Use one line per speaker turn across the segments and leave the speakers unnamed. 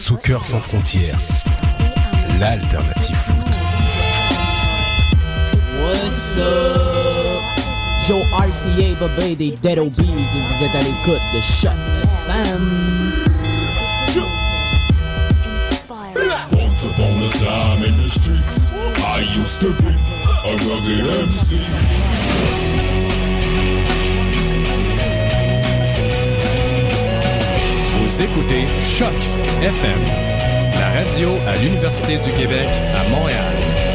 Soccer sans frontières, l'alternative foot.
What's up? Joe RCA, Bobé des Dead Obies et vous êtes à l'écoute de Choc FM.
Once upon a time in the streets, I used to be a rugged MC.
Vous écoutez Choc FM, la radio à l'Université du Québec à Montréal.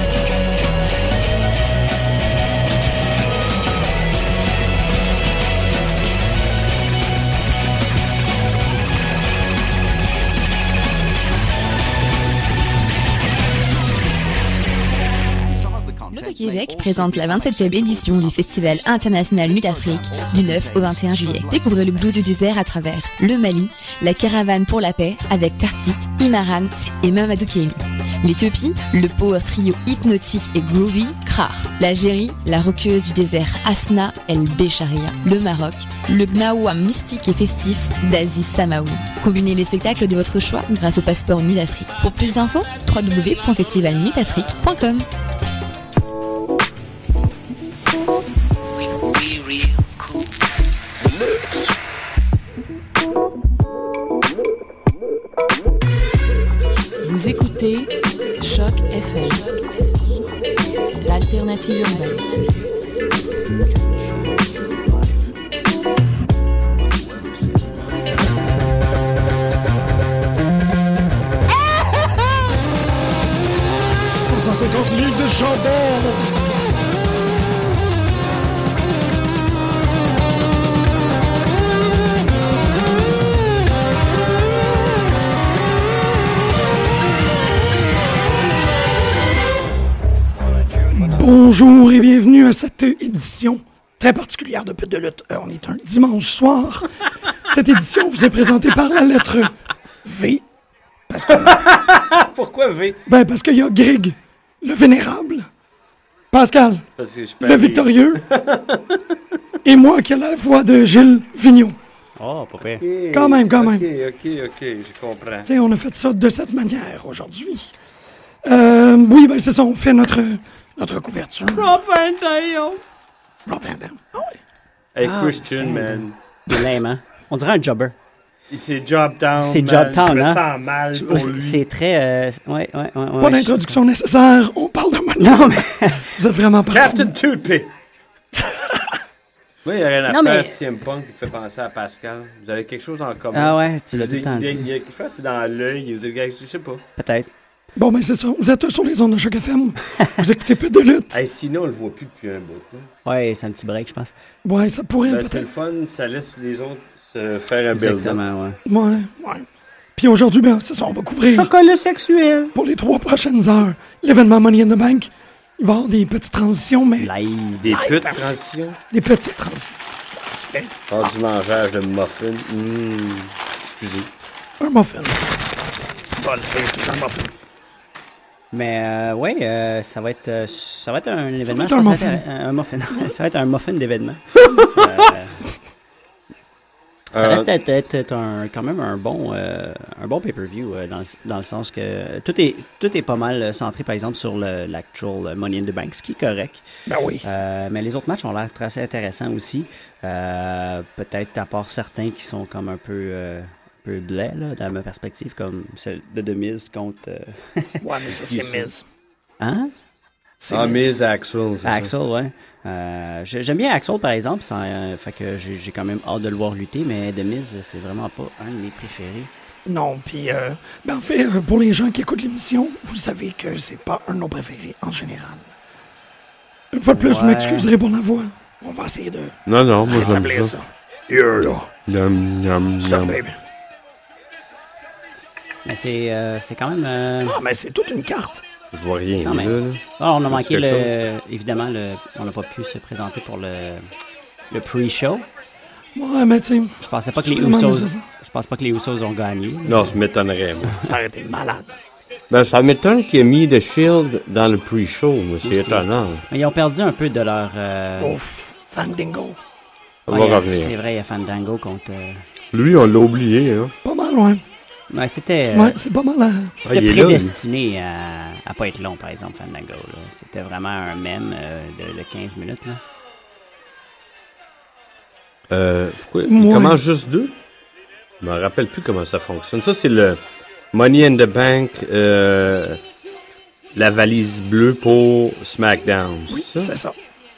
Québec présente la 27e édition du Festival international Nuit d'Afrique du 9 au 21 juillet. Découvrez le blues du désert à travers le Mali, la caravane pour la paix avec Tartik, Imaran et Mamadou Kéli. L'Éthiopie, le power trio hypnotique et groovy Krar. L'Algérie, la rockeuse du désert Asna El Becharia. Le Maroc, le Gnawa mystique et festif d'Aziz Samaoui. Combinez les spectacles de votre choix grâce au passeport Nuit d'Afrique. Pour plus d'infos, www.festivalnuitafrique.com.
Vous écoutez Choc FM, l'alternative urbaine.
Pour 150 livres de chambon. Bonjour et bienvenue à cette édition très particulière de Pute de lutte. On est un dimanche soir. Cette édition vous est présentée par la lettre V. Parce que...
Pourquoi V?
Ben parce qu'il y a Greg, le vénérable, Pascal, le victorieux, et moi qui ai la voix de Gilles Vigneault.
Oh, pas pire.
Quand même.
Ok, je comprends.
T'sais, on a fait ça de cette manière aujourd'hui. Oui, ben c'est ça, on fait notre couverture.
Rob Van Dam.
Ah ouais.
Hey, Christian, man.
Il est lame, hein? On dirait un jobber.
C'est Jobtown.
C'est
man.
Jobtown,
Je me
hein?
sens mal pour lui.
C'est très... Ouais.
Pas d'introduction nécessaire, on parle de moi.
Non, mais...
Vous êtes vraiment parti.
Captain Toothpick. Moi, il y a rien à
Non,
faire.
mais-
CM Punk qui me fait penser à Pascal. Vous avez quelque chose en commun.
Ah ouais, tu l'as tout le temps
Il
dit.
y a quelque chose, c'est dans l'œil. Je sais pas.
Peut-être.
Bon, ben c'est ça. Vous êtes sur les ondes de Choc FM. Vous écoutez Pute de lutte.
Hey, sinon, on le voit plus depuis un bout. Là.
Ouais, c'est un petit break, je pense.
Ouais, ça pourrait
Ben, c'est le
peut-être.
fun, ça laisse les autres se faire un build-up.
Exactement, ouais.
Ouais. Puis aujourd'hui, ben c'est ça, on va couvrir
Chocolat sexuel.
pour les 3 prochaines heures l'événement Money in the Bank. Il va y avoir des petites transitions, mais
Live.
Des putes transitions.
des petites transitions.
Du mangeage de muffins. Excusez.
Un muffin. C'est pas le c'est tout un muffin.
Mais ça va être un événement.
va être un
je pense,
muffin.
un muffin. Ça va être un muffin d'événement. Ça reste être quand même un bon pay-per-view dans le sens que tout est pas mal centré, par exemple, sur l'actual Money in the Bank, ce qui est correct.
Ben oui.
Mais les autres matchs ont l'air assez intéressants aussi. Peut-être à part certains qui sont comme un peu blais, là, dans ma perspective, comme celle de The Miz contre...
Ouais, mais ça, c'est Miz.
Hein?
C'est
Miz Axel, c'est
Axel, ouais. J'aime bien Axel, par exemple, fait que j'ai quand même hâte de le voir lutter, mais The Miz, c'est vraiment pas un de mes préférés.
Non, puis, ben en fait, pour les gens qui écoutent l'émission, vous savez que c'est pas un de nos préférés en général. Une fois de plus, vous
Ouais.
m'excuserez pour la voix. On va essayer de
Non, moi
rétablir ça. Yeah, ça, baby.
Mais c'est quand même...
Ah, mais c'est toute une carte.
Je vois rien.
Non, mais-
là.
on a manqué
quelque
évidemment, on n'a pas pu se présenter pour le pre-show.
Ouais, mais tu sais,
Je pensais pas que
c'est
les
vraiment
Usos...
nécessaire.
Je pense pas que les Usos ont gagné.
Non, je m'étonnerais, moi.
Ça aurait été malade.
Ben, ça m'étonne qu'il ait mis The Shield dans le pre-show, moi. C'est
Aussi.
étonnant.
Mais ils ont perdu un peu de leur...
Ouf, Fandango.
Ça
ouais,
va revenir.
c'est vrai, il y a Fandango contre...
Lui, on l'a oublié, hein.
Pas mal, ouais.
Ouais, c'était
c'est pas mal.
c'était prédestiné à pas être long, par exemple, Fandango. Là. C'était vraiment un mème de 15 minutes. Là.
Pourquoi? Il commence juste 2? Je me rappelle plus comment ça fonctionne. Ça, c'est le Money in the Bank, la valise bleue pour SmackDown.
Oui, c'est ça.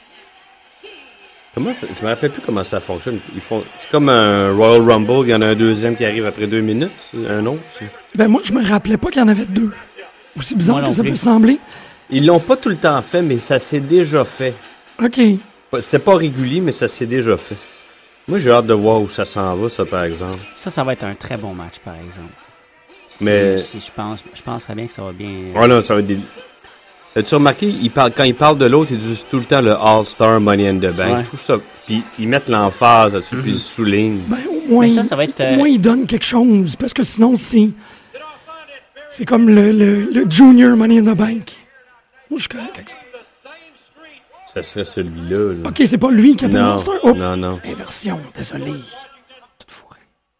Je me rappelle plus comment ça fonctionne. C'est comme un Royal Rumble, il y en a un deuxième qui arrive après 2 minutes, un autre.
Ben moi, je me rappelais pas qu'il y en avait 2. Aussi bizarre que ça peut sembler.
Ils l'ont pas tout le temps fait, mais ça s'est déjà fait.
OK.
C'était pas régulier, mais ça s'est déjà fait. Moi, j'ai hâte de voir où ça s'en va, ça, par exemple.
Ça va être un très bon match, par exemple.
Mais
Je penserais bien que ça va bien...
Oh non, ça va être des... As-tu remarqué, quand ils parlent de l'autre, ils disent tout le temps le All-Star Money in the Bank. Ouais. Je trouve ça... Puis ils mettent l'emphase là-dessus, puis ils soulignent.
Ben, au moins, ça va être, au moins ils donnent quelque chose, parce que sinon, c'est comme le Junior Money in the Bank. Moi, je suis correct avec ça.
Ça serait celui-là. Là.
OK, c'est pas lui qui a pas All-Star? Oh.
Non.
Inversion, désolé. Tout fourré.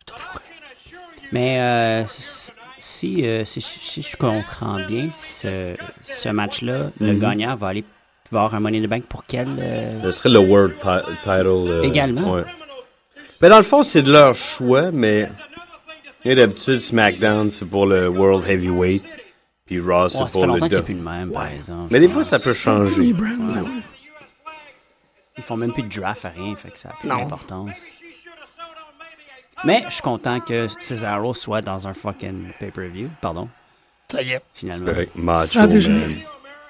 Mais si je comprends bien, ce match-là, le gagnant va avoir un Money in the Bank pour quel...
Ce serait le World Title.
Également?
Ouais. Ben, dans le fond, c'est de leur choix, mais d'habitude, SmackDown, c'est pour le World Heavyweight, puis Raw, c'est pour le...
Ça fait longtemps que c'est plus le même, par exemple.
Mais des fois, ça peut changer.
Ils font même plus de draft à rien, fait que ça a plus d'importance. Mais je suis content que Cesaro soit dans un fucking pay-per-view. Pardon.
Ça y est.
Finalement.
Macho,
ça a dégénéré.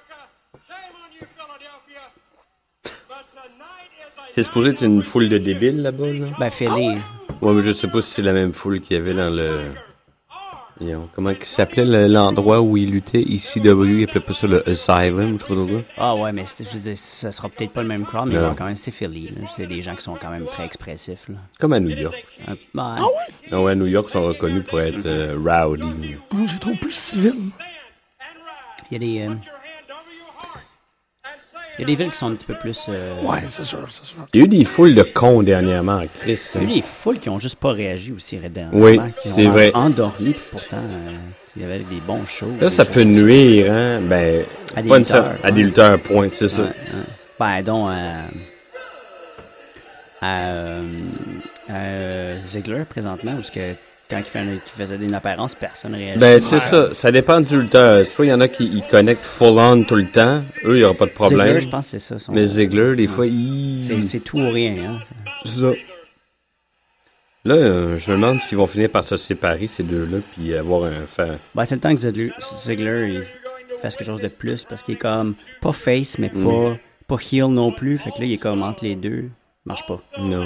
C'est supposé être une foule de débiles là-bas, là?
Ben, Philly.
Ouais, mais je sais pas si c'est la même foule qu'il y avait dans le... Comment il s'appelait l'endroit où il luttait, ECW, il appelait pas ça le Asylum, je sais pas trop quoi.
Ah ouais, mais je veux dire, ça sera peut-être pas le même crowd, mais quand même, c'est Philly. Là. C'est des gens qui sont quand même très expressifs. Là.
Comme à New York.
Ah
ouais? Ah ouais, à New York, ils sont reconnus pour être rowdy.
Oh, je trouve plus civil.
Il y a des villes qui sont un petit peu plus...
Ouais, c'est sûr.
Il y a eu des foules de cons dernièrement, Chris.
Il y a eu des foules qui ont juste pas réagi aussi dernièrement.
Oui,
qui
c'est vrai.
Endormi, puis pourtant, il y avait des bons shows.
Là, ça peut nuire, hein, ben...
À des lutteurs.
À des lutteurs, point, c'est ça.
Ben, donc, Ziggler, présentement, où quand il faisait une apparence, personne ne réagit.
Ben, c'est ça. Ça dépend du lutteur. Soit il y en a qui connectent full-on tout le temps. Eux, il n'y aura pas de problème.
Ziggler, je pense que c'est ça.
Mais Ziggler, des fois,
c'est tout ou rien, hein.
C'est ça. Là, je me demande s'ils vont finir par se séparer, ces deux-là, puis avoir un fan.
Ben, c'est le temps que Ziggler il fasse quelque chose de plus, parce qu'il est comme pas face, mais pas heel non plus. Fait que là, il est comme entre les deux. Marche pas.
Non.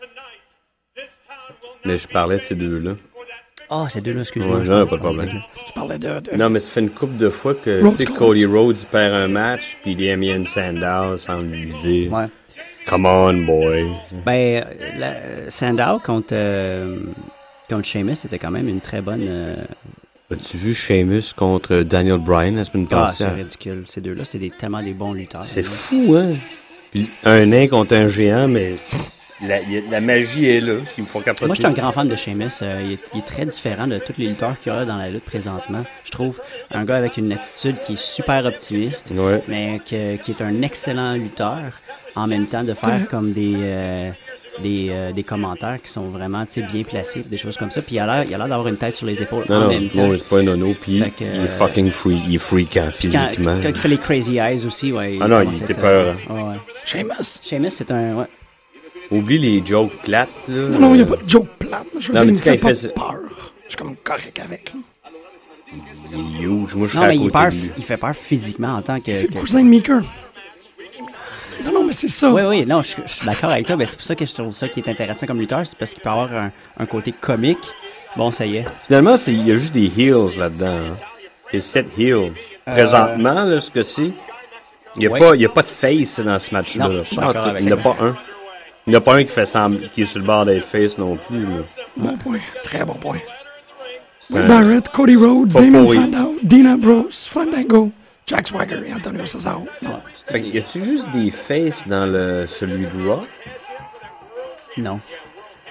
Mais je parlais de ces deux-là.
Ah, ces deux-là, excuse-moi.
Ouais, non, pas de problème.
Tu parlais de...
Non, mais ça fait une couple de fois que Cody Rhodes perd un match, puis Damien Sandow sans lui dire Come on, boy.
Ben, Sandow contre Sheamus, c'était quand même une très bonne...
As-tu vu Sheamus contre Daniel Bryan la semaine passée?
Ah, c'est ridicule. Ces deux-là, c'est tellement des bons lutteurs.
C'est fou, hein? Puis un nain contre un géant, mais... La magie est là, ils me font capoter.
Moi, je suis un grand fan de Sheamus. Il est très différent de tous les lutteurs qu'il y a dans la lutte présentement. Je trouve un gars avec une attitude qui est super optimiste, mais qui est un excellent lutteur. En même temps, de faire comme des commentaires qui sont vraiment bien placés, des choses comme ça. Puis il a l'air d'avoir une tête sur les épaules en même temps.
Non, c'est pas un nono. Puis il est fucking free. Il est freakant physiquement.
Quand il fait les crazy eyes aussi,
Ah non, il était peur.
Sheamus,
c'est un...
Oublie les jokes plates, là.
Non, il n'y a pas de joke plate. Je veux dire, il me fait pas peur. Je suis comme correct avec, là.
Il est huge. Moi, je suis
à côté de lui. Il fait peur physiquement en tant que...
C'est le cousin de Meeker. Non, mais c'est ça.
Oui, non, je suis d'accord avec toi. Mais c'est pour ça que je trouve ça qui est intéressant comme lutteur. C'est parce qu'il peut avoir un côté comique. Bon, ça y est.
Finalement, il y a juste des heels là-dedans. Hein. Il y a 7 heels. Présentement, là, ce que c'est... Il n'y a pas de face dans ce match-là.
Non, je suis d'accord avec
il n'y en a pas un. Il n'y en a pas un qui fait semblant, qui est sur le bord des face non plus. Là.
Bon point. Très bon point. Barrett, Cody Rhodes, Damien Sandow, Dean Ambrose, Fandango, Jack Swagger et Antonio Cesaro.
Fait que y a-tu juste des faces dans celui de Raw?
Non.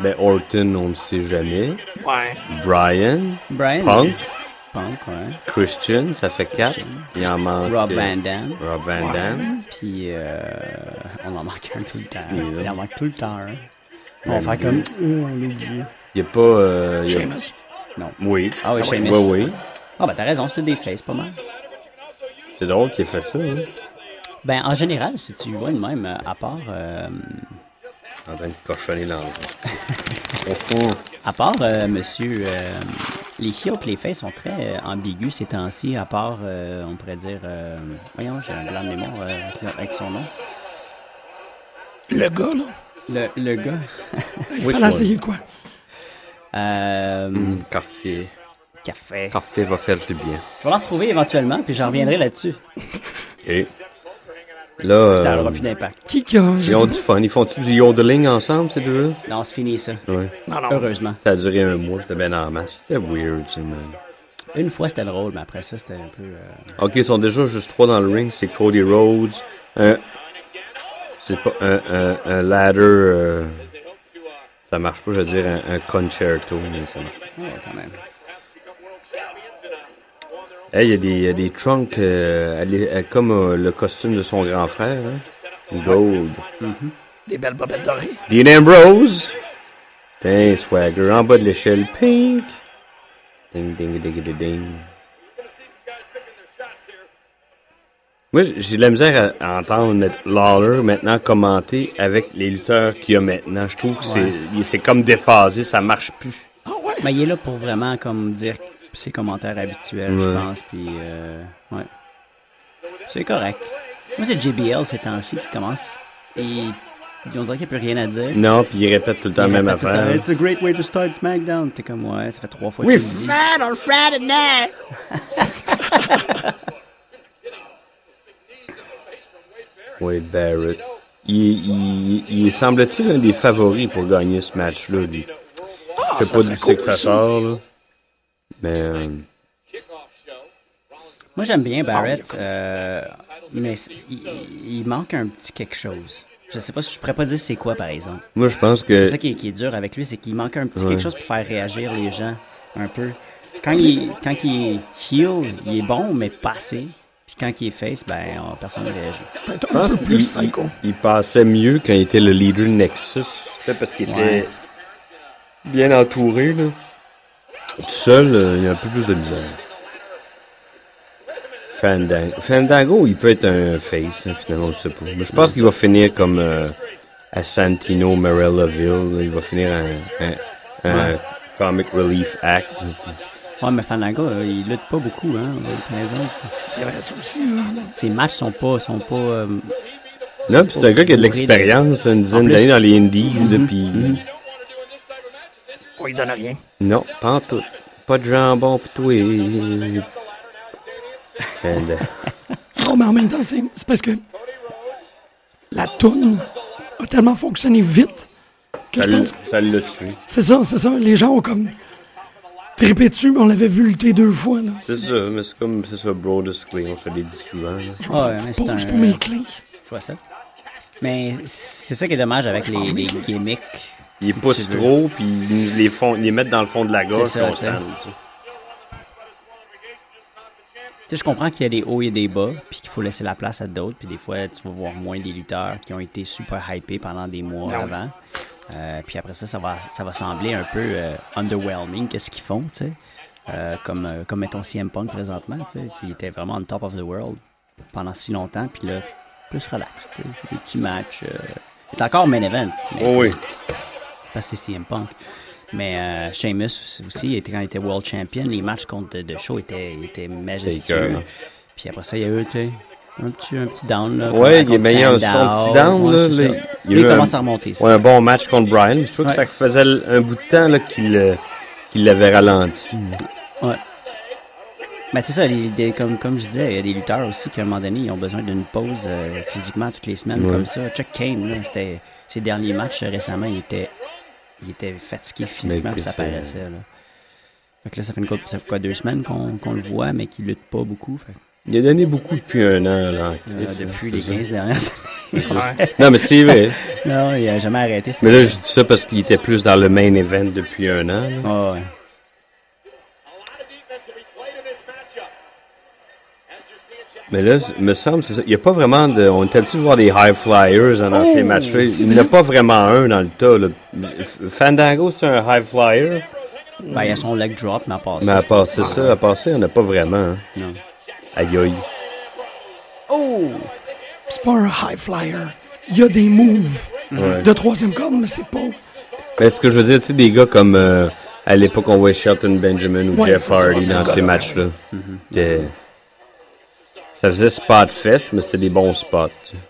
Ben, Orton, on ne sait jamais.
Ouais.
Brian.
Punk, ouais.
Christian, ça fait 4. Il en manque...
Rob Van Dam.
Puis,
on en manque un tout le temps. Il en manque tout le temps, hein. On va faire comme... on l'oublie.
Il n'y a pas...
Sheamus.
Non.
Oui.
Ah oui, Sheamus.
Oui.
Ah ben, t'as raison, c'était des faces, pas mal.
C'est drôle qu'il ait fait ça, hein.
Ben, en général, si tu vois de même, à part...
En train de cochonner dans le...
À part, monsieur... les heels et les faces sont très ambigus ces temps-ci, à part, on pourrait dire... voyons, j'ai un blanc de mémoire avec son nom.
Le gars, là.
Le gars.
Il fallait essayer de quoi?
Café.
Café.
Café va faire du bien.
Je vais l'en retrouver éventuellement, puis j'en reviendrai là-dessus.
Et là...
Ça n'aura plus d'impact.
Qui a...
Ils ont du fun. Ils font-tu du yodeling ensemble, ces deux-là?
Non, c'est fini, ça.
Ouais.
Non.
Heureusement.
Ça a duré un mois, c'était bien en masse. C'était weird, ça, man.
Une fois, c'était drôle, mais après ça, c'était un peu...
OK, ils sont déjà juste 3 dans le ring. C'est Cody Rhodes. C'est pas un ladder... ça marche pas, je veux dire un concerto, mais ça marche pas.
Ouais, quand même.
Hey, il y a des trunks comme le costume de son grand frère, hein? Gold.
Mm-hmm.
Des belles bobettes dorées.
Dean Ambrose. Ding, Swagger. En bas de l'échelle, Pink. Ding, ding, ding, ding, ding. Moi, j'ai de la misère à entendre Lawler maintenant commenter avec les lutteurs qu'il y a maintenant. Je trouve que c'est comme déphasé, ça marche plus.
Ah ouais?
Mais il est là pour vraiment comme dire ses commentaires habituels, je pense, puis ouais. C'est correct. Moi, c'est JBL ces temps-ci qui commence et on dirait qu'il n'y a plus rien à dire.
Non, puis il répète tout le temps la même affaire.
It's a great way to start SmackDown. T'es comme, ouais, ça fait 3 fois que tu le dis.
Fat on Friday night.
Wade Barrett. Il semble-t-il un des favoris pour gagner ce match-là, lui. Je sais pas d'où c'est que ça sort, là. Mais...
Moi, j'aime bien Barrett, mais il manque un petit quelque chose. Je sais pas, je pourrais pas dire c'est quoi, par exemple.
Moi, je pense que...
C'est ça qui est dur avec lui, c'est qu'il manque un petit quelque chose pour faire réagir les gens, un peu. Quand il est heel, il est bon, mais pas assez. Puis quand il est face, personne ne réagit.
Peut-être un peu plus psycho.
Il passait mieux quand il était le leader Nexus. C'est parce qu'il était bien entouré, là. Tout seul, il y a un peu plus de misère. Fandango, il peut être un face, hein, finalement, on ne sait pas. Mais je pense qu'il va finir comme à Santino Marellaville. Il va finir un comic relief act.
Ouais, mais Fandango, il lutte pas beaucoup, hein, par exemple.
C'est vrai, ça aussi.
Ses matchs sont pas
non, puis c'est un gars qui a de l'expérience, une dizaine d'années dans les Indies, depuis...
Oh, il donne rien.
Non, pas en tout. Pas de jambon pour toi.
Non, mais en même temps, c'est parce que la toune a tellement fonctionné vite que
ça l'a tué.
C'est ça. Les gens ont comme trippé dessus, mais on l'avait vu lutter 2 fois. Là.
C'est ça, mais c'est ça, Brodus Clay, on se les dit souvent.
C'est
pour mes clés.
Je vois ça. Mais c'est ça qui est dommage avec les gimmicks.
Ils poussent trop, puis ils les mettent dans le fond de la gorge constamment.
Je comprends qu'il y a des hauts et des bas, puis qu'il faut laisser la place à d'autres, puis des fois, tu vas voir moins des lutteurs qui ont été super hypés pendant des mois avant. Puis après ça va sembler un peu underwhelming, qu'est-ce qu'ils font, tu sais. Comme mettons CM Punk présentement, tu sais. Il était vraiment on top of the world pendant si longtemps, puis là, plus relax, tu sais. Des petits matchs. Il est encore main event. Mais,
oui.
Parce que c'est CM Punk. Mais Sheamus aussi, quand il était World Champion, les matchs contre The Show étaient majestueux. Puis après ça, il y a eu, tu sais, un petit down. Là,
ouais, il est meilleur son petit down. Là,
il commence à remonter.
Un bon match contre Bryan. Je trouve que ça faisait un bout de temps là, qu'il l'avait ralenti.
Ouais. Mais c'est ça, comme je disais, il y a des lutteurs aussi qui, à un moment donné, ils ont besoin d'une pause physiquement toutes les semaines comme ça. Chuck Kane, là, c'était ses derniers matchs récemment, il était fatigué physiquement, ça paraissait. Là. Fait que là, ça fait quoi, 2 semaines qu'on le voit, mais qu'il lutte pas beaucoup. Fait.
Il a donné beaucoup depuis 1 an. Là,
depuis les 15 dernières années.
Non, mais c'est vrai.
Non, il a jamais arrêté.
Mais là, je dis ça parce qu'il était plus dans le main event depuis un an.
Oh, ouais.
Mais là, il me semble, c'est ça. Il n'y a pas vraiment de. On est habitué de voir des high flyers dans ces matchs-là. Il n'y en a pas vraiment un dans le tas. Là. Fandango, c'est un high flyer.
Ben, il y a son leg drop, mais à part ça.
Mais à part ça, il n'y en a pas vraiment. Hein.
Non.
Aïe aïe.
Oh! C'est pas un high flyer. Il y a des moves de troisième corde, mais c'est pas.
Mais ce que je veux dire, tu sais, des gars comme à l'époque, on voyait Shelton Benjamin ou Jeff Hardy dans ces matchs-là. Ça faisait spot fest, mais c'était des bons spots.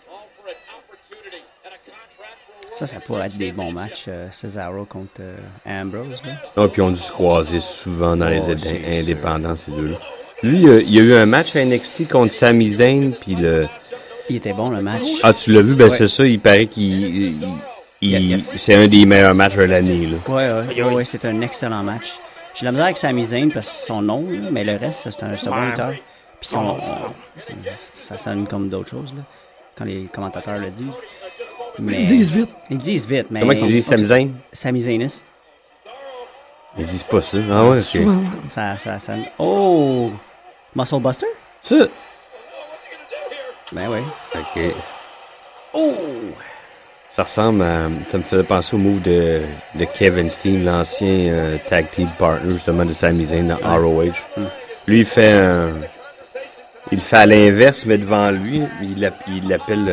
Ça pourrait être des bons matchs, Cesaro contre Ambrose. Là.
Ah, puis on a dû se croiser souvent dans les indépendants, ces deux-là. Lui, il y a eu un match à NXT contre Sami Zayn, puis
il était bon, le match.
Ah, tu l'as vu? Ben, c'est ça, il paraît qu'il... c'est un des meilleurs matchs de l'année, là.
Ouais, c'est un excellent match. J'ai la misère avec Sami Zayn parce que c'est son nom, là, mais le reste, c'est un bon lutteur. Puis ça sonne comme d'autres choses, là, quand les commentateurs le disent. Mais
ils disent vite.
Ils disent vite, mais...
Comment ils disent Sami Zayn?
Sami Zaynis.
Ils disent pas ça. Ah ouais, ok.
Souvent.
Ça... Oh! Muscle Buster?
Ça?
Ben oui.
Ok.
Oh!
Ça ressemble à... Ça me faisait penser au move de Kevin Steen, l'ancien tag team partner, justement, de Sami Zayn dans ROH. Lui, il fait il le fait à l'inverse, mais devant lui, il l'appelle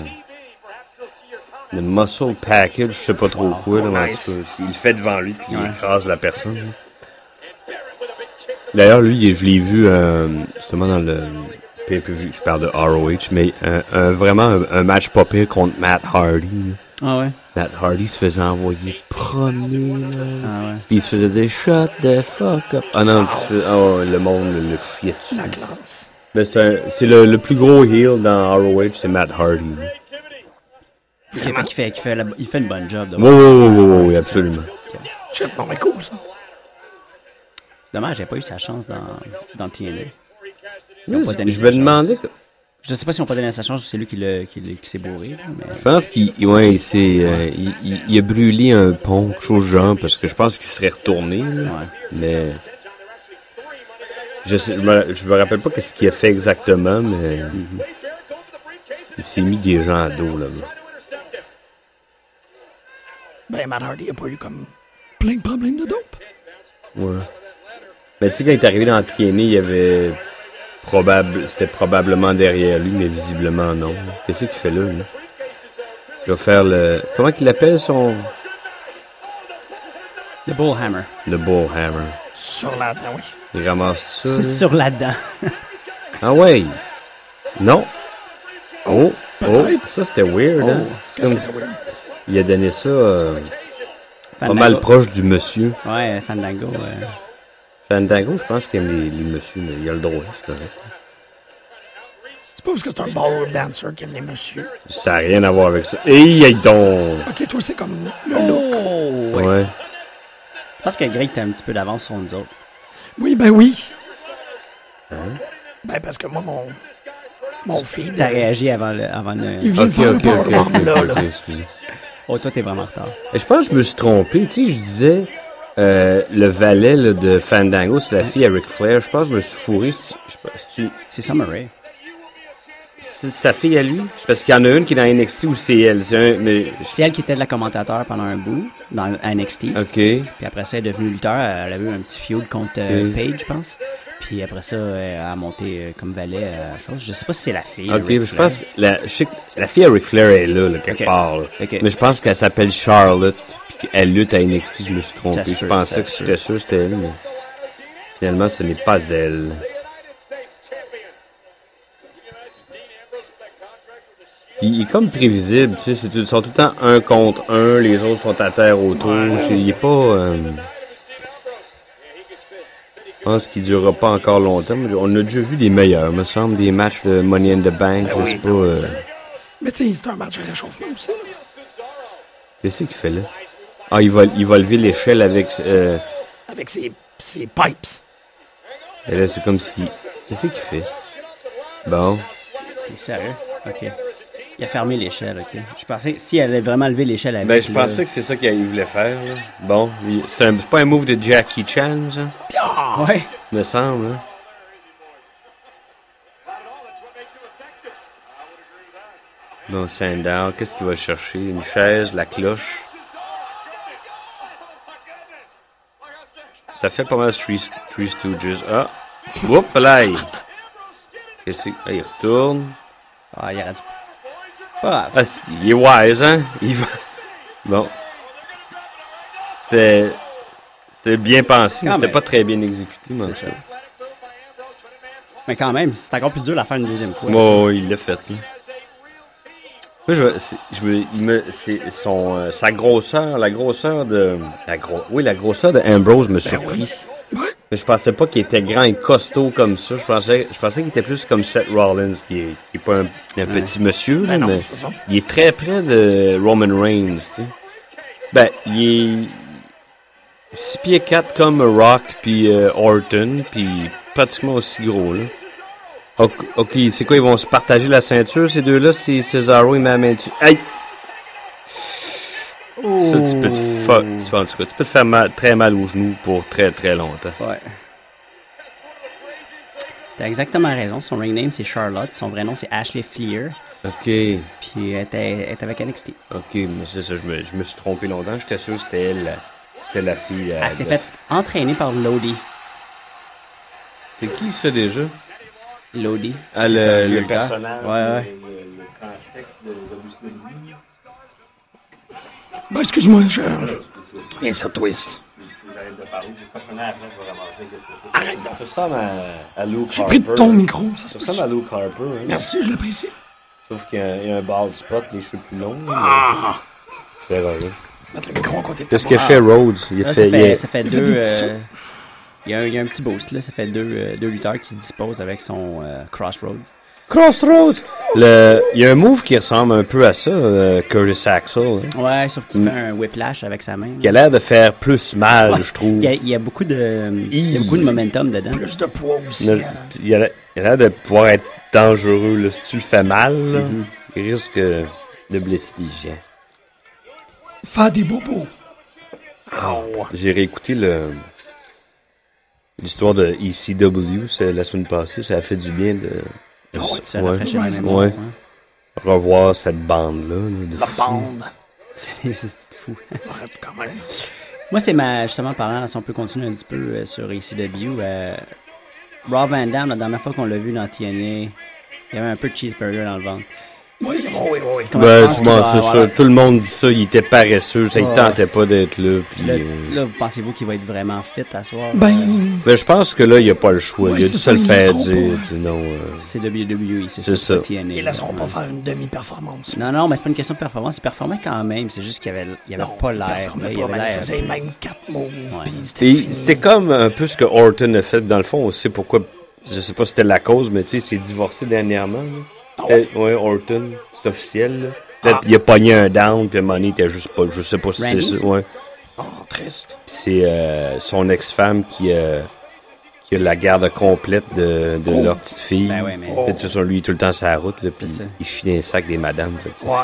le muscle package, je sais pas trop quoi. Là, il le fait devant lui, puis il écrase la personne. Là. D'ailleurs, lui, je l'ai vu justement dans le pay-per-view, je parle de ROH, mais vraiment un match pas pire contre Matt Hardy. Là.
Ah ouais?
Matt Hardy se faisait envoyer promener, là.
Ah ouais?
Puis il se faisait dire « Shut the fuck up ». Ah non, le monde le chiait dessus.
La classe.
Mais c'est le plus gros heel dans ROH, c'est Matt Hardy.
Il fait une bonne job.
Oui, absolument.
Shit, non, mais cool, ça.
Dommage, j'ai pas eu sa chance dans TNA.
Je me demandais...
Je sais pas si on peut donner sa chance, c'est lui qui s'est bourré. Mais...
Je pense qu'il il a brûlé un pont, quelque chose de genre, parce que je pense qu'il serait retourné. Là, mais je me rappelle pas qu'est-ce qu'il a fait exactement, mais il s'est mis des gens à dos là.
Ben, Matt Hardy a pas eu comme plein de problèmes de dope.
Ouais. Mais tu sais, quand il est arrivé dans TNA, il y avait... C'était probablement derrière lui, mais visiblement non. Qu'est-ce qu'il fait là, lui? Il va faire le... Comment qu'il l'appelle, son...
The Bullhammer.
The Bullhammer.
Sur la dent, oui.
Il ramasse ça, là.
Sur la dent.
Ah ouais. Non. Oh.
Peut-être.
Ça, c'était weird, hein?
Qu'est-ce que c'était weird?
Il a donné ça pas mal proche du monsieur.
Ouais, Fandango,
Fandango, je pense qu'il aime les messieurs, mais il a le droit, c'est correct.
C'est pas parce que c'est un ballroom dancer qui aime les messieurs.
Ça n'a rien à voir avec ça. Et donc...
Ok, toi, c'est comme le look.
Ouais.
Je pense que Greg, t'as un petit peu d'avance sur nous autres.
Oui, ben oui.
Hein?
Ben, parce que moi, mon feed...
T'as réagi avant
Il vient de faire le powerbomb, là.
Oh, toi, t'es vraiment en retard.
Et je pense que je me suis trompé. Tu sais, je disais... le valet là, de Fandango, c'est la fille à Ric Flair. Je pense que je me suis fourré.
C'est Summer Rae.
C'est sa fille à lui? Parce qu'il y en a une qui est dans NXT ou c'est elle?
C'est elle qui était de la commentateur pendant un bout dans NXT.
OK.
Puis après ça, elle est devenue lutteur. Elle a eu un petit feud contre Paige, je pense. Puis après ça, elle a monté comme valet à chose. Je sais pas si c'est la fille.
OK, je pense que la fille à Ric Flair est là quelque part. Là.
Okay.
Mais je pense qu'elle s'appelle Charlotte. Puis qu'elle lutte à NXT, je me suis trompé. Je pensais que c'était sûr c'était elle, mais finalement, ce n'est pas elle. Il est comme prévisible, tu sais, ils sont tout le temps un contre un, les autres sont à terre autour. Il est pas... Je pense qu'il ne durera pas encore longtemps. On a déjà vu des meilleurs, me semble, des matchs de Money in the Bank.
Ben
c'est pas...
Mais tu sais, c'est un match de réchauffement aussi. Là.
Qu'est-ce qu'il fait là? Ah, il va lever l'échelle avec...
Avec ses pipes.
Et là, c'est comme si... Qu'est-ce qu'il fait? Bon.
T'es sérieux? OK. Il a fermé l'échelle, OK. Je pensais que si elle avait vraiment levé l'échelle avec...
Ben, je pensais que c'est ça qu'il voulait faire, là. Bon, c'est pas un move de Jackie Chan, ça?
Ouais.
Me semble, hein. Bon, Sandow, qu'est-ce qu'il va chercher? Une chaise, la cloche. Ça fait pas mal Three Stooges. Ah! Oups, là! Qu'est-ce que... Ah, il retourne.
Ah, il arrête. Pas grave.
Ah, il est wise, hein? Il va... Bon. C'était bien pensé, mais c'était pas très bien exécuté, moi.
C'est ça. Mais quand même, c'est encore plus dur de la faire une deuxième fois.
Oh, il l'a fait, là. Moi, c'est sa grosseur, la grosseur de Ambrose me surprit. Mais je pensais pas qu'il était grand et costaud comme ça. Je pensais qu'il était plus comme Seth Rollins, qui est pas un petit monsieur, là, mais il est très près de Roman Reigns, tu sais. Ben, il est 6 pieds 4 comme Rock puis Orton, puis pratiquement aussi gros, là. OK, c'est quoi, ils vont se partager la ceinture, ces deux-là? C'est Cesaro et ma main dessus. Aïe! Oh. Ça, tu peux te faire très mal aux genoux pour très, très longtemps.
Ouais. T'as exactement raison. Son ring name, c'est Charlotte. Son vrai nom, c'est Ashley Fleer.
OK.
Puis elle est avec NXT.
OK, mais c'est ça, je me suis trompé longtemps. J'étais sûr que c'était elle. C'était la fille.
Elle s'est faite entraîner par Lodi.
C'est qui ça déjà?
Lodi.
Ah, le personnage.
Ouais.
Le transexe de WCW.
Ben, excuse-moi, Viens, ça twist. Arrête donc.
Ça ressemble à Luke Harper.
J'ai pris de ton micro, ça se
Ça ressemble à Luke Harper. Hein?
Merci, je l'apprécie.
Sauf qu'il y a un bald spot, les cheveux plus longs. Tu fais rien.
Mettre le micro à côté de
Qu'est-ce qu'il a fait Rhodes?
Ça fait deux... Il y a un petit boost, là. Ça fait deux lutteurs qui disposent avec son Crossroads.
Crossroads! Il y a un move qui ressemble un peu à ça, Curtis Axel. Hein?
Ouais, sauf qu'il fait un whiplash avec sa main.
Qui a l'air de faire plus mal, je trouve.
Il y a beaucoup de momentum dedans.
Plus de poids aussi.
Il a l'air de pouvoir être dangereux. Là. Si tu le fais mal, là, il risque de blesser des gens.
Faire des bobos.
J'ai réécouté l'histoire de ECW la semaine passée. Ça a fait du bien de...
ça rafraîchit ouais.
Revoir cette bande-là.
La bande.
C'est fou.
Ouais, quand même.
Moi, c'est justement parlant, si on peut continuer un petit peu sur ECW, Rob Van Dam, la dernière fois qu'on l'a vu dans TNA, il y avait un peu de cheeseburger dans le ventre.
Oui.
Ben, c'est ça. Tout le monde dit ça. Il était paresseux. Ça, il tentait pas d'être là. Puis,
là, pensez-vous qu'il va être vraiment fit à soir?
Ben, je pense que là, il n'y a pas le choix. Il a dû se le faire dire. Sinon,
c'est WWE, c'est
ça.
TNA.
Ils ne laisseront pas faire une demi-performance.
Non, mais c'est pas une question de performance. Il performait quand même. C'est juste qu'il avait pas l'air.
Il faisait même 4 moves.
C'était comme un peu ce que Orton a fait. Dans le fond, on sait pourquoi. Je sais pas si c'était la cause, mais tu sais, il s'est divorcé dernièrement. Là. Ouais, Orton, c'est officiel. Là. Peut-être il a pogné un down, puis Money était juste pas. Je sais pas si c'est ça. Ouais.
Oh, triste.
Puis c'est son ex-femme qui a la garde complète de leur petite fille.
Ben ouais, mais...
Puis de toute façon, lui, tout le temps sur la route, là, puis il chie dans les sacs des madames. Fait que,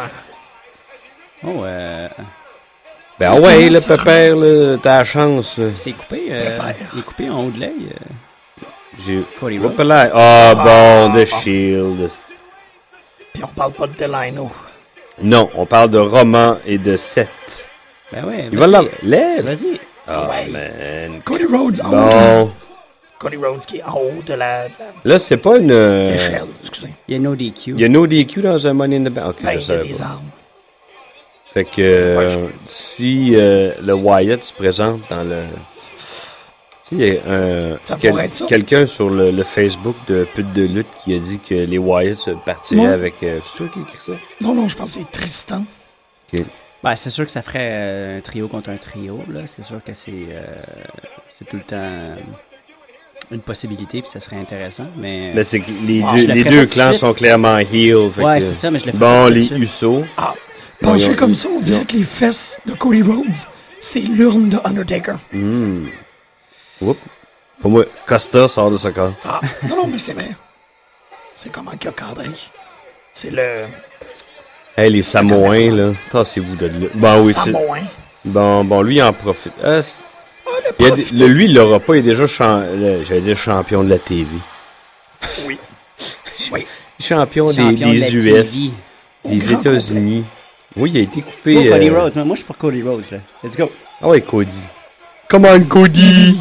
Ben ouais, le pépère, là, t'as la chance. Là.
C'est coupé. Il est coupé en haut de l'œil.
Cody Rhodes. Bon, The Shield.
Puis on parle pas de Delano.
Non, on parle de Roman et de Seth.
Ben ouais.
Il va lève.
Vas-y.
Man.
Cody Rhodes en haut. Cody Rhodes qui est en haut de la...
Là, c'est pas une...
L'échelle, excusez.
Il y a no DQ.
Il y a no DQ dans un Money in the Bank. Okay,
ben, il y a des armes.
Fait que si le Wyatt se présente dans le... Il y a quelqu'un sur le Facebook de Pute de lutte qui a dit que les Wyatt se partiraient avec... c'est toi qui écrit ça?
Non, je pense que c'est Tristan.
Okay.
Ben, c'est sûr que ça ferait un trio contre un trio. Là. C'est sûr que c'est tout le temps une possibilité, puis ça serait intéressant. Mais
c'est que les deux clans sont clairement heel.
Ouais, c'est ça, mais je le ferais
pas tout de suite. Usos.
Penché comme ça, on dirait que les fesses de Cody Rhodes, c'est l'urne de Undertaker.
Oups. Pour moi, Costa sort de ce corps.
Non, mais c'est vrai. C'est comment qu'il a cadré. C'est le...
Hey, les Samoans, là. Tassez-vous de là. Bon, oui, c'est...
Samoan.
Bon, lui, il en profite. Lui, il l'aura pas. Il est déjà j'allais dire champion de la TV.
Oui. Oui.
Champion des US. Des États-Unis. Oui, il a été coupé.
Go, Cody Rhodes. Moi, je suis pour Cody Rhodes, là. Let's go.
Ah ouais, Cody. Come on, Cody!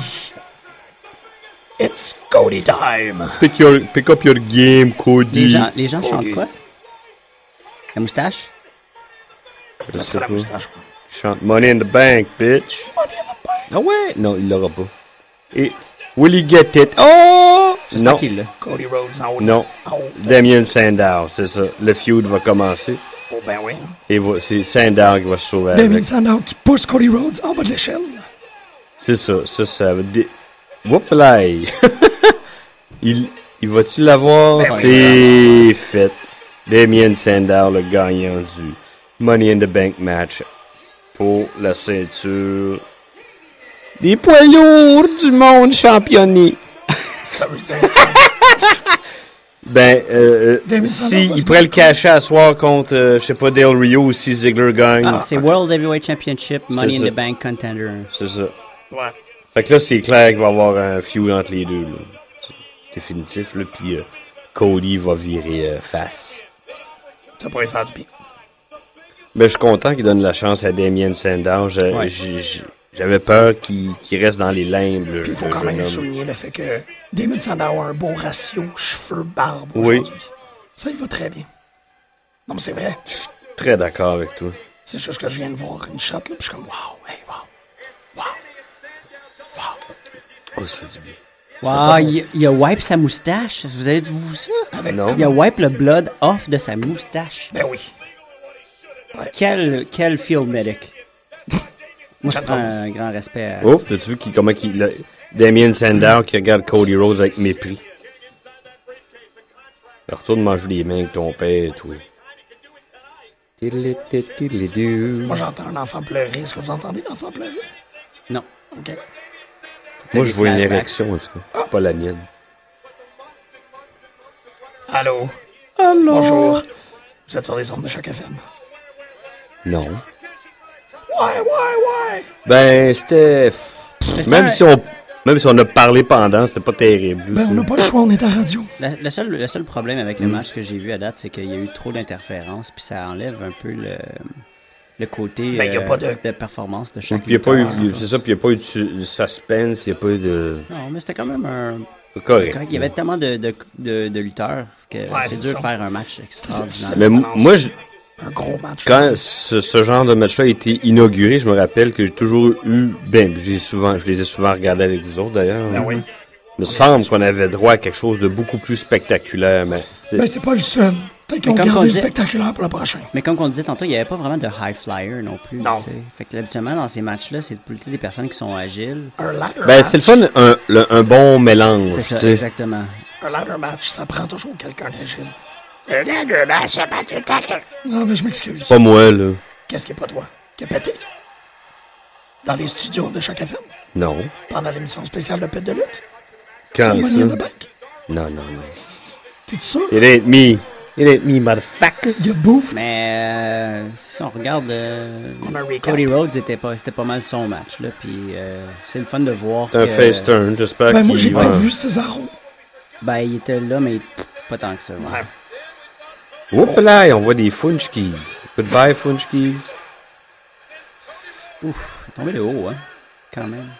It's Cody time!
Pick up your game, Cody.
Les gens chantent quoi? La moustache?
Ça serait la moustache, moi.
Chante Money in the Bank, bitch.
Money in the bank.
Ah ouais? Non, il l'aura pas. Et will he get it? Oh!
J'espère
Non.
qu'il l'a.
Cody Rhodes en haut.
Non. Damien Sandow, c'est ça. Le feud va commencer.
Oh, ben oui.
Et c'est Sandow qui va se sauver
Damien
avec.
Sandow qui pousse Cody Rhodes en bas de l'échelle.
C'est ça. Ça va... Whoop là! il va-tu l'avoir?
Ben oui.
C'est fait. Damien Sandow, le gagnant du Money in the Bank match pour la ceinture des poids lourds du monde championné. Si il pourrait le cacher à soir contre, je sais pas, Del Rio ou si Ziggler gagne.
Ah, c'est World Heavyweight Championship, Money in the Bank Contender.
C'est ça.
Ouais.
Fait que là, c'est clair qu'il va y avoir un feud entre les deux. Là. Définitif. Là. Puis Cody va virer face.
Ça pourrait faire du bien.
Mais je suis content qu'il donne la chance à Damien Sandow. J'avais peur qu'il reste dans les limbes.
Puis il faut quand même souligner le fait que Damien Sandow a un bon ratio cheveux-barbe aujourd'hui. Oui. Ça, il va très bien. Non, mais c'est vrai.
Je suis très d'accord avec toi.
C'est juste que je viens de voir une shot, là, puis je suis comme, wow, hey, wow.
Oh, ça fait du bien.
Wow, il a wipe sa moustache. Vous avez vu ça?
Non.
Il a wipe le blood off de sa moustache.
Ben oui.
Ouais. Quel field medic. Moi, je prends un grand respect à...
Oh, t'as-tu vu comment Damien Sandow qui regarde Cody Rhodes avec mépris. Retourne manger des mains avec ton père, toi.
Moi, j'entends un enfant pleurer. Est-ce que vous entendez l'enfant pleurer?
Non.
OK.
Moi, je vois une érection, en tout cas. C'est pas la mienne.
Allô? Bonjour. Vous êtes sur les ondes de Choc FM?
Non.
Ouais.
Ben, c'était... Même si on a parlé pendant, c'était pas terrible.
Ben, on n'a pas le choix, on est à radio.
Le seul problème avec le match que j'ai vu à date, c'est qu'il y a eu trop d'interférences, puis ça enlève un peu le côté
ben, y a pas de
performance de chaque
lutteur. C'est ça, puis il n'y a pas eu de suspense, il n'y a pas eu de...
Non, mais c'était quand même un...
Correct.
Il y avait tellement de lutteurs que c'est dur de faire un match extraordinaire.
Mais moi,
un gros match.
Quand ce genre de match-là a été inauguré, je me rappelle que j'ai toujours eu... je les ai souvent regardés avec vous autres, d'ailleurs.
Ben oui.
Il me semble qu'on avait droit à quelque chose de beaucoup plus spectaculaire, mais...
c'est pas le seul. Peut-être qu'ils ont gardé le spectaculaire pour le prochain.
Mais comme on disait tantôt, il n'y avait pas vraiment de high flyer non plus.
Non.
T'sais. Fait que habituellement, dans ces matchs-là, c'est plutôt des personnes qui sont agiles.
C'est le fun, un bon mélange.
C'est ça, exactement.
Un ladder match, ça prend toujours quelqu'un d'agile. Un ladder match, ça prend tout le temps. Non, mais je m'excuse.
Pas moi, là.
Qu'est-ce qui est pas toi? Qui a pété? Dans les studios de Choc FM?
Non.
Pendant l'émission spéciale de Pète de lutte?
Quand ça? Non.
T'es sûr?
It ain't me, motherfucker.
Il y a bouffe.
Mais si on regarde, Cody Rhodes, c'était pas mal son match, là. Puis c'est le fun de voir.
C'est un face turn, j'espère qu'il
moi, j'ai pas vu Cesaro.
Ben, il était là, mais pas tant que ça.
Ouais.
Oups là, on voit des Funchkis. Goodbye, Funchkis.
Ouf, il est tombé de haut, hein, quand même.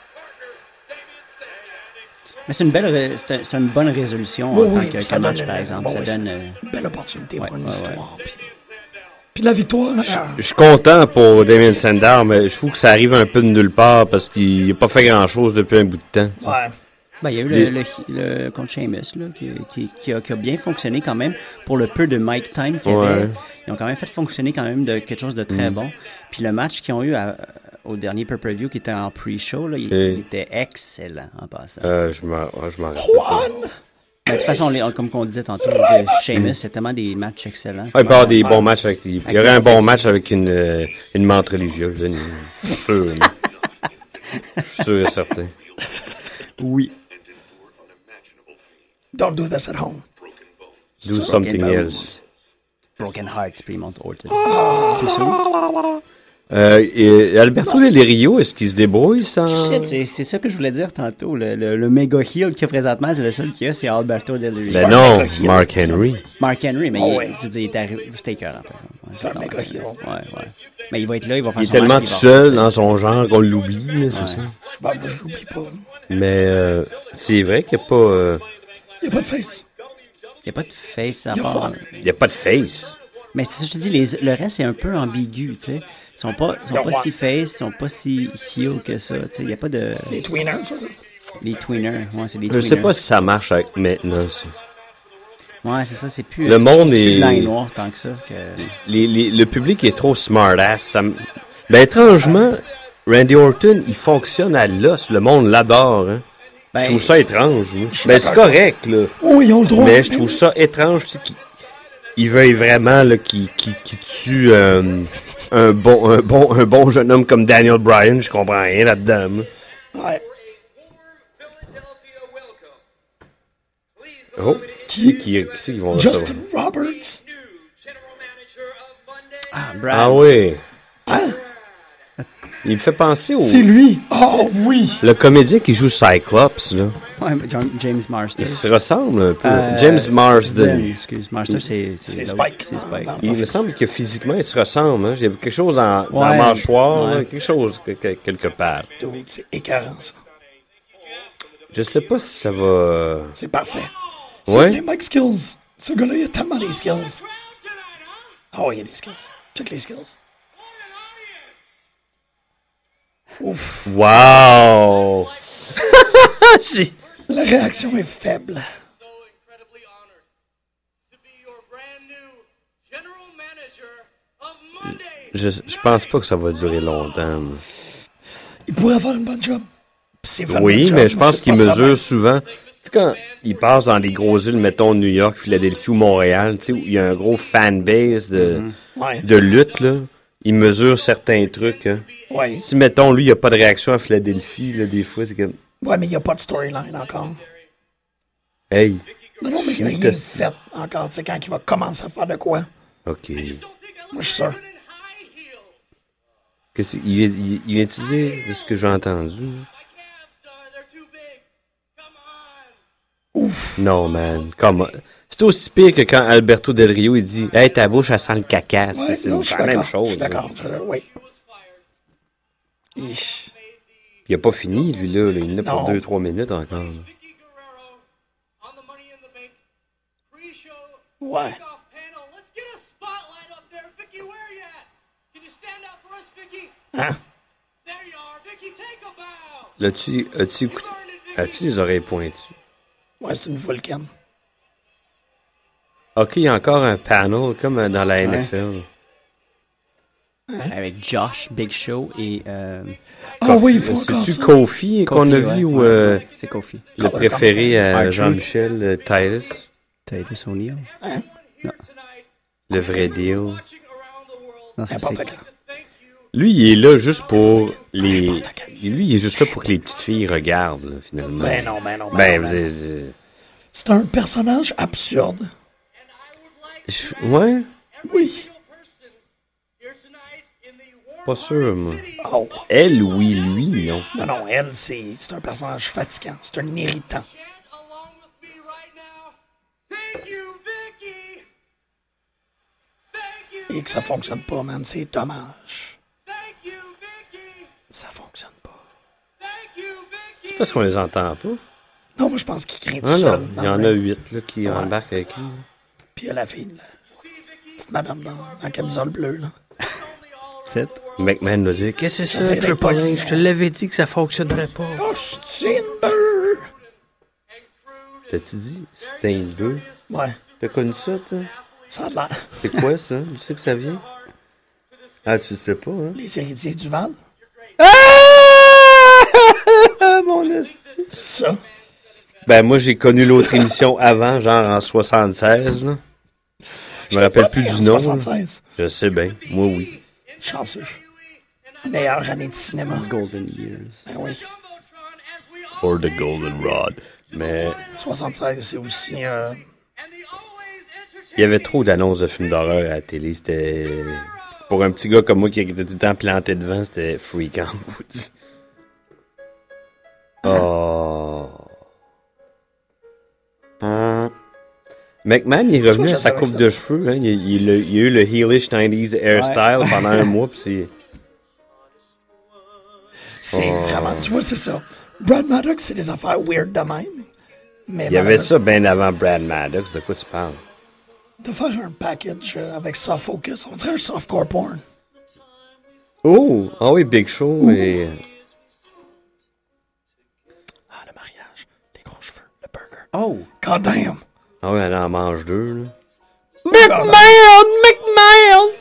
Mais c'est une bonne résolution en tant que match, par exemple. Ça donne
une belle opportunité pour une histoire. Puis la victoire.
Je suis content pour Damien Sandow, mais je trouve que ça arrive un peu de nulle part parce qu'il n'a pas fait grand-chose depuis un bout de temps.
Ouais.
Ben, il y a eu le contre Sheamus, là, qui a bien fonctionné quand même pour le peu de mic time qu'il y avait. Ils ont quand même fait fonctionner quand même de quelque chose de très bon. Puis le match qu'ils ont eu au dernier pay-per-view qui était en pre-show, là, il était excellent en passant.
Je m'en rappelle.
De toute façon, comme on disait tantôt, Sheamus, c'est tellement des matchs excellents.
Il peut y avoir des bons matchs avec lui. Il y aurait un bon match avec une menthe religieuse. Je suis sûr. Je suis sûr et certain.
Oui.
Don't do this at home.
Do something else.
Broken Hearts, puis il monte Orton. Tout ça.
Et Alberto Del Rio, est-ce qu'il se débrouille sans...
Shit, c'est ça que je voulais dire tantôt. Le méga heel qu'il y a présentement, c'est le seul qu'il y a, c'est Alberto Del Rio.
Ben non, Mark Henry.
Mark Henry, mais je veux dire, il est arrivé... C'était écœurant, par exemple.
C'est un méga heel.
Ouais. Mais il va être là, il va faire
Il est
son
tellement
match,
tout seul dans son genre qu'on l'oublie, là, c'est ça.
Ben, moi, je l'oublie pas.
Mais c'est vrai qu'il n'y a pas...
Il n'y a pas de face.
Il n'y a pas de face à
Il y a
part.
Juan.
Il n'y a pas de face.
Mais c'est ça que je te dis, le reste est un peu ambigu, tu sais. Ils sont pas si face, ils sont pas si heel que ça, tu sais. Il n'y a pas de...
Les tweeners, ça.
Les tweeners, ouais, c'est des
Je
tweeners.
sais pas si ça marche avec maintenant, ça.
Ouais, c'est ça, c'est plus...
Le monde
c'est plus
est...
blanc et noir tant que ça. Que...
Le public est trop smart-ass. Ben, étrangement, Randy Orton, il fonctionne à l'os. Le monde l'adore, hein.
Ben,
je trouve ça étrange, moi. Ben, c'est correct, là.
Oui, ils ont le droit.
Mais je trouve ça étrange, tu sais, qu'il veuille vraiment, là, qu'il tue un bon jeune homme comme Daniel Bryan. Je comprends rien là-dedans, moi.
Ouais.
Oh, qui vont
Justin Roberts.
Ah, Brad.
Ah oui. Il me fait penser au...
C'est lui. Oh oui.
Le comédien qui joue Cyclops, là.
Ouais, James Marsden.
Il se ressemble un peu. James Marsden.
Excuse, Marsden, c'est
Spike.
C'est Spike.
Il me semble que physiquement, il se ressemble. Hein. Il y a quelque chose dans la mâchoire, là, quelque chose quelque part.
Dude, c'est écœurant, ça.
Je sais pas si ça va...
C'est parfait.
Ouais.
C'est des Mike skills. Ce gars-là, il a tellement des skills. Oh, il y a des skills. Check les skills. Ouf.
Wow!
La réaction est faible.
Je pense pas que ça va durer longtemps. Mais...
Il pourrait faire une bonne job.
Oui, mais je pense qu'il mesure souvent. Tu sais, quand il passe dans des grosses villes, mettons New York, Philadelphie ou Montréal, tu sais, où il y a un gros fanbase de lutte, là, il mesure certains trucs. Hein.
Ouais.
Si, mettons, lui, il n'y a pas de réaction à Philadelphie, là, des fois, c'est comme...
Ouais, mais il n'y a pas de storyline encore.
Hey!
Non, mais il n'y a rien de fait encore, tu sais, quand il va commencer à faire de quoi.
OK.
Moi, je suis sûr.
Il vient-tu dire de ce que j'ai entendu?
Ouf.
Non, man. C'est aussi pire que quand Alberto Del Rio, il dit « Hey, ta bouche, elle sent le caca.
Ouais,
c'est
la
même chose.
Je suis d'accord. Oui.
Il n'a pas fini, lui, là. Il en a pour 2-3 minutes encore.
Ouais. Hein?
Là-tu, as-tu les oreilles pointues?
Ouais, c'est une Vulcan.
OK, il y a encore un panel, comme dans la NFL.
Avec Josh, Big Show et...
Ah oui, il faut encore
C'est-tu
ça.
Kofi qu'on a vu ou
c'est Kofi.
le préféré à Jean-Michel, Titus?
Titus O'Neill?
Hein?
Non.
Le vrai deal.
Non, c'est
N'importe quand.
Lui, il est là juste pour les... Lui, il est juste là pour que les petites filles regardent, là, finalement.
Ben non, ben non.
C'est
un personnage absurde.
Ouais?
Oui.
Pas sûr, moi.
Oh.
Elle, oui, lui, non.
Non, elle, c'est un personnage fatigant. C'est un irritant. Et que ça fonctionne pas, man, c'est dommage. Ça fonctionne pas.
C'est parce qu'on les entend pas.
Non, moi, je pense qu'il crie tout
Ah
seul.
non, il y en a 8 là, qui embarquent avec lui.
Puis il y a la fille, la petite madame dans la camisole bleue, là.
McMahon nous dit « Qu'est-ce que c'est ça, Triple H? Je te l'avais dit que ça fonctionnerait pas. »
Oh, Steinberg!
T'as-tu dit Steinberg?
Ouais.
T'as connu ça, toi?
Ça a l'air.
C'est quoi, ça? Tu sais que ça vient? Ah, tu le sais pas, hein?
Les héritiers du Val.
Ah! Mon esti!
C'est ça?
Ben, moi, j'ai connu l'autre émission avant, genre en 76, là. Je me rappelle plus du nom.
76.
Je sais bien. Moi, oui.
Chanceux. Meilleure année de cinéma.
Golden Years.
Ben oui.
For the Golden Rod. Mais...
76, c'est aussi...
Il y avait trop d'annonces de films d'horreur à la télé. C'était... Pour un petit gars comme moi qui était tout le temps planté devant, c'était freakant. Oh... McMahon, il est revenu à sa coupe de cheveux. Hein. Il a eu le heelish 90s hairstyle pendant un mois. Pis
c'est vraiment... Tu vois, c'est ça. Brad Maddox, c'est des affaires weird de même. Mais
il y avait ça bien avant Brad Maddox. De quoi tu parles?
De faire un package avec soft focus. On dirait un softcore porn.
Oh! Ah oui, Big Show et...
Ah, le mariage. Les gros cheveux. Le burger.
Oh!
God damn!
Ah oui, elle en mange deux, là.
McMahon!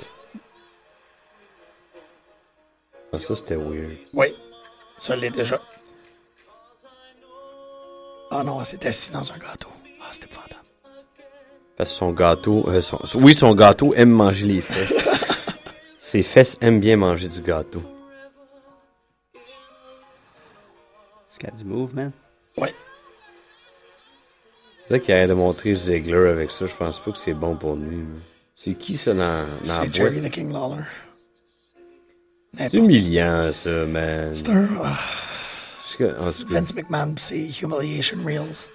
Ah, ça, c'était weird.
Oui, ça l'est déjà. Ah non, elle s'est assise dans un gâteau. Ah, c'était épouvantable.
Parce que son gâteau... son gâteau aime manger les fesses. Ses fesses aiment bien manger du gâteau.
C'est qu'il y a du move, man.
Oui.
Là qu'il arrête de montrer Ziggler avec ça, je pense pas que c'est bon pour lui. Mais... C'est qui ça dans la boîte?
C'est Jerry the King Lawler.
C'est humiliant, ça, man.
C'est un...
C'est
Vince McMahon, c'est Humiliation Reels.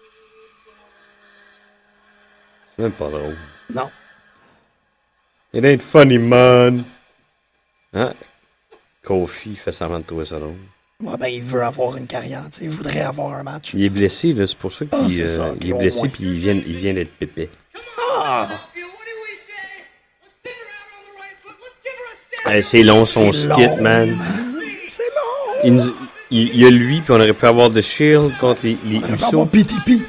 C'est même pas drôle.
Non.
It ain't funny, man. Hein? Kofi fait semblant de trouver ça drôle.
Ouais, ben, il veut avoir une carrière, tu sais, il voudrait avoir un match.
Il est blessé, là, c'est pour ça qu'il il est blessé, puis il vient d'être pépé.
Ah!
C'est long, son skit, man.
C'est long!
Il y a lui, puis on aurait pu avoir The Shield contre les
on aurait pu
Usos.
avoir PTP.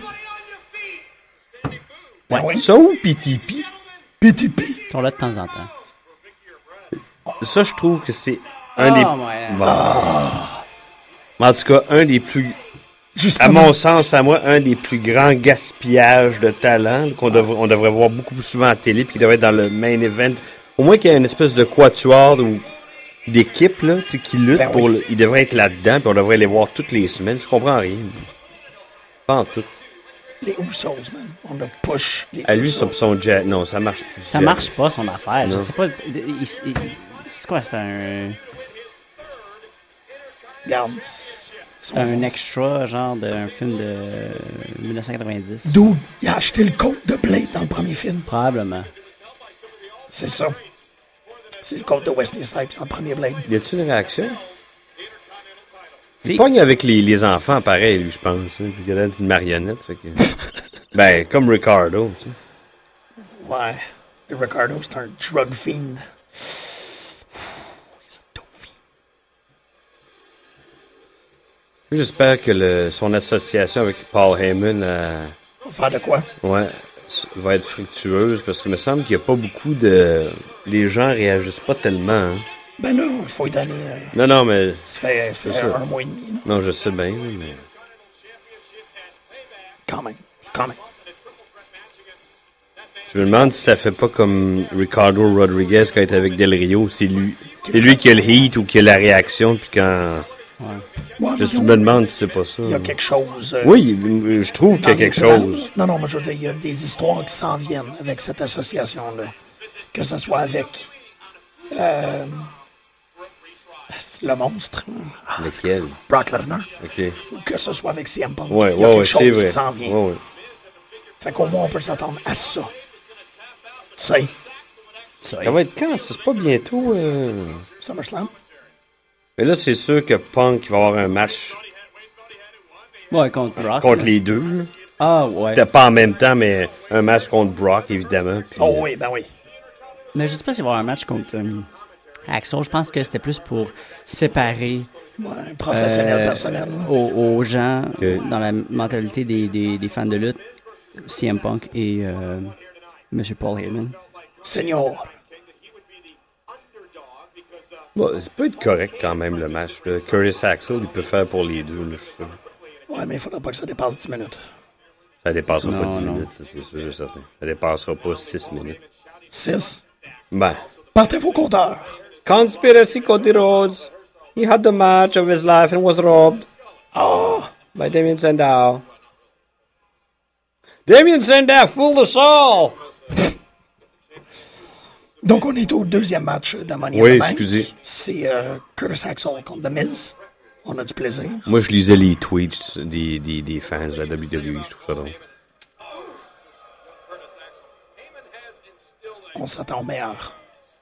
Ouais. Oui. Ça ou PTP?
PTP.
Ils sont là de temps en temps.
Ça, je trouve que c'est un des...
Ouais.
Bon. En tout cas, un des plus...
Justement.
À mon sens, à moi, un des plus grands gaspillages de talent on devrait voir beaucoup plus souvent à la télé, puis qui devrait être dans le main event. Au moins qu'il y ait une espèce de quatuor ou d'équipe là, qui lutte
ben
pour...
Oui.
Il devrait être là-dedans, puis on devrait les voir toutes les semaines. Je comprends rien. Pas en tout.
Les Usos, man. On a push les
À lui,
Usos.
son jet... Non, ça marche plus.
Ça marche pas, son affaire.
Non.
Je sais pas... C'est quoi, c'est un...
Regarde.
C'est un extra, genre d'un film de 1990.
Dude, il a acheté le coat de Blade dans le premier film.
Probablement.
C'est ça. C'est le coat de Wesley Snipes dans le premier Blade.
Y a-tu une réaction? Il pogne avec les enfants, pareil, lui, je pense. Hein, puis il a l'air d'une marionnette. Fait que... ben, comme Ricardo. Tu sais.
Ouais. Et Ricardo, c'est un drug fiend.
J'espère que son association avec Paul Heyman
On va faire de quoi?
Ouais, va être fructueuse parce qu'il me semble qu'il n'y a pas beaucoup de... Les gens réagissent pas tellement. Hein.
Ben là, il faut y donner...
Non, mais...
Ça fait un mois et demi. Là.
Non, je sais bien, mais...
Quand même.
Je me demande si ça fait pas comme Ricardo Rodriguez quand il était avec Del Rio. C'est lui qui a le heat ou qui a la réaction, puis quand...
Ouais,
je me demande si c'est pas ça.
Il y a quelque chose...
oui, je trouve qu'il y a quelque chose.
Non, mais je veux dire, il y a des histoires qui s'en viennent avec cette association-là. Que ce soit avec... le monstre.
Lequel?
Brock Lesnar.
OK.
Ou que ce soit avec CM Punk.
Ouais,
il y a quelque chose
vrai.
qui s'en vient.
Ouais.
Fait qu'au moins, on peut s'attendre à ça. Tu sais.
Ça va être quand? C'est pas bientôt...
SummerSlam?
Mais là, c'est sûr que Punk va avoir un match...
Ouais, contre Brock.
Contre les deux. Là.
Ah, ouais.
Peut-être pas en même temps, mais un match contre Brock, évidemment. Puis,
oh oui, ben oui.
Mais je sais pas s'il va y avoir un match contre Axel. Je pense que c'était plus pour séparer...
Ouais, professionnel, personnel.
Aux gens, dans la mentalité des fans de lutte, CM Punk et M. Paul Heyman.
Senior.
Bon, ça peut être correct quand même, le match. Là. Curtis Axel, il peut faire pour les deux, là, je suis sûr.
Ouais, mais il faudra pas que ça dépasse 10 minutes.
Ça dépassera pas 10 minutes, ça, c'est sûr et certain. Ça dépassera pas 6 minutes.
6?
Ben.
Partez vos compteurs.
Conspiracy Cody Rhodes. He had the match of his life and was robbed.
Oh!
By Damien Sandow. Damien Sandow fooled us all!
Donc, on est au deuxième match de Money in the Bank. Excusez. C'est Curtis Axel contre The Miz. On a du plaisir.
Moi, je lisais les tweets des fans de la WWE. Je trouve ça drôle.
On s'attend au meilleur.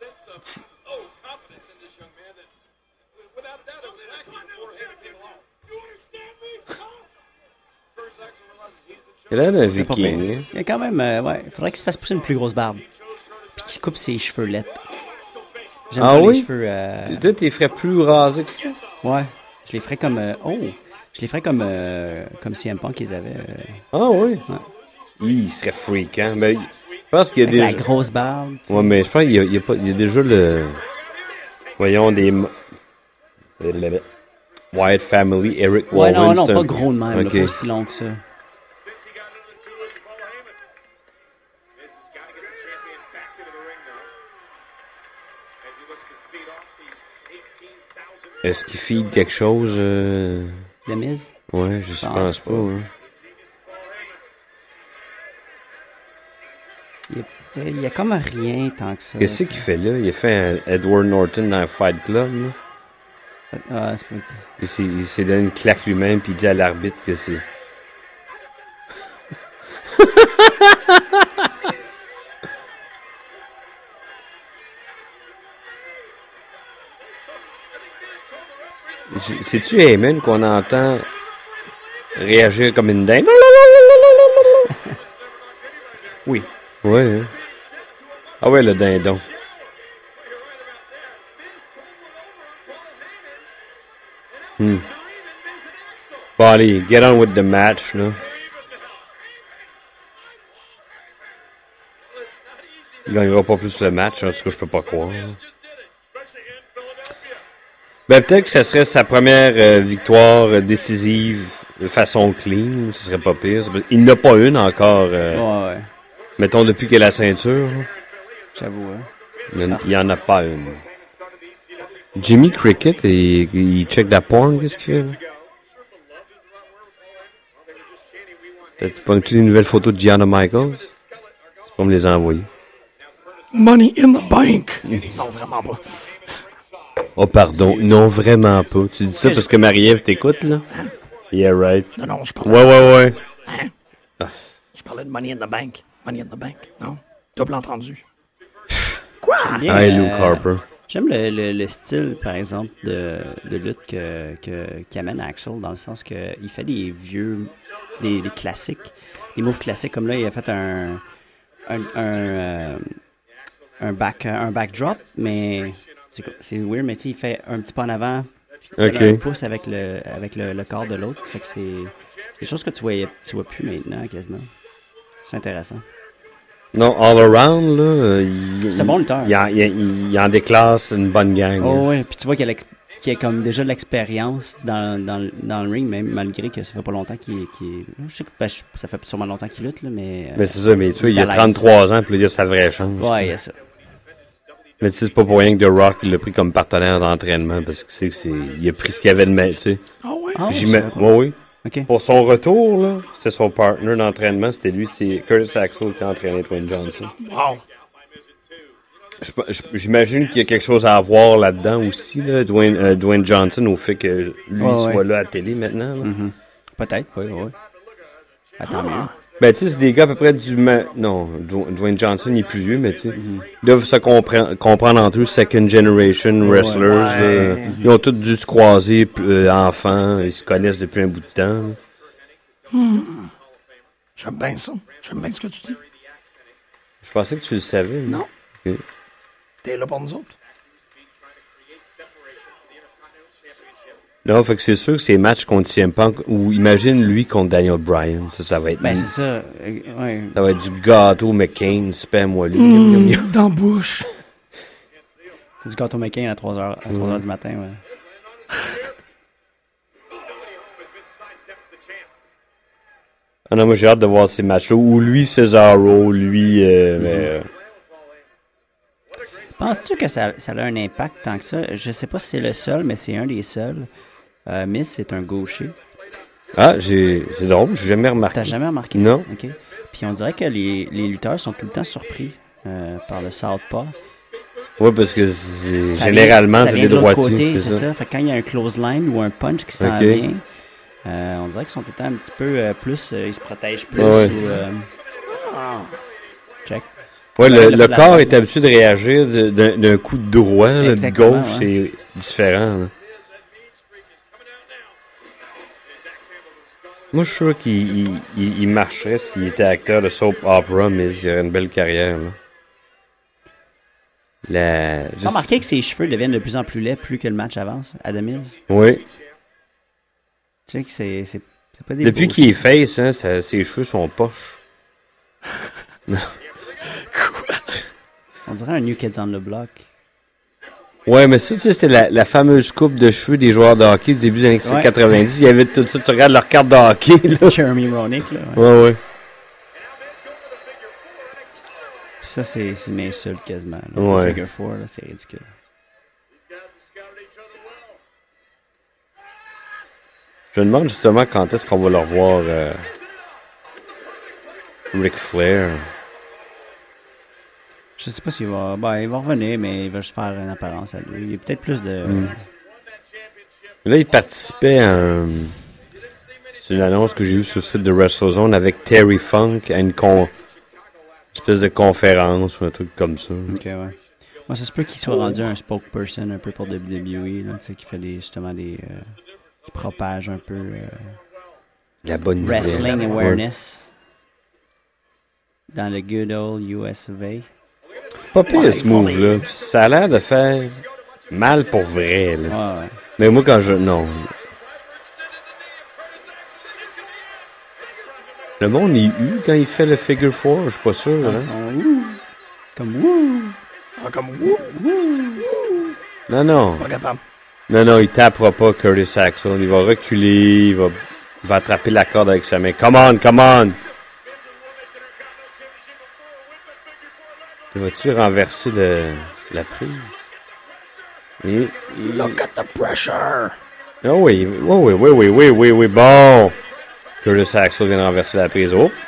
Il a l'air d'un viking.
Il y a quand même... il faudrait qu'il se fasse pousser une plus grosse barbe. Puis qu'il coupe ses cheveulettes. J'aime pas les cheveux...
Toi, t'es ferais plus rasés que ça?
Ouais. Je les ferais comme... Je les ferais comme CM Punk qu'ils avaient.
Ah oui? Ouais. Il serait freakant. Ben, je pense qu'il y a
déjà... la grosse barbe.
Ouais, mais je pense qu'il y a déjà le... Voyons, des... Wyatt Family, Eric Rowan.
Ouais, non, pas gros de même. Okay. Pas aussi long que ça.
Est-ce qu'il feed quelque chose?
De mise?
Ouais, je pense pas. Hein.
Il y a comme rien tant que ça.
Qu'est-ce qu'il fait là? Il a fait un Edward Norton dans Fight Club. Là.
Ah, c'est pas...
Il s'est donné une claque lui-même puis il dit à l'arbitre que c'est... C'est-tu Heyman qu'on entend réagir comme une dinde?
Oui.
Oui, hein? Ah ouais, le dindon. Bon, allez, get on with the match, là. Il gagnera pas plus le match, en tout cas, je peux pas croire. Ben, peut-être que ça serait sa première victoire décisive de façon clean. Ce serait pas pire. Il n'a pas une encore.
Ouais.
Mettons, depuis qu'il a la ceinture.
J'avoue, hein.
Il n'y en a pas une. Jimmy Cricket, il check la porn, qu'est-ce qu'il fait, là? Peut-être pas inclure une nouvelle photo de Gianna Michaels? C'est pas me les envoyer.
Money in the bank! Non, vraiment pas.
Oh, pardon. Non, vraiment pas. Tu dis ça parce que Marie-Ève t'écoute, là? Yeah, right.
Non, je parlais...
Ouais.
Hein? Ah. Je parlais de Money in the Bank. Money in the Bank. Non? Double entendu. Quoi?
Hey, Luke Harper.
J'aime le style, par exemple, de lutte qu'amène Axel, dans le sens qu'il fait des vieux... Des classiques. Des moves classiques, comme là, il a fait un backdrop, mais... C'est weird, mais tu sais, il fait un petit pas en avant, puis un pouce avec le corps de l'autre. Fait que c'est quelque chose que tu vois plus maintenant, quasiment. C'est intéressant.
Non, all around, là,
c'est un bon lutteur.
Il en déclasse une bonne gang.
Oh, ouais, puis tu vois qu'il y a comme déjà de l'expérience dans le ring, même malgré que ça fait pas longtemps qu'il je sais que ça fait sûrement longtemps qu'il lutte, là, mais...
Mais c'est ça, mais tu vois, il a 33 ans, puis il a sa vraie chance.
Ouais, il y a ça.
Mais tu sais, c'est pas pour rien que The Rock il l'a pris comme partenaire d'entraînement, parce que il a pris ce qu'il avait de main, tu sais.
Ah ouais?
Oui.
Okay.
Pour son retour, là, c'est son partner d'entraînement, c'était lui, c'est Curtis Axel qui a entraîné Dwayne Johnson.
Wow!
J'imagine qu'il y a quelque chose à avoir là-dedans aussi, là, Dwayne Johnson, au fait que lui soit là à la télé maintenant. Là.
Mm-hmm. Peut-être, oui. Attends mieux.
Ben, tu sais, c'est des gars à peu près non, Dwayne Johnson, il est plus vieux, mais tu sais, ils doivent se comprendre entre eux, second generation wrestlers. Ouais. Ils ont tous dû se croiser enfants, ils se connaissent depuis un bout de temps.
J'aime bien ça. J'aime bien ce que tu dis.
Je pensais que tu le savais.
Non.
Okay.
T'es là pour nous autres.
Non, fait que c'est sûr que c'est match contre CM Punk, ou imagine lui contre Daniel Bryan, ça va être...
Ben, c'est ça, ouais.
Ça va être du gâteau McCain, super moelleux.
Dans bouche.
C'est du gâteau McCain à 3h du matin, ouais.
Ah non, moi j'ai hâte de voir ces matchs-là, ou lui Cesaro, lui...
Penses-tu que ça a un impact tant que ça? Je sais pas si c'est le seul, mais c'est un des seuls. Miz, c'est un gaucher.
Ah, c'est drôle, j'ai jamais remarqué.
T'as jamais remarqué?
Non.
OK. Puis on dirait que les lutteurs sont tout le temps surpris par le Southpaw.
Oui, parce que généralement, c'est des droitiers.
C'est ça. Fait que quand il y a un close-line ou un punch qui s'en vient, on dirait qu'ils sont tout le temps un petit peu plus... ils se protègent plus. Check.
Oui, le corps est habitué de réagir d'un coup de droit, là, de gauche, c'est différent. Là. Moi, je suis sûr qu'il marcherait s'il était acteur de soap opera, mais il aurait une belle carrière. J'ai
remarqué que ses cheveux deviennent de plus en plus laids plus que le match avance, Adam Mills.
Oui.
Tu sais que c'est pas des
Depuis qu'il est face, hein, ses cheveux sont poches.
Quoi?
On dirait un New Kids on the Block.
Ouais, mais ça, tu sais, c'était la fameuse coupe de cheveux des joueurs de hockey du début des années 90. Il y avait tout ça, tu regardes leur carte de hockey, là.
Jeremy Roenick, là.
Ouais.
Ça, c'est une insulte quasiment. Là.
Ouais.
Le figure 4, là, c'est ridicule.
Je me demande justement quand est-ce qu'on va le revoir Ric Flair.
Je sais pas s'il va... il va revenir, mais il va juste faire une apparence à lui. Il y a peut-être plus de...
Là, il participait à c'est une annonce que j'ai eue sur le site de WrestleZone avec Terry Funk à une espèce de conférence ou un truc comme ça.
Ok, ouais. Moi, ça se peut qu'il soit rendu un spokesperson un peu pour WWE, là, tu sais, qui fait justement des... qui propage un peu...
la bonne
wrestling awareness dans le good old US of A.
C'est pas pire ce move-là. Ça a l'air de faire mal pour vrai, là.
Ouais.
Mais moi, quand non. Le monde est quand il fait le figure 4, je suis pas sûr. Hein?
Comme wouh!
Comme wouh!
Non.
Pas capable.
Non, il tapera pas Curtis Axel. Il va reculer, il va attraper la corde avec sa main. Come on! Il va-tu renverser la prise?
Look at the pressure!
Ah oui, bon! Curtis Axel vient de renverser la prise. Oh!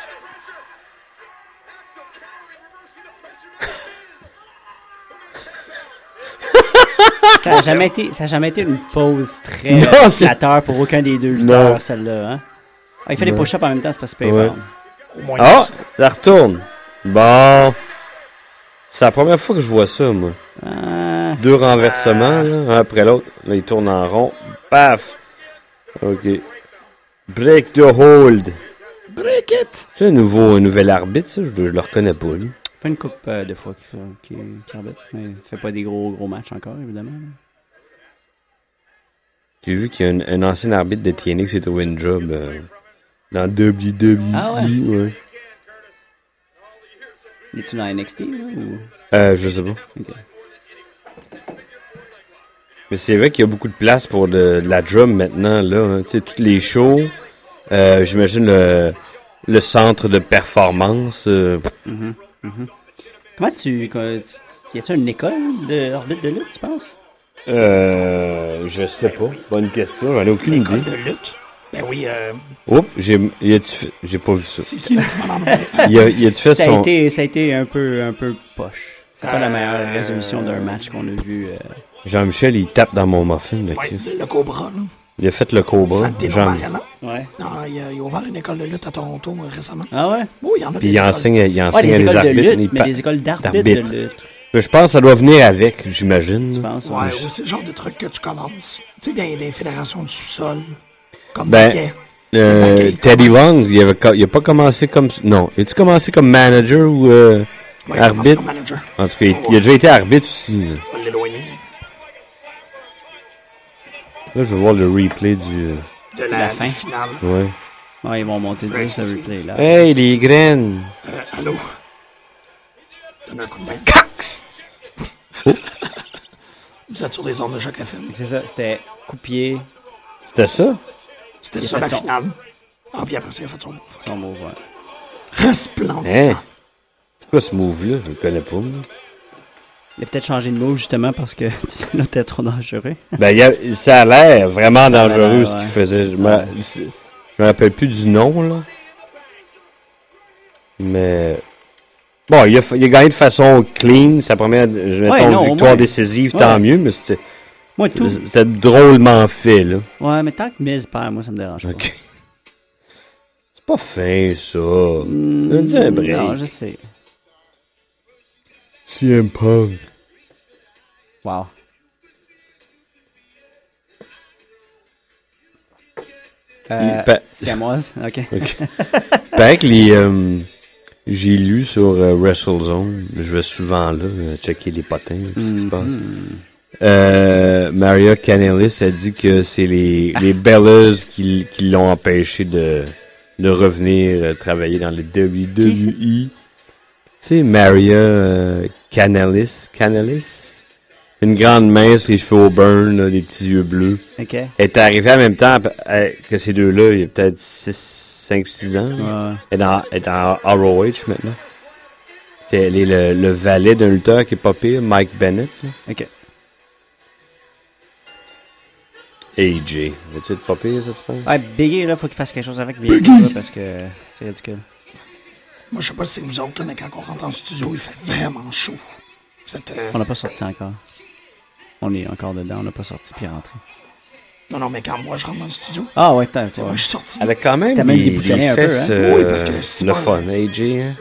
Ça a jamais été une pause très flatteur pour aucun des deux lutteurs, celle-là. Hein? Il fait des push-ups en même temps, c'est pas super bon.
Au moins
ça retourne. Bon. C'est la première fois que je vois ça, moi. Deux renversements, là, un après l'autre. Là, il tourne en rond. Paf! OK. Break the hold.
Break it!
C'est un nouvel arbitre, ça? Je le reconnais pas, lui.
Il fait une coupe de fois qui arbitre, mais il fait pas des gros matchs encore, évidemment.
J'ai vu qu'il y a un ancien arbitre de TNA qui s'est trouvé une job dans WWE.
Ah ouais?
Ouais.
Es-tu dans NXT, là, ou?
Je sais pas.
Okay.
Mais c'est vrai qu'il y a beaucoup de place pour de la job maintenant, là. Hein. Tu sais, tous les shows, j'imagine le centre de performance.
Comment y a-t-il une école d'arbitre de lutte, tu penses?
Je sais pas. Bonne question, j'en ai aucune idée.
De lutte? Ben oui,
Oups, j'ai pas vu ça.
C'est qui là qui va l'enlever?
Il a fait
ça a été un peu poche. C'est pas la meilleure résolution d'un match qu'on a vu.
Jean-Michel, il tape dans mon muffin.
Le Cobra, là.
Il a fait le Cobra.
Santino Marella.
Ouais.
Il a ouvert une école de lutte à Toronto récemment.
Ah ouais?
Oui, il y en a
Puis
des
il enseigne à
des
les arbitres.
Lutte, mais des écoles d'arbitre de lutte.
Mais je pense que ça doit venir avec, j'imagine.
Tu penses?
Ouais, c'est le genre de truc que tu commences. Tu sais, dans des fédérations du sous-sol. Comme
Teddy Long, il a pas commencé comme... Non, il a-tu commencé comme manager ou arbitre?
Comme manager.
En tout cas, il a déjà été arbitre aussi. Là.
On va l'éloigner.
Là, je veux voir le replay
de la fin finale.
Ouais.
Ouais, ils vont monter le ce replay là.
Hey, les graines!
Allô? Donne un coup de main. Cax! Vous êtes sur les ondes de Choc FM.
C'est ça, c'était coup-pied.
C'était ça?
C'était ça la finale. Ah, puis après ça, il a fait son move.
Son move, ouais.
Resplendissant.
C'est quoi ce move-là? Je le connais pas, moi.
Il a peut-être changé de move justement parce que tu était trop dangereux.
Ben, ça a l'air vraiment dangereux ce qu'il faisait. Je me rappelle plus du nom, là. Mais... Bon, il a gagné de façon clean. Sa première victoire décisive, tant mieux, mais c'était drôlement fait, là.
Ouais, mais tant que Miz perd, moi, ça me dérange pas.
C'est pas fin, ça. Dis un break.
Non, je sais.
CM Punk.
Wow. C'est à moi, ok.
Paraît que j'ai lu sur WrestleZone, je vais souvent là, checker les potins, ce qui se passe. Maria Kanellis a dit que c'est les Bellas qui l'ont empêché de revenir travailler dans les WWE. C'est Maria Kanellis. Une grande mince, les cheveux au burn, là, des petits yeux bleus.
Okay.
Elle est arrivée en même temps que ces deux-là, il y a peut-être 5-6 ans.
Ouais.
Elle est dans ROH maintenant. Elle est le valet d'un lutteur qui est pas pire, Mike Bennett. Là.
OK.
AJ. Veux-tu être pas pire, ça, tu penses?
Ouais, Biggie, là, faut qu'il fasse quelque chose avec Biggie, parce que c'est ridicule.
Moi, je sais pas si c'est vous autres, là, mais quand on rentre en studio, il fait vraiment chaud.
On n'a pas sorti encore. On est encore dedans, on n'a pas sorti puis rentré.
Non, mais quand moi je rentre dans le studio.
Ah ouais,
moi je suis sorti.
Elle a quand même des fesses,
oui, parce que c'est
le fun, AJ. Hein?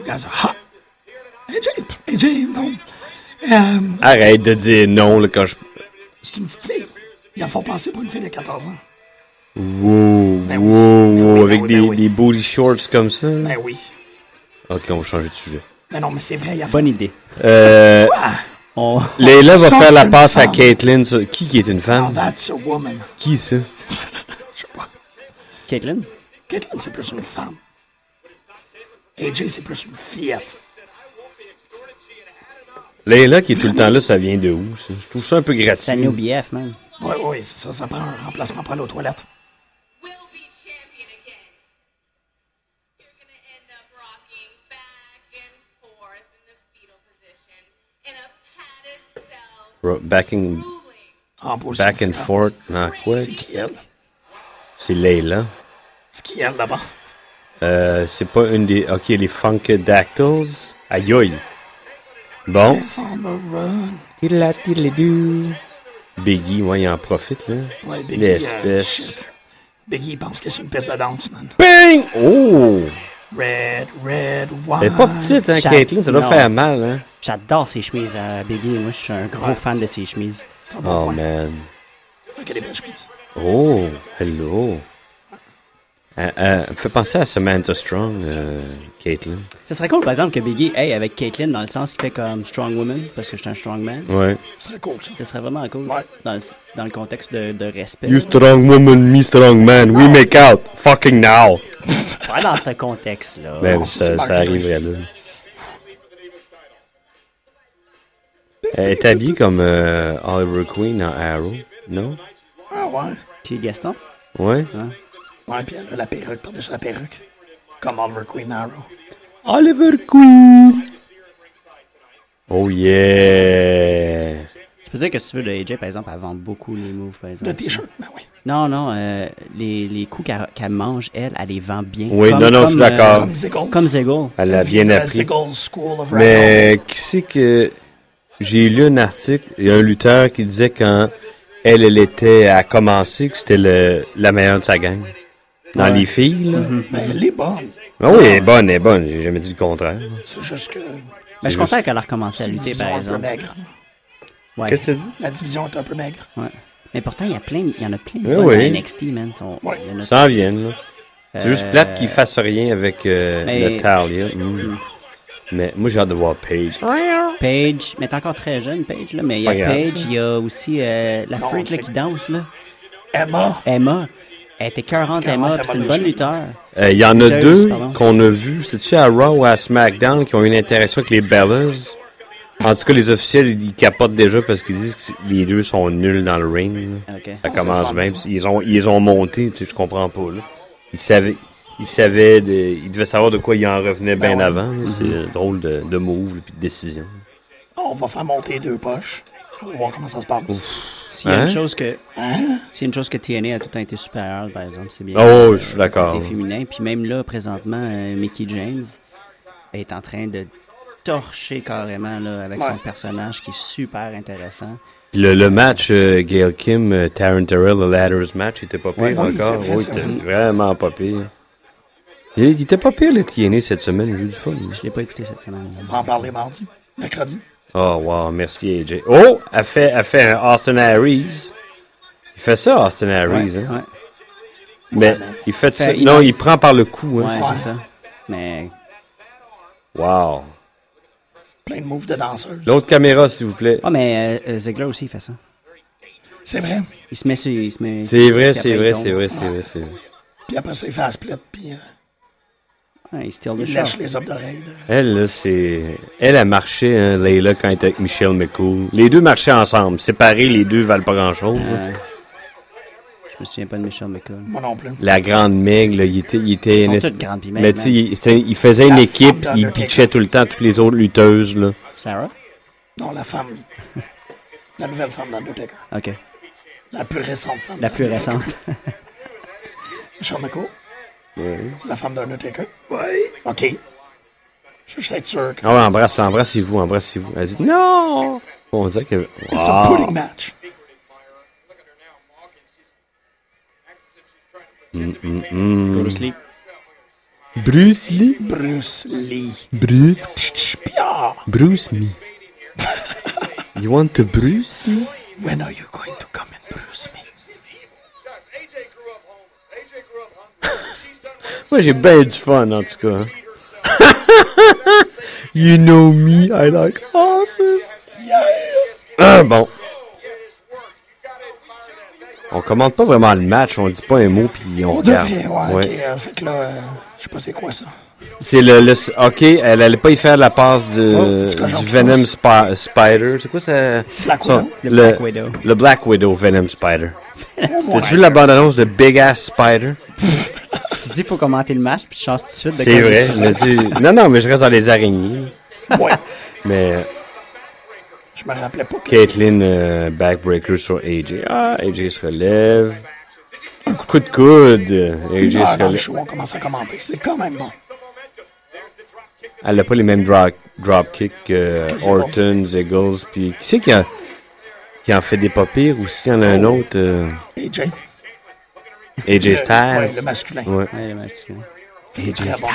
AJ, non.
Arrête de dire non là, quand je...
C'est une petite fille. Ils en font passer pour une fille de 14 ans.
Wow, avec des booty shorts comme ça.
Ben oui.
Ok, on va changer de sujet.
Ben non, mais c'est vrai, il y a
bonne idée.
Layla va faire la passe à Caitlyn. Qui est une femme?
Oh, that's a woman.
Qui ça?
Je sais pas.
Caitlyn?
Caitlyn, c'est plus une femme. AJ, c'est plus une fillette.
Layla qui est tout le temps là, ça vient de où, ça? Je trouve ça un peu gratuit.
C'est un new BF, man.
Oui, c'est ça. Ça prend un remplacement pour aller aux toilettes.
Back and forth. Non, quoi?
C'est qui, elle?
C'est Layla.
C'est qui, elle, là-bas?
C'est pas une des... Ok, les Funkadactyls. Aïe, aïe. Bon. Biggie, ouais, il en profite, là.
Ouais, Biggie,
l'espèce.
Biggie, il pense que c'est une piste de danse, man.
Bing! Oh!
Red, wine.
Elle est pas petite, hein, Caitlyn, ça doit faire mal, hein.
J'adore ses chemises à Biggie. Moi, je suis un gros fan de ses chemises.
Oh, man.
Ok, des belles chemises.
Oh, hello. Elle me fait penser à Samantha Strong, Caitlyn.
Ça serait cool, par exemple, que Biggie aille avec Caitlyn dans le sens qu'il fait comme Strong Woman, parce que je suis un strong man.
Ouais.
Ça serait cool, ça.
Ça serait vraiment cool.
Ouais.
Dans le contexte de respect.
You strong woman, me strong man. We make out. Fucking now.
Pas dans ce contexte-là.
Ben, ça arriverait là. Elle est habillée comme Oliver Queen dans Arrow, non?
Ah ouais.
Qui est Gaston?
Ouais.
Ouais, puis elle a la perruque par-dessus la perruque. Comme Oliver Queen Arrow.
Oliver Queen! Oh yeah!
Tu peux dire que si tu veux, de AJ, par exemple, elle vend beaucoup les moves, par exemple.
De t-shirt, ben oui.
Non, les coups qu'elle mange, elle les vend bien.
Oui, je suis d'accord.
Comme
Ziggles.
Elle l'a bien appris.
Ziggles School of
Mais qui c'est que... J'ai lu un article, il y a un lutteur qui disait quand elle était à commencer que c'était la meilleure de sa gang. Dans les filles, là.
Ben, elle est bonne.
Ben oui, elle est bonne. J'ai jamais dit le contraire.
C'est juste que...
Ben, je suis content qu'elle a recommencé à lutter, par exemple.
Un peu maigre.
Ouais.
Qu'est-ce que tu as dit?
La division est un peu maigre.
Ouais. Mais pourtant, il y en a plein
oui.
de NXT, man.
Ça en vient, là. C'est juste plate qu'ils fassent rien avec Natalia. Mais moi, j'ai hâte de voir Paige.
Paige, mais t'es encore très jeune, Paige, là. Mais il y a Paige, il y a aussi la freak là, qui danse, là. Emma. Elle était 40 Emma, puis c'est une bonne lutteur.
Il y en a deux qu'on a vus. C'est-tu à Raw ou à SmackDown qui ont eu une interaction avec les Bellas? En tout cas, les officiels, ils capotent déjà parce qu'ils disent que les deux sont nuls dans le ring.
Okay.
Ça commence même. Ils ont monté, tu sais, je comprends pas, là. Ils devaient savoir de quoi ils en revenaient bien avant. C'est drôle de move et de décision.
On va faire monter deux poches. On va voir comment ça se passe.
S'il y a une chose que TNA a tout le temps été supérieur, par exemple, c'est bien.
Oh, je suis d'accord.
Côté féminin. Puis même là, présentement, Mickie James, est en train de torcher carrément là, avec son personnage qui est super intéressant.
Le match Gail Kim, Taryn Terrell, le Ladders match, il était pas pire encore.
Vrai,
il était vraiment pas pire. Il était pas pire le TNA cette semaine, il a eu du fun.
Je l'ai pas écouté cette semaine.
On va en parler mercredi.
Oh wow, merci AJ. Oh, elle fait un Austin Aries. Il fait ça, Austin Aries, hein? Ouais. Mais il fait ça. Non, il prend par le cou, hein.
Ouais, c'est ça. Mais.
Wow.
Plein de moves de danseuse.
L'autre caméra, s'il vous plaît.
Ah, mais Ziggler aussi, il fait ça.
C'est vrai.
Il se met sur.
C'est vrai.
Puis après ça, il fait la split, puis.
Il
lèche les os d'oreille.
Elle, là, Elle a marché, hein, Layla, quand elle était avec Michelle McCool. Les deux marchaient ensemble. Séparés, les deux valent pas grand-chose.
Je me souviens pas de Michelle McCool.
Moi non plus.
La grande Meg, là, il était...
Ils sont toutes grandes, puis
mais tu sais, il faisait une équipe, il pitchait tout le temps toutes les autres lutteuses, là.
Sarah?
Non, la femme. La nouvelle femme d'Undertaker.
OK.
La plus récente femme.
La plus récente.
Michelle McCool?
Oui.
C'est la femme d'Undertaker? Oui. OK. Je suis sûr que...
Ah ouais, embrassez-vous. Elle dit non! On dirait que... Wow.
It's a pudding match.
Go to sleep.
Bruce Lee.
Bruce Lee.
Bruce me. You want to Bruce me?
When are you going to come and Bruce me?
Moi, j'ai bien du fun, en tout cas. You know me, I like horses. Yeah. Bon. On commente pas vraiment le match, on dit pas un mot, puis on regarde.
Devrait, ouais. OK, fait que là, je sais pas c'est quoi ça.
C'est le OK, elle allait pas y faire la passe du Venom Spider. C'est quoi ça?
Black Widow.
Le Black Widow Venom Spider. T'as-tu vu la bande-annonce de Big Ass Spider?
Tu dis qu'il faut commenter le match, puis tu changes tout de suite.
C'est vrai. Non, mais je reste dans les araignées.
Ouais.
Mais...
Je me rappelais pas que...
Caitlyn, backbreaker sur AJ. AJ se relève. Un coup de coude. AJ se relève.
Le show, on commence à commenter. C'est quand même bon.
Elle n'a pas les mêmes dropkicks que Orton, Ziggles. Puis qui c'est qui en fait des pas pires aussi? Il y en a un autre.
AJ.
AJ Styles.
Ouais, le masculin.
Ouais, le masculin.
AJ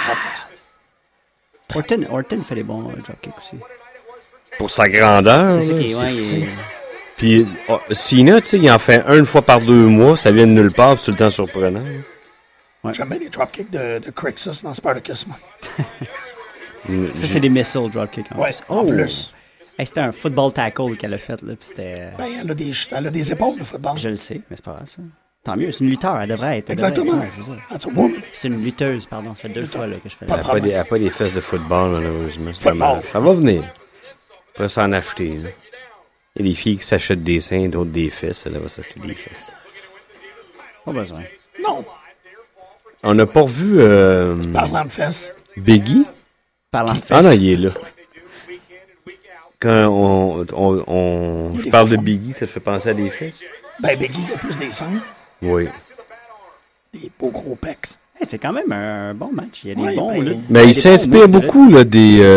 Styles. Orton fait des bons dropkicks aussi.
Pour sa grandeur.
C'est ça qui est...
Puis Cena, tu sais, il en fait une fois par 2 mois. Ça vient de nulle part, c'est tout le temps surprenant.
Ouais. J'aime bien les dropkicks de Crixus dans Spartacus, moi.
Ça, c'est des missile dropkicks.
En plus.
Hey, c'était un football tackle qu'elle a fait, là, puis c'était...
Ben, elle a des épaules, le football.
Je le sais, mais c'est pas grave, ça. Tant mieux, c'est une lutteur, elle devrait être.
Exactement.
Ouais, c'est ça.
That's a woman.
C'est une lutteuse, pardon, ça fait 2 fois là, que je fais
Elle n'a pas des fesses de football, malheureusement. Ça va venir. On pourrait s'en acheter. Là. Il y a des filles qui s'achètent des seins, d'autres des fesses. Elle va s'acheter des fesses.
Pas besoin.
Non.
On n'a pas revu...
Parlant de fesses.
Biggie?
Parlant de fesses.
Ah non, il est là. Quand je parle de Biggie, ça te fait penser à des fesses?
Ben, Biggie a plus des seins.
Oui.
Des beaux gros pecs.
Hey, c'est quand même un bon match. Il y a des bons...
Mais il s'inspire beaucoup là,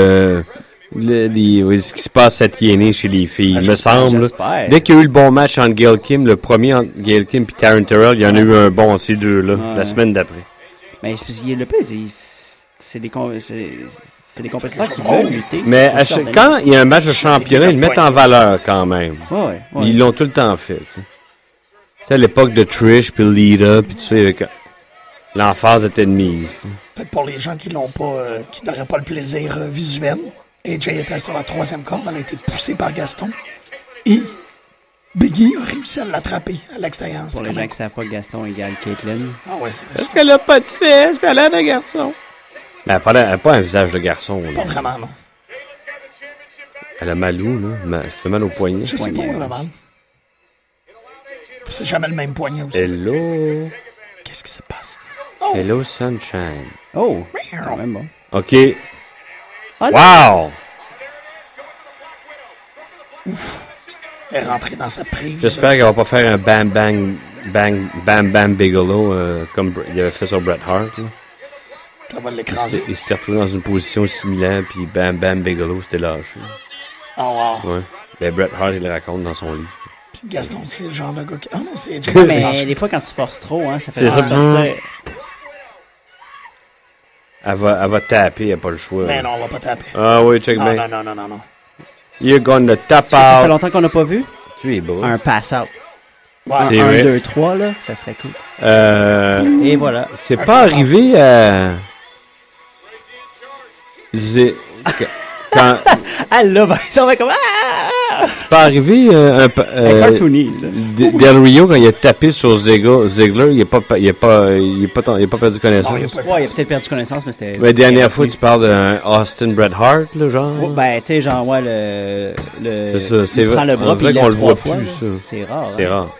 ce qui se passe à TNA chez les filles, il me semble. Dès qu'il y a eu le bon match entre Gail Kim, le premier entre Gail Kim et Taryn Terrell, il y en a eu un bon entre ces deux-là, la semaine d'après.
Mais le plus, c'est des compétiteurs qui veulent lutter.
Mais quand il y a un match de championnat, ils le mettent en valeur quand même.
Ouais.
Ils l'ont tout le temps fait. Tu sais, à l'époque de Trish, puis Lita, puis tu sais, l'emphase était de mise.
Fait que pour les gens qui l'ont pas, qui n'auraient pas le plaisir visuel, AJ était sur la 3e corde, elle a été poussée par Gaston. Et Biggie a réussi à l'attraper à l'extérieur.
Pour les gens qui ne savent pas que Gaston égale Caitlyn.
Ah ouais, c'est vrai.
Parce qu'elle a pas de fesses, puis elle a l'air de garçon. Mais elle n'a pas un visage de garçon. Là.
Pas vraiment, non.
Elle a mal où, là? Elle fait mal au poignet.
Je sais pas, elle a mal. C'est jamais le même poignet aussi.
Hello.
Qu'est-ce qui se passe?
Oh. Hello, sunshine.
Oh, quand même bon.
OK. Wow!
Ouf. Elle est rentrée dans sa prise.
J'espère qu'elle va pas faire un bam bam Bigelow comme il avait fait sur Bret Hart. Là.
Qu'elle va l'écraser.
Il s'était retrouvé dans une position similaire, puis Bam Bam Bigelow s'était lâché.
Oh, wow.
Ouais. Ben, Bret Hart, il le raconte dans son livre.
Puis Gaston, c'est le genre de gars qui... Ah non, c'est...
Mais des fois, quand tu forces trop, hein, ça fait
ça.
sortir.
Elle va taper, elle n'a pas le choix.
Ben non, on va pas taper.
Ah oui, check bien.
Non.
You're gonna tap out.
Ça fait longtemps qu'on n'a pas vu?
Tu es beau.
Un pass-out.
Ouais.
C'est
1,
vrai.
2, 3, là, ça serait cool. Et voilà.
C'est pas arrivé à... Quand...
Ah là, ben, ça va comme... Ah!
C'est pas arrivé
cartoony, tu sais.
Del Rio, quand il a tapé sur Ziggler, il a pas perdu connaissance.
Non, il a pas
Ouais, il a peut-être perdu connaissance, mais c'était...
Mais dernière fois, tu parles d'un Austin Bret Hart, là, genre?
Ouais, ben, tu sais, genre, ouais,
C'est ça, c'est
il prend le bras,
on
puis il
dirait qu'on
lève
le voit
3 fois.
plus,
là.
ça.
C'est rare.
C'est
hein.
rare.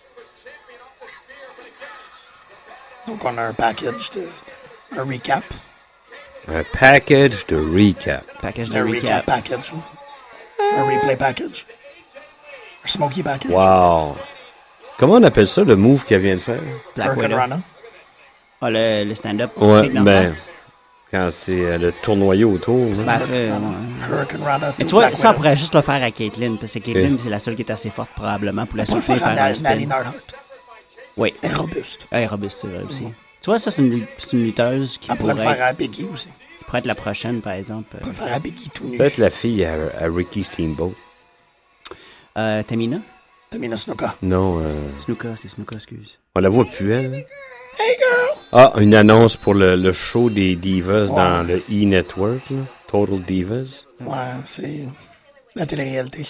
Donc, on a un package un recap.
Un package de recap.
Package de
Un
recap.
recap package. Là. Un replay package. Un smoky package.
Wow. Comment on appelle ça, le move qu'elle vient de faire?
Black
Hurricane
Widow.
Rana.
Ah, le stand-up.
Ouais,
kick dans
ben,
face.
quand c'est le tournoyer autour. hein.
Parfait, ouais.
Hurricane Rana.
Mais tu vois, ça, on pourrait juste le faire à Caitlyn, parce que Caitlyn, c'est la seule qui est assez forte, probablement, pour la
On peut le
soutenir
faire
faire
à
un spin.
Nadine Earnhardt.
Oui.
Elle est robuste.
Elle est robuste, c'est vrai aussi. Tu vois, ça, c'est une lutteuse qui
On pourrait
pourrait,
le faire à Biggie aussi.
qui pourrait être la prochaine, par exemple.
On pourrait le faire à Biggie tout nu.
Peut-être la fille à Ricky Steamboat.
Tamina?
Tamina Snuka.
Non,
Snuka, c'est Snuka, excuse.
on la voit plus, elle.
Hey girl!
Ah, une annonce pour le show des Divas
Ouais.
dans le E-Network, là. Total Divas.
Ouais, c'est la télé-réalité.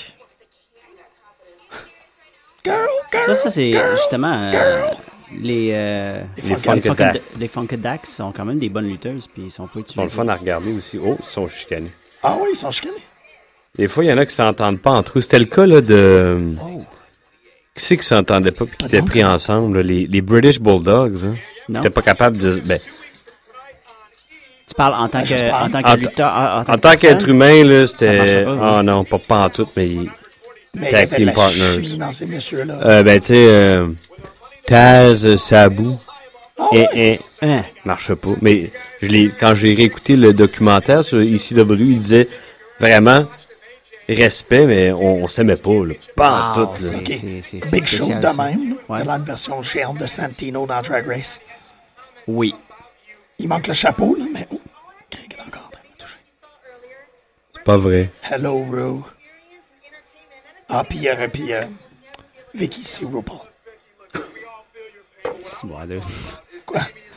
Girl!
Ça c'est
girl,
justement...
girl.
Les
Funkadacks.
Funkadacks sont quand même des bonnes lutteuses, puis ils sont pas
Ils sont le
utilisés.
fun à regarder aussi. Oh, ils sont chicanés.
Ah oui, ils sont chicanés.
Des fois, il y en a qui s'entendent pas entre eux. C'était le cas là, de...
Oh.
Qui c'est qui s'entendait pas puis qui étaient pris ensemble? Là? Les British Bulldogs. Hein? Ils
Non?
étaient pas capables de... Ben,
Tu parles en tant
j'espère.
que lutteur, en
en
que
tant qu'être
personne?
humain, là,
Ça
c'était...
marchait pas,
Ah non, pas en tout, mais...
Mais
Tag
il y avait
team
de la
partners.
cheville dans ces messieurs-là.
Ben, tu sais, Taz, Sabu...
Ah ouais?
marche pas. Mais quand j'ai réécouté le documentaire sur ECW, il disait vraiment respect, mais on s'aimait pas, là. Pas en tout, là.
Ok.
c'est
Big Show
spécial,
de
ça.
même. Là.
Ouais.
Il y a une version géante de Santino dans Drag Race.
Oui.
Il manque le chapeau, là, mais... Oh, Craig est encore en train de me toucher.
C'est pas vrai.
Hello, Ru. Ah, puis Vicky, c'est RuPaul.
C'est bon, deux.
Quoi?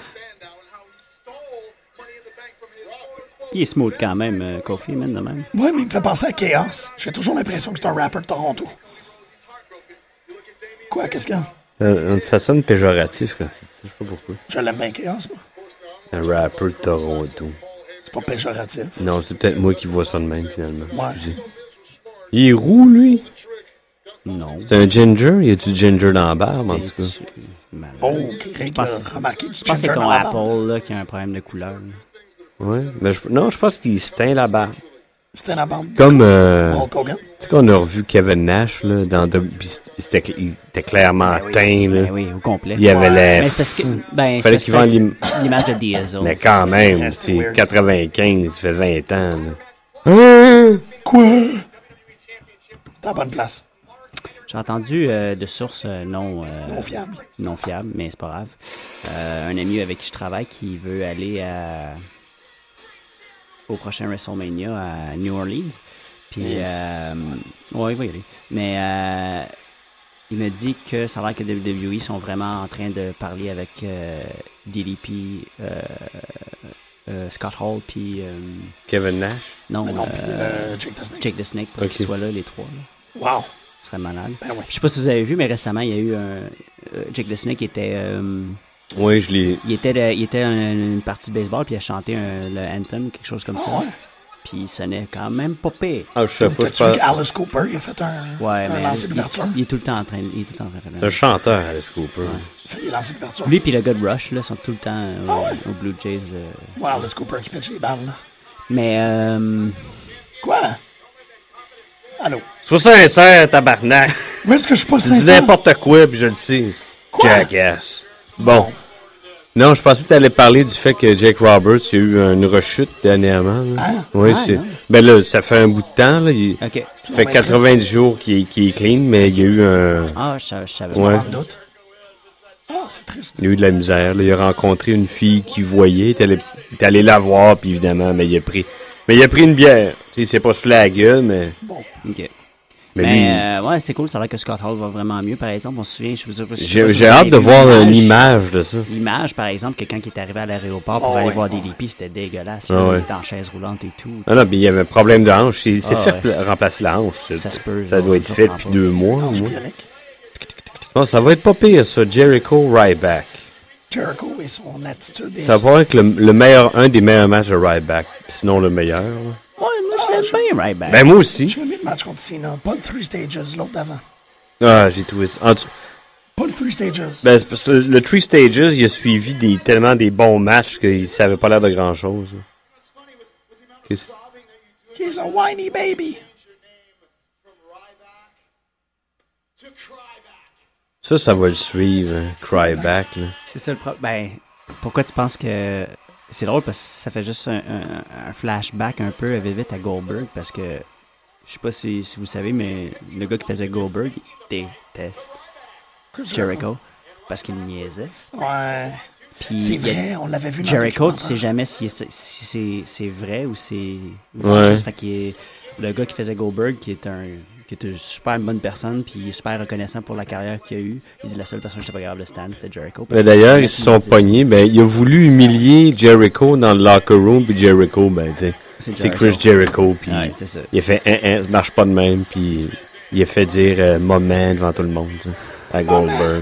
Il est smooth quand même, Kofi, man, de même.
Ouais, mais il me fait penser à Chaos. J'ai toujours l'impression que c'est un rapper de Toronto. Quoi, qu'est-ce qu'il y a?
Ça sonne péjoratif quand tu dis ça, je sais pas pourquoi.
Je l'aime bien, Chaos, moi.
Un rapper de Toronto.
C'est pas péjoratif.
Non, c'est peut-être moi qui vois ça de même, finalement.
Ouais.
Excusez. Il est roux, lui?
Non.
C'est un ginger? Il y a du ginger dans la barbe, en tout cas?
Oh, Craig
pense-
a remarqué du
Je pense que c'est
ginger
ton
dans la barbe.
Apple là, qui a un problème de couleur. là.
Ouais, mais non, je pense qu'il se teint la barbe.
C'était la barbe.
Comme,
Hulk Hogan.
tu sais qu'on a revu Kevin Nash, là, il était clairement teint, là.
Ben oui, au complet.
Il avait l'air
Mais c'est parce que... Ben,
Fallait
c'est
qu'il
parce
vende
que l'image de Diesel.
Mais quand même,
vrai,
c'est
weird.
95, il fait 20 ans, là.
Quoi? T'es à bonne place.
J'ai entendu de sources non
fiables.
Non fiables, mais c'est pas grave. Un ami avec qui je travaille qui veut aller au prochain WrestleMania à New Orleans. Puis,
Yes.
ouais, il va y aller. Mais il me dit que ça a l'air que WWE sont vraiment en train de parler avec DDP, Scott Hall, puis...
Kevin Nash?
non,
Mais non, puis Jake the Snake.
Jake the Snake, pour
Ok.
qu'ils soient là, les trois. Là.
Wow.
Ce serait malade.
Ben oui.
Je sais pas si vous avez vu, mais récemment, il y a eu un... Jake the Snake était...
Oui, je l'ai.
il était une partie de baseball, puis il a chanté le anthem, quelque chose comme ça.
Ah ouais?
Puis il sonnait quand même pas pire.
Ah, je sais pas,
T'as-tu vu qu'Alice Cooper, il a fait un lancer d'ouverture?
il est tout le temps en train de faire
C'est un chanteur, Alice Cooper.
Ouais.
Il fait des lancers d'ouverture.
Lui puis le gars de Rush, là, sont tout le temps au Blue Jays.
Ouais, Alice Cooper qui fait des balles, là.
Mais,
Quoi? Allô?
Sois sincère, tabarnak.
Où est-ce que je suis pas
Tu dis
sincère?
n'importe quoi, puis je le sais.
Quoi?
Jackass. Bon. Non, je pensais que tu allais parler du fait que Jake Roberts a eu une rechute dernièrement. Là. Oui, c'est. Ben là, ça fait un bout de temps. Là. Ça fait 90 jours qu'il est clean, mais il y a eu un.
Ah, je savais
pas.
Ah, c'est triste.
Il a eu de la misère. Là. Il a rencontré une fille qu'il voyait. Il est allé la voir, puis évidemment, mais il a pris une bière. Tu sais, il s'est pas sous la gueule, mais.
Bon. OK. Mais ouais, c'est cool. Ça a l'air que Scott Hall va vraiment mieux, par exemple. On se souvient,
j'ai hâte de voir une image de ça.
L'image, par exemple, quelqu'un qui est arrivé à l'aéroport pour aller voir des lippies, c'était dégueulasse. Il était en chaise roulante et tout.
Ah non, mais il y avait un problème de hanche. Il s'est fait remplacer la hanche.
Ça se peut.
Ça doit être fait depuis 2 mois. Non, ça va être pas pire, ça. Jericho Ryback.
Jericho et son attitude.
Ça va être un des meilleurs matchs de Ryback. Sinon le meilleur.
Ouais, moi je l'aime bien, Ryback.
Ben moi aussi.
J'ai aimé le match contre Cena. Pas le 3 stages, l'autre d'avant.
Ah, j'ai trouvé ça.
Pas le 3 stages.
Ben, c'est parce que le 3 stages, il a suivi tellement des bons matchs qu'il savait pas l'air de grand-chose.
He's a whiny baby.
Ça va le suivre, hein, Cryback. Là.
C'est ça le problème. Ben, pourquoi tu penses que... C'est drôle parce que ça fait juste un flashback un peu vite à Goldberg parce que, je sais pas si vous savez, mais le gars qui faisait Goldberg, il déteste Jericho parce qu'il me niaisait.
Ouais.
Puis
c'est vrai, on l'avait vu dans
Jericho, tu sais jamais si c'est vrai ou c'est juste. Fait qu'il est le gars qui faisait Goldberg, qui est une super bonne personne, puis il est super reconnaissant pour la carrière qu'il a eue. Il dit la seule personne que j'étais pas capable de stand, c'était Jericho.
Mais d'ailleurs, ils se sont pognés. Ben, il a voulu humilier Jericho dans le locker room, puis Jericho, ben, tu sais, c'est Chris Jericho, puis il a fait ça marche pas de même, puis il a fait dire moment devant tout le monde, à Goldberg.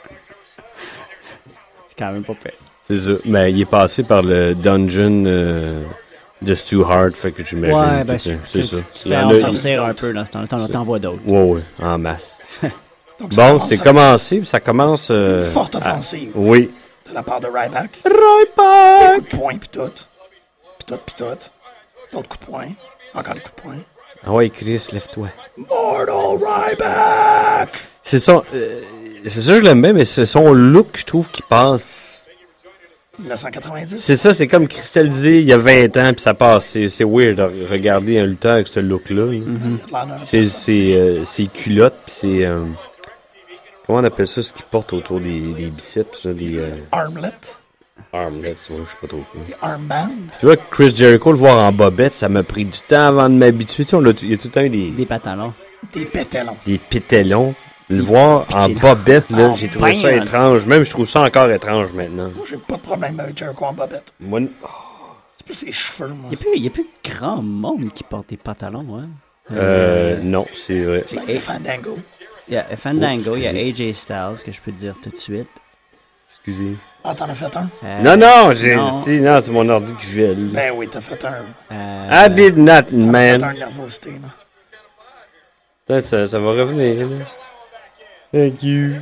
C'est quand même pas fait.
C'est ça. Mais il est passé par le dungeon de Stu Hart, fait que j'imagine que c'est ça.
Tu fais enfoncer un peu dans ce temps-là, t'en vois d'autres.
Oui, en masse. Bon, c'est commencé, puis ça commence...
une forte offensive.
Oui.
De la part de Ryback.
Ryback!
Des coups de poing, puis tout. D'autres coups de poing. Encore des coups de poing.
Ah ouais, Chris, lève-toi.
Mortal Ryback!
C'est ça, je l'aime bien, mais c'est son look, je trouve, qui passe...
1990.
C'est ça, c'est comme Christelle disait il y a 20 ans, puis ça passe. C'est weird de regarder un lutteur avec ce look-là. C'est ses culottes, puis c'est... comment on appelle ça, ce qu'il porte autour des biceps? Ça, des
armlets.
Armlets, ouais, je sais pas trop.
Des armbands.
Tu vois, Chris Jericho, le voir en bobette, ça m'a pris du temps avant de m'habituer. Tu sais, il y a tout le temps
des pantalons.
Des pétalons.
Des pétalons. Le voir en bobette, là, j'ai trouvé ça étrange. Même, je trouve ça encore étrange maintenant.
Moi, j'ai pas de problème avec Jericho en bobette.
Moi,
c'est plus ses cheveux, moi.
Il y a plus grand monde qui porte des pantalons, hein.
Non, c'est vrai.
Il y a Fandango.
Il y a Fandango, il y a AJ Styles, que je peux te dire tout de suite.
Excusez.
Ah, t'en as fait un?
Non, c'est mon ordi qui gèle.
Ben oui, t'as fait un.
I did not, man.
T'as fait un nervosité, là.
Ça va revenir, là. Thank you.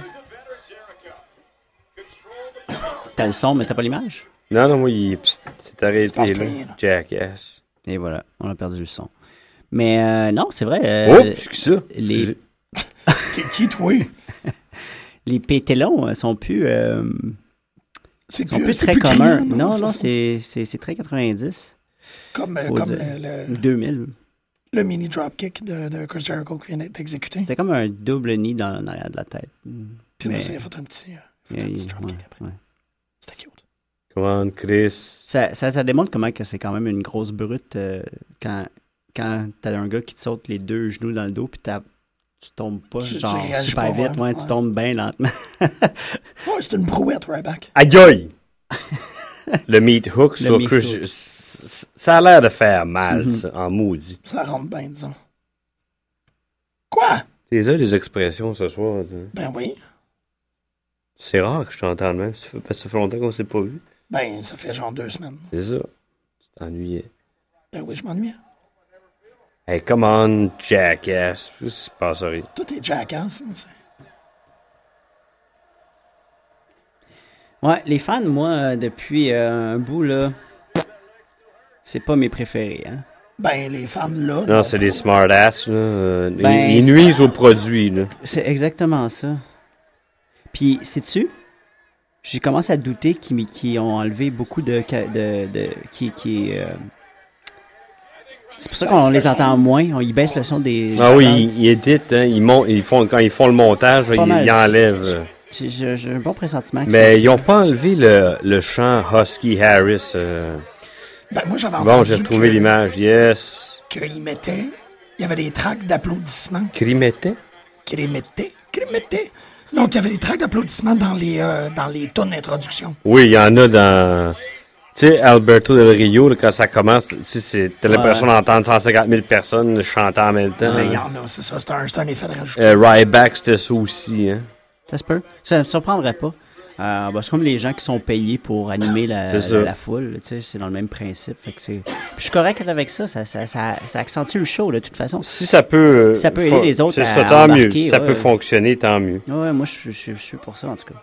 T'as le son, mais t'as pas l'image?
Non, moi, c'est arrêté, là. Jackass.
Et voilà, on a perdu le son. Mais non, c'est vrai.
C'est que ça?
T'es qui, toi?
Les pétalons sont plus...
c'est
plus très communs. Non, c'est très 90.
Comme le
2000.
Le mini dropkick de Chris Jericho qui vient d'être exécuté.
C'était comme un double nid dans l'arrière de la tête.
Puis là, il a fait un petit dropkick après. C'était cute.
Come on, Chris.
Ça démontre comment que c'est quand même une grosse brute quand t'as un gars qui te saute les deux genoux dans le dos puis tu tombes pas super vite. Ouais, tu tombes bien lentement.
Ouais, c'est une brouette, Ryback.
Aïe aïe! Le meat hook sur Chris... Ça a l'air de faire mal, ça, en maudit.
Ça rentre bien, disons. Quoi?
C'est ça, les expressions ce soir.
Ben oui.
C'est rare que je t'entende même. Parce que ça fait longtemps qu'on s'est pas vu.
Ben, ça fait genre 2 semaines.
C'est ça. Tu t'ennuyais.
Ben oui, je m'ennuyais.
Hey, come on, jackass. C'est pas ça.
Toi, t'es jackass, aussi.
Ouais, les fans, moi, depuis un bout, là... C'est pas mes préférés, hein?
Ben, les fans là...
Non, c'est des smart-ass, là. Ils nuisent aux produits, là.
C'est exactement ça. Puis, sais-tu? j'ai commencé à douter qu'ils ont enlevé beaucoup de c'est pour ça qu'on les entend moins. Ils baissent le son des...
Ah oui, ils éditent, hein, quand ils font le montage, ils enlèvent.
J'ai un bon pressentiment.
Mais ils n'ont pas enlevé le chant Husky Harris.
Moi, j'avais entendu.
Bon, j'ai retrouvé l'image, yes.
Qu'il mettait... Il y avait des tracks d'applaudissements.
Qu'il mettait?
Donc, il y avait des tracks d'applaudissements dans les tunes d'introduction.
Oui, il y en a dans... Tu sais, Alberto Del Rio, là, quand ça commence, t'as l'impression d'entendre 150 000 personnes chanter en même temps.
Mais il y en a, c'est ça, c'est un effet de rajouter.
Ryback, c'était ça aussi, hein.
Ça se peut. Ça ne me surprendrait pas. C'est comme les gens qui sont payés pour animer la foule, tu sais, c'est dans le même principe. Fait que je suis correct avec ça, ça accentue le show, de toute façon.
Si ça peut
aider les autres à
ça, tant
embarquer,
mieux. Si ça peut fonctionner, tant mieux.
Ouais, moi, je suis pour ça, en tout cas.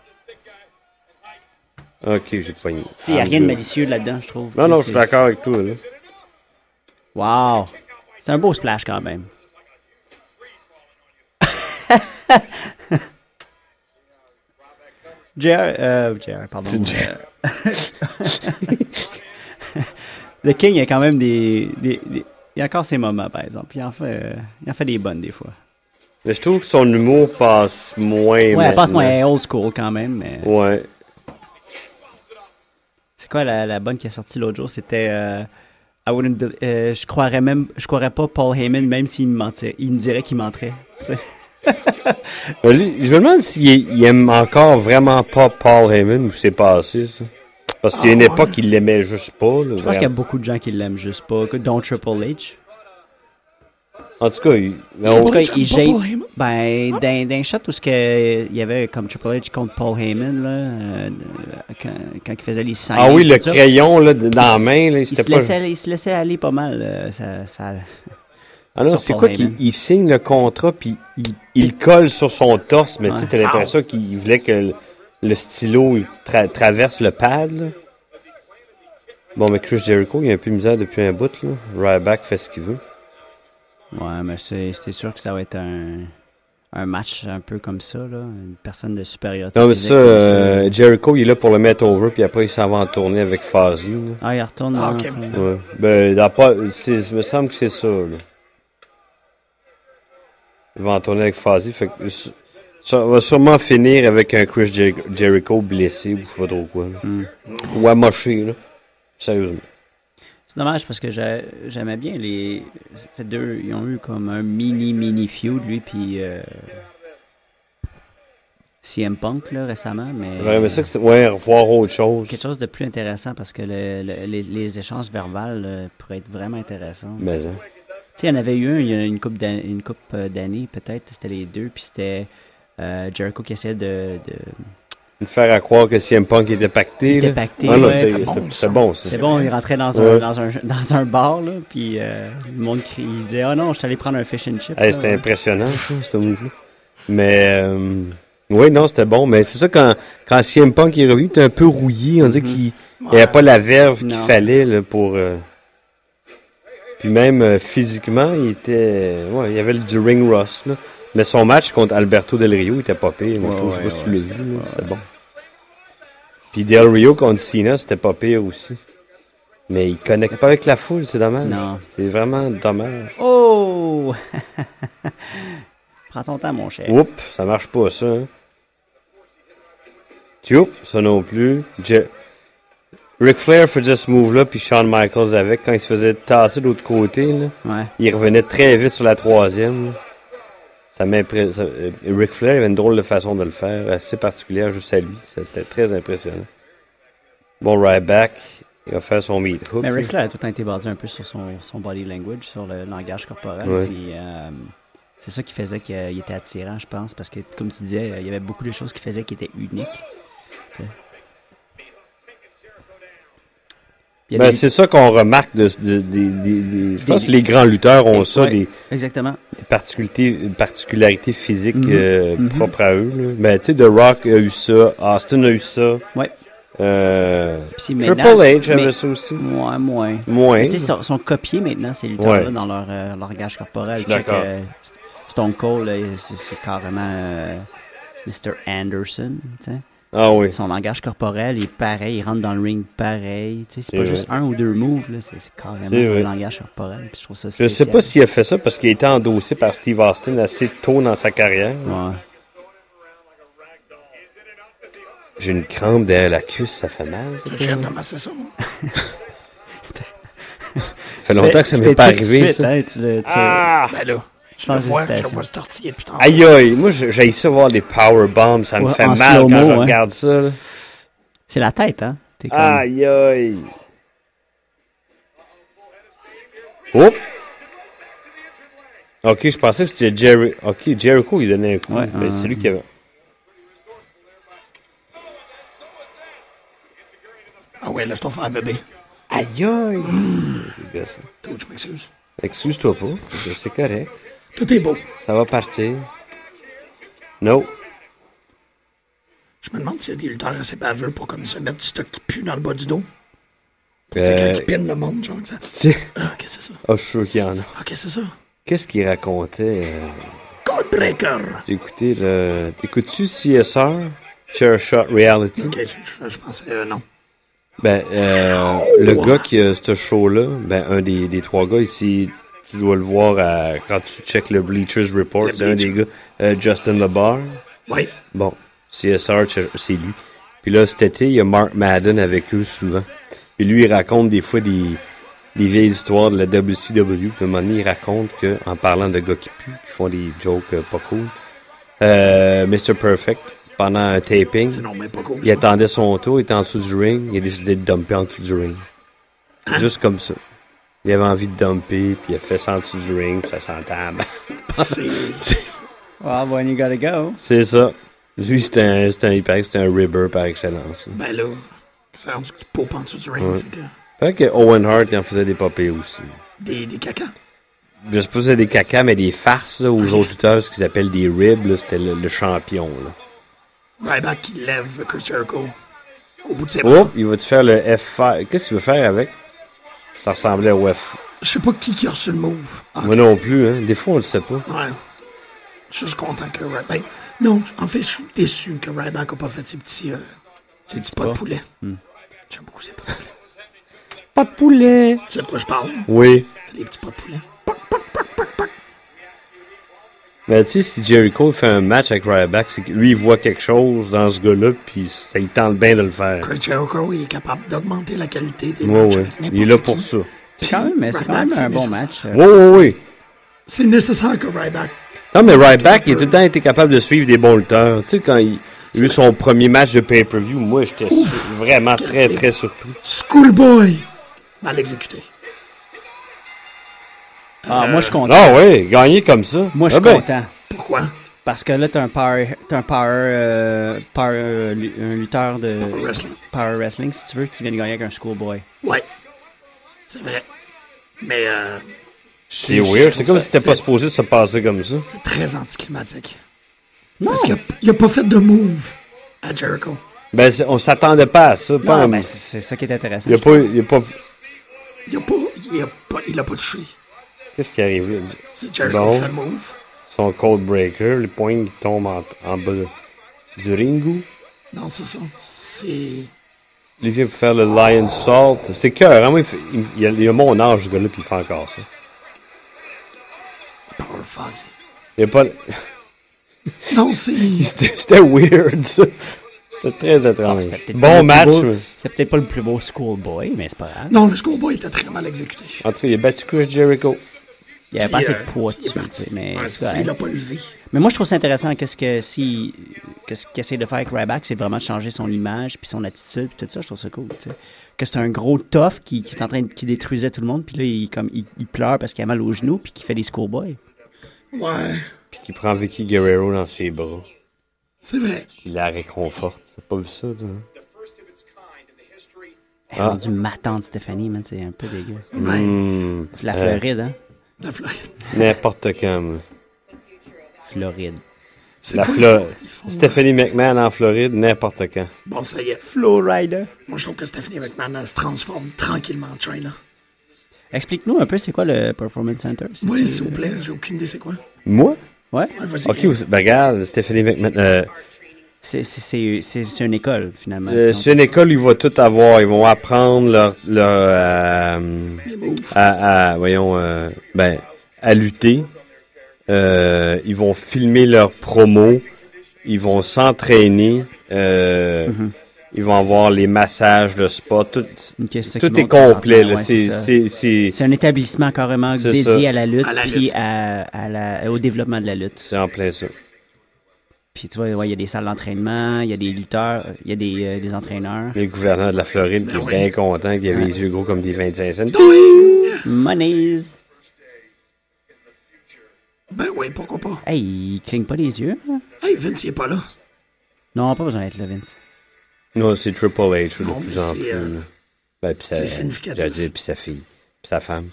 Ok, j'ai poigné.
Il n'y a rien de malicieux là-dedans, je trouve.
Non, je suis d'accord avec toi, là.
Wow! C'est un beau splash, quand même. JR, pardon. The King, il y a quand même il y a encore ses moments, par exemple. Il en fait des bonnes, des fois.
Mais je trouve que son humour passe moins.
Ouais, elle passe moins old school, quand même. Mais...
Ouais.
C'est quoi la bonne qui est sortie l'autre jour? C'était je croirais pas Paul Heyman, même s'il me mentait. Il me dirait qu'il menterait.
Je me demande s'il aime encore vraiment pas Paul Heyman ou c'est passé, ça. Parce qu'il y a une époque, il l'aimait juste pas. Là,
je pense qu'il y a beaucoup de gens qui l'aiment juste pas, dont Triple H.
En tout cas, il
jette. Ben, d'un shot où il y avait comme Triple H contre Paul Heyman, là, quand il faisait les signes.
Ah oui, le crayon là, dans la main. Là,
il se laissait aller pas mal.
Ah non, c'est quoi qu'il signe le contrat, puis il colle sur son torse, mais tu sais, t'as l'impression qu'il voulait que le stylo traverse le pad. Là. Bon, mais Chris Jericho, il a un peu de misère depuis un bout. Là. Ryback fait ce qu'il veut.
Ouais, mais c'est sûr que ça va être un match un peu comme ça, là. Une personne de supériorité.
Non, mais ça, Jericho, il est là pour le mettre over, puis après, il s'en va en tournée avec Fozzy. Là.
Ah, il retourne.
OK.
Ouais. Ben, il me semble que c'est ça, là. Il va en tourner avec Fozzy, fait que ça va sûrement finir avec un Chris Jericho blessé, ou je sais pas trop quoi. Ou amoché, là. Sérieusement.
C'est dommage parce que j'aimais bien ça fait ils ont eu comme un mini feud, lui, puis CM Punk, là, récemment, mais...
J'aurais aimé ça revoir autre chose.
Quelque chose de plus intéressant parce que les échanges verbales pourraient être vraiment intéressants.
Mais hein.
Tu sais, il y en avait eu il y a une couple d'années, peut-être, c'était les deux, puis c'était Jericho qui essayait de
faire à croire que CM Punk était pacté.
Il était pacté,
c'est bon, ça.
C'est bon, il rentrait dans un bar, là, puis le monde crie, il disait « Ah non, je suis allé prendre un fish and chip. »
C'était impressionnant, ça, ce move-là. Mais, oui, non, c'était bon. Mais c'est ça, quand CM Punk est revenu, il était un peu rouillé. On dirait qu'il n'y avait pas la verve qu'il fallait là, pour... Puis même, physiquement, il était... Ouais, il y avait du ring rust, là. Mais son match contre Alberto Del Rio, il était pas pire. Moi, je sais pas si tu l'as vu. C'était bon. Puis Del Rio contre Cena, c'était pas pire aussi. Mais il connecte pas avec la foule, c'est dommage.
Non.
C'est vraiment dommage.
Oh! Prends ton temps, mon cher.
Oups, ça marche pas, ça. Hein? Ça non plus. Ric Flair faisait ce move-là, puis Shawn Michaels avec, quand il se faisait tasser de l'autre côté, là, il revenait très vite sur la troisième. Là. Ça m'impressionne. Ric Flair avait une drôle de façon de le faire, assez particulière juste à lui. C'était très impressionnant. Bon, Ryback, il va faire son meat hook.
Mais Ric Flair a tout été basé un peu sur son body language, sur le langage corporel.
Ouais.
Puis, c'est ça qui faisait qu'il était attirant, je pense, parce que, comme tu disais, il y avait beaucoup de choses qui faisaient qu'il était unique. Tu sais.
C'est ça qu'on remarque je pense que les grands lutteurs ont ça,
exactement.
Des particularités physiques propres à eux. Là. Ben, tu sais, The Rock a eu ça, Austin a eu ça.
Ouais.
Triple H avait ça aussi.
Moins.
Mais
tu sais, sont copiés maintenant, ces lutteurs-là, dans leur langage corporel. Stone Cold, là, c'est carrément Mr. Anderson, tu sais.
Ah oui.
Son langage corporel est pareil, il rentre dans le ring pareil. Tu sais, c'est pas juste un ou deux moves, là, c'est carrément le langage corporel. Puis je trouve ça spécial.
Je sais pas s'il a fait ça parce qu'il a été endossé par Steve Austin assez tôt dans sa carrière.
Ouais.
J'ai une crampe derrière la cuisse, ça fait mal.
J'ai ramassé ça.
Ça fait longtemps que ça m'est pas arrivé, ça.
Hein,
Ben là, je le vois se tortiller depuis tantôt.
Aïe aïe, moi j'ai ça voir des powerbombs, ça me fait mal quand je regarde ça. Là.
C'est la tête, hein? Comme...
Aïe aïe. Oh! Ok, je pensais que c'était Jerry. Ok, Jericho, il donnait un coup.
Ouais,
mais c'est lui qui avait.
Ah ouais, laisse-toi faire, bébé.
Aïe aïe! C'est gossant.
Toi, je m'excuse.
Excuse-toi pas, c'est correct.
Tout est beau.
Ça va partir. No.
Je me demande s'il y a des lutteurs assez baveux pour comme se mettre du stock qui pue dans le bas du dos. Tu sais, quand ils pinent le monde, genre, ça. Ah, qu'est-ce que c'est ça?
Ah, je suis sûr qu'il y en a.
Ah, qu'est-ce que c'est ça?
Qu'est-ce qu'il racontait?
Codebreaker!
J'ai écouté le... T'écoutes-tu CSR? Chair Shot Reality?
Ok, je pensais, non.
Ben, le gars qui a ce show-là, ben, un des trois gars ici, tu dois le voir quand tu checkes le Bleachers Report, c'est un des gars, Justin LeBar.
Oui.
Bon, CSR, c'est lui. Puis là, cet été, il y a Mark Madden avec eux souvent. Puis lui, il raconte des fois des vieilles histoires de la WCW. Puis à un moment donné, il raconte qu'en parlant de gars qui puent, qui font des jokes pas cool, Mr. Perfect, pendant un taping,
pas cool,
il attendait son tour, il était en dessous du ring, il a décidé de dumper en dessous du ring.
Hein?
Juste comme ça. Il avait envie de dumper, puis il a fait ça en dessous du ring, puis ça s'entend.
Well, when you gotta go.
C'est ça. Lui, c'était un ribber par excellence.
Ben là, c'est rendu que tu popes en dessous du ring, c'est que...
Fait que Owen Hart, il en faisait des popées aussi.
Des cacas?
Je sais pas si c'était des cacas, mais des farces là, aux autres lutteurs, ce qu'ils appellent des ribs, là, c'était le champion. Là.
Ryback qui lève Chris Jericho au bout de ses bras.
Oh, il va-tu faire le F5? Qu'est-ce qu'il veut faire avec? Ça ressemblait au F.
Je sais pas qui a reçu le move.
Moi non plus, hein. Des fois, on le sait pas.
Ouais. Je suis juste content que Ryback... Non, en fait, je suis déçu que Ryback a pas fait ses petits pas de poulet. J'aime beaucoup ces pas de poulet.
Pas de poulet!
Tu sais de quoi je parle?
Oui.
Fait des petits pas de poulet.
Mais tu sais, si Jericho fait un match avec Ryback, c'est que lui, il voit quelque chose dans ce gars-là, puis ça il tente bien de le faire.
Chris Jericho, il est capable d'augmenter la qualité des matchs avec n'importe
il est là pour ça.
C'est quand même un bon match.
Oui.
C'est nécessaire que Ryback...
Non, mais Ryback, il a tout le temps été capable de suivre des bons lutteurs. Tu sais, quand il a eu son premier match de pay-per-view, moi, j'étais vraiment très, très surpris.
Schoolboy! Mal exécuté.
Moi, je suis content.
Ah oui, gagner comme ça.
Moi, je suis content.
Pourquoi?
Parce que là, t'as un lutteur de Power Wrestling, si tu veux, qui vient de gagner avec un Schoolboy.
Ouais. C'est vrai. Mais,
c'est weird. C'est comme si c'était pas supposé se passer comme ça.
C'est très anticlimatique.
Non.
Parce qu'il a pas fait de move à Jericho.
Ben, on s'attendait pas à ça.
Non, mais c'est ça qui est intéressant.
Il
a pas touché.
Qu'est-ce qui arrive là?
C'est Jericho qui fait le move.
Son Cold Breaker, le point qui tombe en bas du ring.
Non, c'est ça. C'est...
Il vient pour faire le Lion Salt. C'était cœur, hein? Il a mon âge, ce gars-là, puis il fait encore ça.
Power Fuzzy.
Il n'y a pas...
Non, c'est...
C'était weird, ça. C'était très étrange. Bon match.
C'est peut-être pas le plus beau Schoolboy, mais c'est pas grave.
Non, le Schoolboy était très mal exécuté.
En tout cas, il a battu Chris Jericho.
Il n'y avait pas assez de poids dessus, mais
il l'a pas levé.
Mais moi, je trouve ça intéressant qu'est-ce qu'il essaie de faire avec Ryback, c'est vraiment de changer son image, puis son attitude, puis tout ça, je trouve ça cool, tu sais. Que c'est un gros tough qui est en train qui détruisait tout le monde, puis là, il pleure parce qu'il a mal aux genoux, puis qu'il fait des schoolboys.
Ouais.
Puis qu'il prend Vicky Guerrero dans ses bras.
C'est vrai.
Il la réconforte. T'as pas vu ça, toi?
Elle a rendu ma tante Stéphanie, man, c'est un peu dégueu. La Floride, hein?
La Floride.
N'importe quand, moi.
Floride.
Stephanie McMahon en Floride, n'importe quand.
Bon, ça y est.
Flowrider.
Moi, je trouve que Stephanie McMahon elle se transforme tranquillement en China.
Explique-nous un peu, c'est quoi le Performance Center?
Oui, s'il vous plaît, j'ai aucune idée c'est quoi.
Moi?
Ouais.
Vas-y.
Ok, ben regarde, Stephanie McMahon.
C'est une école, finalement.
C'est une école où ils vont tout avoir. Ils vont apprendre à lutter. Ils vont filmer leurs promos. Ils vont s'entraîner. Ils vont avoir les massages de spa. Tout est complet. Là.
C'est un établissement carrément dédié à la lutte puis au développement de la lutte.
C'est en plein ça.
Puis tu vois, il y a des salles d'entraînement, il y a des lutteurs, il y a des entraîneurs.
Le gouverneur de la Floride qui est bien content, qui avait les yeux gros comme des 25 cents.
Monies!
Ben oui, pourquoi pas.
Hey, il cligne pas les yeux. Hein?
Hey, Vince, il est pas là.
Non, pas besoin d'être là, Vince.
Non, c'est Triple H de plus en plus.
C'est significatif.
Puis sa fille, puis sa femme.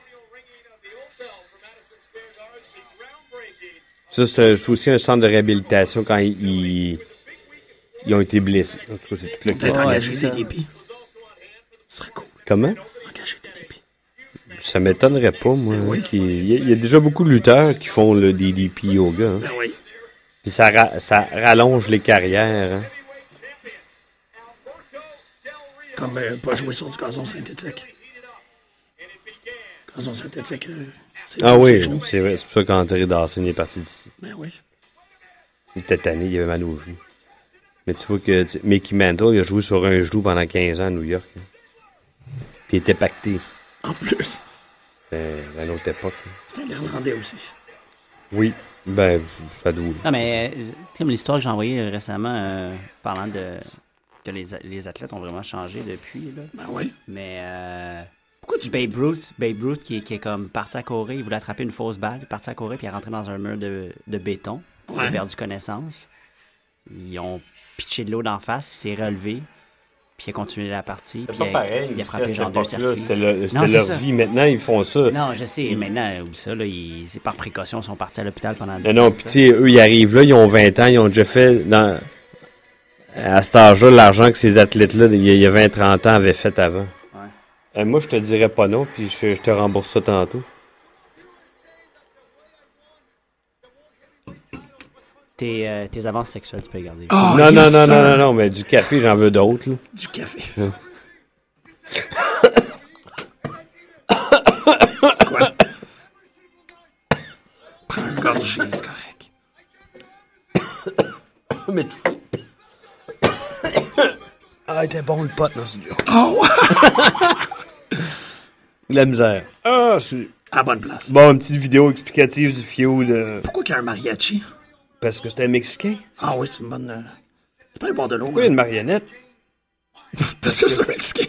Ça, c'est aussi un centre de réhabilitation quand ils ont été blessés. En tout cas, c'est tout le
peut-être engager des DP. Ce serait cool.
Comment?
Engager des DP.
Ça m'étonnerait pas, moi.
Oui.
Il y a déjà beaucoup de lutteurs qui font le DDP yoga. Hein.
Ben oui.
Puis ça rallonge les carrières. Hein.
Comme pas jouer sur du gazon synthétique. Gazon synthétique, c'est
oui, c'est vrai. C'est pour ça qu'André Dawson est parti d'ici.
Ben oui.
Il était tanné, il avait mal au genou. Mais tu vois que Mickey Mantle, il a joué sur un genou pendant 15 ans à New York. Hein. Puis il était pacté.
En plus.
C'était une autre époque. Hein.
C'est un Irlandais aussi.
Oui. Ben, ça doit.
Non, mais comme l'histoire que j'ai envoyée récemment, parlant de que les athlètes ont vraiment changé depuis. Là.
Ben oui.
Mais pourquoi Babe Ruth qui est comme parti à courir, il voulait attraper une fausse balle, il est parti à courir puis il est rentré dans un mur de béton. Ouais. Il a perdu connaissance. Ils ont pitché de l'eau d'en face, il s'est relevé. Puis il a continué la partie.
C'est pas pareil.
Il a frappé genre 2 circuits.
C'était leur vie. Maintenant, ils font ça.
Non, je sais. Maintenant, oublie ça. Là, c'est par précaution. Ils sont partis à l'hôpital pendant 10 ans.
Non, puis tu sais, eux, ils arrivent là, ils ont 20 ans. Ils ont déjà fait, à cet âge-là, l'argent que ces athlètes-là, il y a 20-30 ans, avaient fait avant. Ouais. Moi, je te dirais pas non, puis je te rembourse ça tantôt.
Tes avances sexuelles, tu peux les garder.
Oh, non, mais du café, j'en veux d'autres. Là.
Du café. Quoi? Prends une gorgée, c'est correct.
Mais il était bon le pote dans ce studio.
Oh!
La misère.
À la bonne place.
Bon, une petite vidéo explicative du feud.
Pourquoi qu'il y a un mariachi?
Parce que c'était un Mexicain.
Ah oui, c'est une bonne... C'est pas un bord de l'eau.
Pourquoi il y a une marionnette?
Parce que c'est un Mexicain.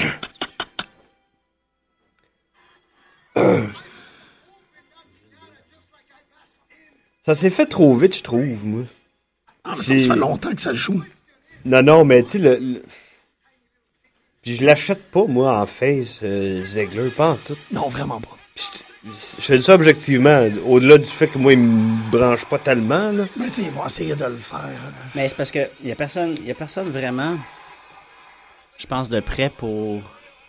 Ça s'est fait trop vite, je trouve, moi.
Ah, mais ça fait longtemps que ça joue.
Non, mais tu sais, Puis je l'achète pas, moi, en face, Ziggler, pas en tout.
Non, vraiment pas.
Je fais ça objectivement, au-delà du fait que moi, il me branche pas tellement, là.
Mais tu sais, ils vont essayer de le faire.
Mais c'est parce que y a personne vraiment, je pense, de prêt pour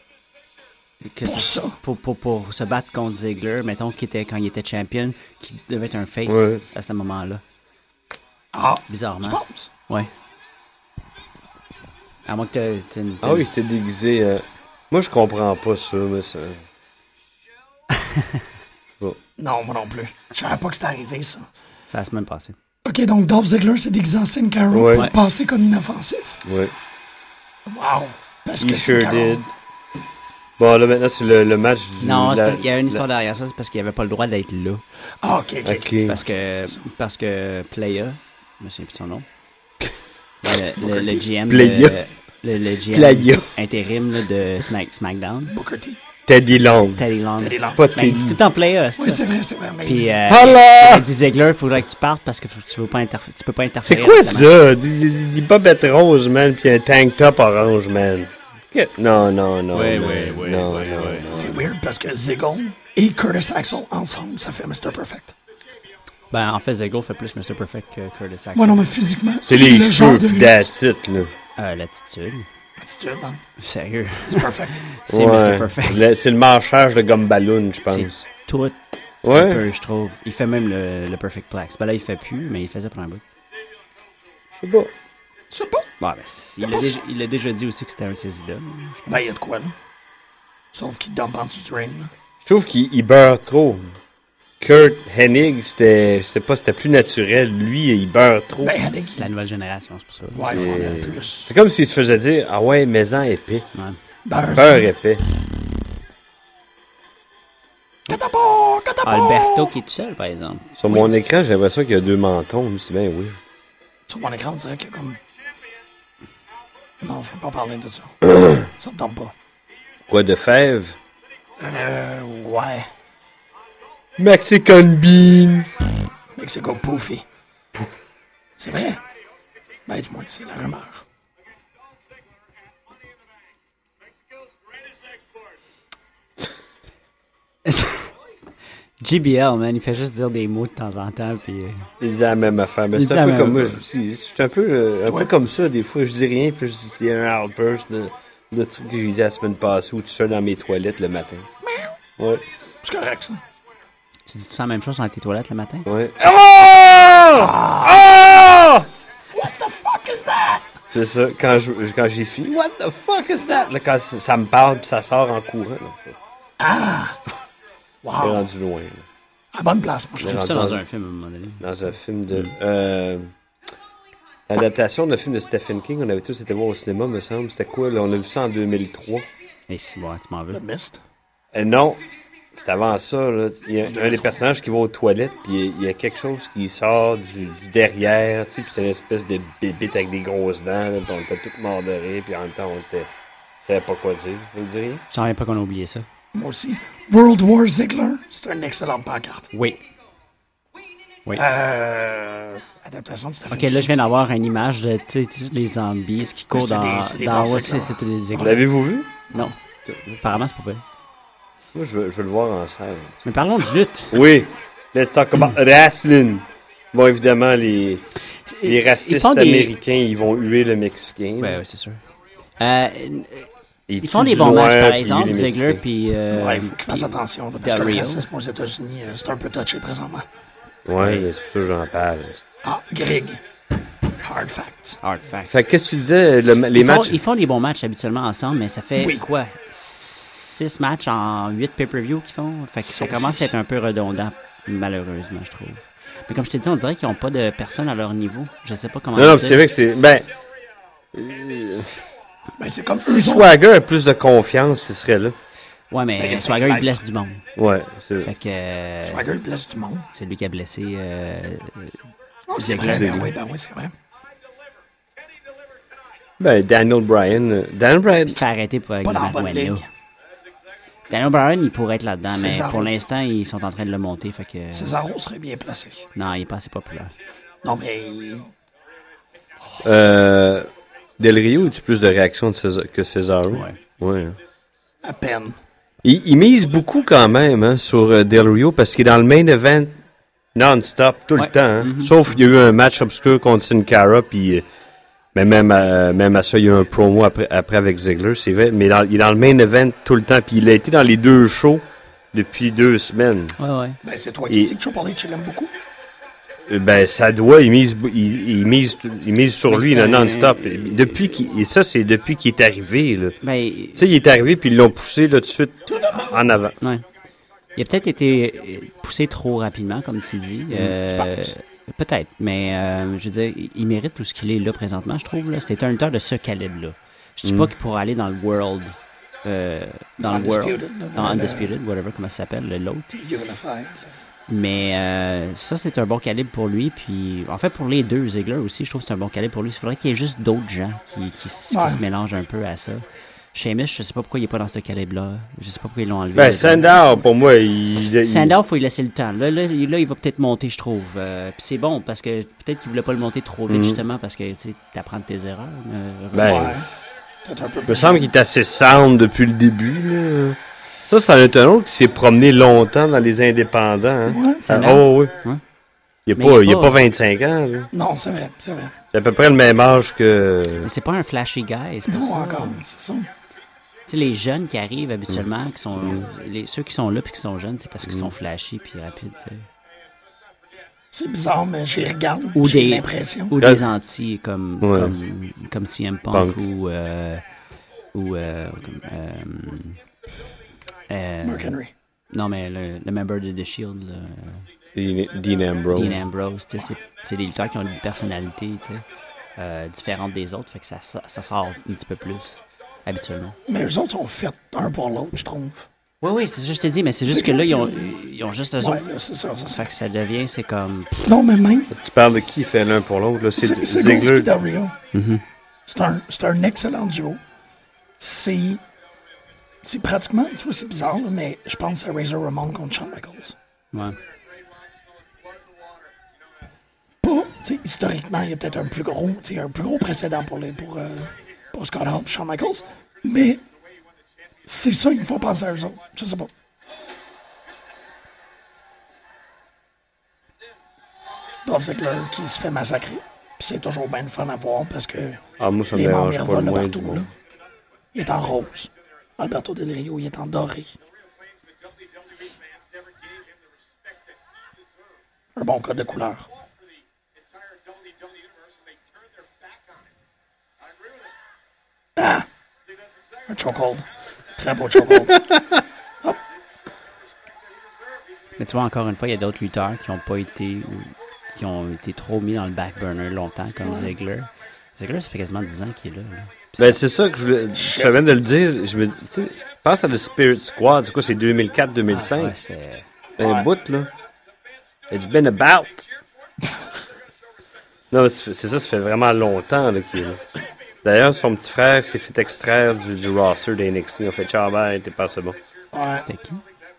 se battre contre Ziggler, mettons, quand il était champion, qui devait être un face à ce moment-là.
Ah,
bizarrement.
Tu penses?
Ouais. À moins que t'as une...
Ah oui, c'était déguisé. Moi, je comprends pas ça, mais ça...
Non, moi non plus. Je savais pas que c'était arrivé, ça.
C'est la semaine passée.
OK, donc Dolph Ziggler s'est déguisé en Sin Cara pour passer comme inoffensif.
Oui.
Wow. Parce que
sure did. Bon, là, maintenant, c'est le match du...
Non, il y a une histoire derrière ça, c'est parce qu'il avait pas le droit d'être là.
Ah, OK.
Parce que Playa, je me souviens plus de son nom, le GM le GM intérim là, de SmackDown.
Booker T.
Teddy Long.
Pas Teddy. C'est tout le temps Playa.
Oui, c'est vrai. Mais...
Puis, il a dit Ziggler, il faudrait que tu partes parce que tu peux pas interférer.
C'est quoi ça? Dis pas bête rose, man, puis un tank top orange, man. Non.
Ouais.
C'est weird parce que Ziggler et Curtis Axel ensemble, ça fait Mr. Perfect.
Ben, en fait, Ziggler fait plus Mr. Perfect que Curtis Axel.
Ouais, non, mais physiquement.
C'est les cheveux pis d'attitude, là.
L'attitude.
L'attitude, man.
Sérieux.
C'est perfect.
C'est Mr. Perfect.
C'est le marchage de Gumballoon, je pense.
C'est tout un peu, je trouve. Il fait même le Perfect Plex. Ben là, il fait plus, mais il faisait pour un bout.
Je sais pas.
Tu sais pas?
Bon, ben, il a déjà dit aussi que c'était un de ses idoles.
Ben, il y a de quoi, là. Sauf qu'il dump en dessous du ring, là.
Je trouve qu'il beurre trop. Kurt Hennig, c'était plus naturel. Lui, il beurre trop.
Ben, Hennig,
c'est la nouvelle génération, c'est pour ça.
Ouais,
c'est comme s'il se faisait dire, ah ouais, mais-en épais.
Ouais.
Beurre épais.
Alberto qui est tout seul, par exemple.
Sur mon écran, j'ai l'impression qu'il y a 2 mentons. Lui, c'est bien oui.
Sur mon écran, on dirait qu'il y a comme... Non, je ne veux pas parler de ça. Ça ne tombe pas.
Quoi, de fèves?
Ouais.
Mexican beans.
Mexico poofy. C'est vrai? Ben, du moins, c'est la rumeur.
JBL, man, il fait juste dire des mots de temps en temps, puis...
Il dit la même affaire, mais c'est un peu comme moi. Je suis un peu comme ça, des fois, je dis rien, puis je dis, il y a un outburst de trucs que j'ai dit la semaine passée, ou tout seul dans mes toilettes le matin. Ouais.
C'est correct, ça.
Tu dis tout ça la même chose dans tes toilettes le matin?
Ouais. Oh!
What the fuck is that?
C'est ça, quand j'ai fini, what the fuck is that? Là, quand ça me parle, puis ça sort en courant. Là.
Wow.
J'ai rendu loin. Là.
À bonne place, moi, je
trouve ça dans un film, à un moment donné.
Dans un film de... l'adaptation d'un film de Stephen King, on avait tous été voir au cinéma, me semble. C'était quoi, là? On a vu ça en 2003.
Et si, bon, tu m'en veux.
The Mist?
Non. C'est avant ça, là. Il y a un des personnages qui va aux toilettes, puis il y a quelque chose qui sort du derrière, tu sais, puis c'est une espèce de bébite avec des grosses dents, là, puis on était tous morts de rire, puis en même temps, on savait pas quoi dire. Vous diriez?
Je savais pas qu'on a oublié ça.
Moi aussi. World War Ziggler, c'est une excellente pancarte.
Oui.
Adaptation de Stephen
King. Ok, là, je viens d'avoir une image de les zombies qui courent dans...
C'est
des Ziggler.
L'avez-vous vu?
Non. Apparemment, c'est pas vrai.
Moi, je veux le voir en salle.
Mais parlons de lutte.
Oui. Let's talk about wrestling. Bon, évidemment, les racistes américains, ils vont huer le Mexicain.
Ouais, c'est sûr. Ils font des bons matchs, par exemple, Ziggler, puis...
ouais, il faut qu'ils fassent attention, là, parce que le racisme aux États-Unis, c'est un peu touché présentement.
Ouais, c'est pour ça que j'en parle.
Greg. Hard facts.
Fait qu'est-ce que tu disais, les matchs...
Ils font des bons matchs habituellement ensemble, mais ça fait quoi? 6 matchs en 8 pay-per-view qu'ils font? Fait que ça commence à être un peu redondant, malheureusement, je trouve. Mais comme je t'ai dit, on dirait qu'ils n'ont pas de personne à leur niveau. Je sais pas comment dire.
Non, c'est vrai que c'est...
c'est comme
si Swagger a plus de confiance, ce serait là.
Ouais, mais Swagger, il blesse du monde.
Ouais, c'est vrai.
Fait que...
Swagger, il blesse du monde.
C'est lui qui a blessé...
c'est vrai, oui, c'est vrai.
Daniel Bryan...
Il se fait arrêter pour avec Manuel. Daniel Bryan, il pourrait être là-dedans, mais pour l'instant, ils sont en train de le monter, fait que...
Cesaro serait bien placé.
Non, il est pas assez populaire.
Non, mais...
Del Rio, as-tu plus de réactions que Cesaro? Ouais.
À peine.
Il mise beaucoup quand même sur Del Rio parce qu'il est dans le main event non-stop tout le temps. Hein? Sauf qu'il y a eu un match obscur contre Sin Cara, puis même à ça, il y a eu un promo après avec Ziggler, c'est vrai. Mais il est dans le main event tout le temps, puis il a été dans les 2 shows depuis 2 semaines.
Ouais.
Ben, c'est toi qui dis que Triple H l'aime beaucoup.
Ça doit, il mise sur lui là, non-stop. C'est depuis qu'il est arrivé. Là. Tu sais, il est arrivé puis ils l'ont poussé là, tout de suite en avant.
Ouais. Il a peut-être été poussé trop rapidement, comme tu dis.
Tu penses?
Peut-être, mais je veux dire, il mérite tout ce qu'il est là présentement, je trouve. Là. C'est un lutteur de ce calibre-là. Je dis pas qu'il pourra aller dans le World. Dans Undisputed, whatever, comment ça s'appelle, l'autre.
Unified.
Mais ça, c'est un bon calibre pour lui. Puis, en fait, pour les deux, Ziggler aussi, je trouve que c'est un bon calibre pour lui. Il faudrait qu'il y ait juste d'autres gens qui se mélangent un peu à ça. Sheamus, je sais pas pourquoi il est pas dans ce calibre-là. Je sais pas pourquoi ils l'ont enlevé.
Sandow, pour moi,
Sandow, faut lui laisser le temps. Là, il va peut-être monter, je trouve. Puis c'est bon, parce que peut-être qu'il voulait pas le monter trop vite, justement, parce que tu apprends de tes erreurs.
Il me semble qu'il est assez sound depuis le début. Là. Ça, c'est un autre qui s'est promené longtemps dans les indépendants. Hein.
Ouais,
oui. Ouais. Il n'y a pas 25 ans. Là.
Non, c'est vrai. C'est
à peu près le même âge que...
Mais c'est pas un flashy guy, c'est pas ça.
Encore, c'est ça.
Tu sais, les jeunes qui arrivent habituellement, qui sont ceux qui sont là puis qui sont jeunes, c'est parce qu'ils sont flashy puis rapides, tu sais.
C'est bizarre, mais j'y regarde.
Ou
j'ai
des
l'impression.
Ou des anti comme CM Punk ou
Mark Henry.
Non, mais le member de The Shield.
Dean Ambrose.
Dean Ambrose, tu sais, c'est des lutteurs qui ont une personnalité, tu sais, différente des autres, fait que ça sort un petit peu plus, habituellement.
Mais eux autres sont faits un pour l'autre, je trouve.
Oui, c'est ça que je te dis, mais c'est juste que là, ils ont juste eux autres.
Là, c'est ça.
Fait que ça devient, c'est comme...
Non, mais même...
Tu parles de qui fait l'un pour l'autre, là? C'est
Ziggler et Del Rio.
Mm-hmm.
C'est un excellent duo. C'est pratiquement... Tu vois, c'est bizarre, là, mais je pense à Razor Ramon contre Shawn Michaels.
Ouais.
Pas, tu sais, historiquement, il y a peut-être un plus gros précédent pour Scott Hall et Shawn Michaels, mais c'est ça, il faut penser à eux autres. Je sais pas. Dolph Ziggler qui se fait massacrer. Puis c'est toujours bien le fun à voir parce que
moi, ça
les
me
membres
dérange pas
revolent
le moins
partout.
du
Là.
monde.
Il est en rose. Alberto Del Rio, il est en doré. Un bon code de couleur. Ah! Un chokehold. Très beau chokehold. Hop.
Mais tu vois, encore une fois, il y a d'autres lutteurs qui ont été trop mis dans le back burner longtemps, comme Ziggler. Ziggler, ça fait quasiment 10 ans qu'il est là.
Ben, c'est ça que je viens de le dire. Je me dis, tu sais, pense à le Spirit Squad. C'est quoi, c'est 2004-2005?
Ouais, c'était...
Un bout, là. It's been about. Non, mais c'est ça fait vraiment longtemps là, qu'il est là. D'ailleurs, son petit frère s'est fait extraire du roster des NXT. Il a fait ciao, ben, t'es pas assez bon.
Ouais.
C'était qui?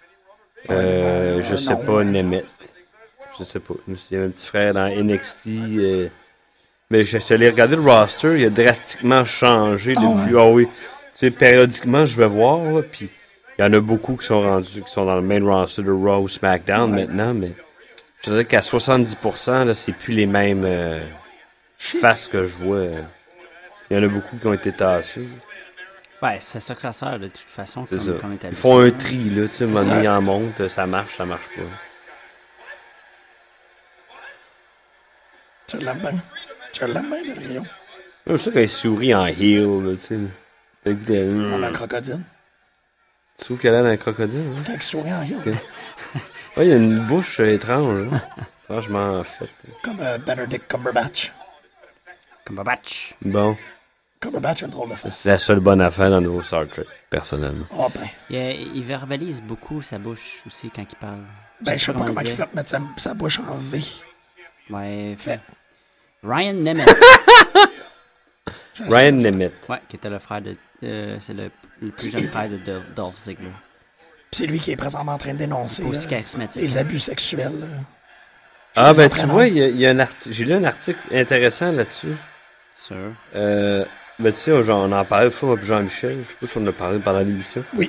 Je sais pas, Nemeth. Je sais pas. Il y avait un petit frère dans NXT. Mais je suis allé regarder le roster. Il a drastiquement changé depuis. Ah oui. Tu sais, périodiquement, je vais voir. Là, puis il y en a beaucoup qui sont dans le main roster de Raw ou SmackDown maintenant. Mais je dirais qu'à 70%, là, c'est plus les mêmes faces que je vois. Il y en a beaucoup qui ont été tassés.
Ouais, c'est ça que ça sert, de toute façon.
C'est ça.
Comme
Ils font un tri, là. Tu sais, moment ils en montent, ça marche pas.
Tu l'aimes bien. Tu l'aimes bien, Del Rio.
C'est ça quand il sourit en heel, là, tu sais.
On a un crocodile.
Tu trouves qu'elle a un crocodile? Hein?
Quand il sourit en heel.
Okay. Ouais, il y a une bouche étrange, hein? Franchement, faite.
Comme Benedict Cumberbatch.
Cumberbatch.
Bon.
Cumberbatch a une drôle de face.
C'est la seule bonne affaire dans le nouveau Star Trek, personnellement.
Oh ben.
Il verbalise beaucoup sa bouche aussi quand il parle.
Ben, je sais pas comment il fait mettre sa bouche en V.
Ouais, fait. Ryan Nemeth.
Ryan Nemeth.
Ouais, qui était le frère de... c'est le plus jeune frère de Dolph Ziggler.
Puis c'est lui qui est présentement en train de dénoncer
aussi charismatique,
les abus sexuels.
Ah, ben tu vois, il y a un article. J'ai lu un article intéressant là-dessus.
Sûr.
Ben tu sais, on en parlait une fois avec Jean-Michel. Je sais pas si on en a parlé pendant l'émission.
Oui.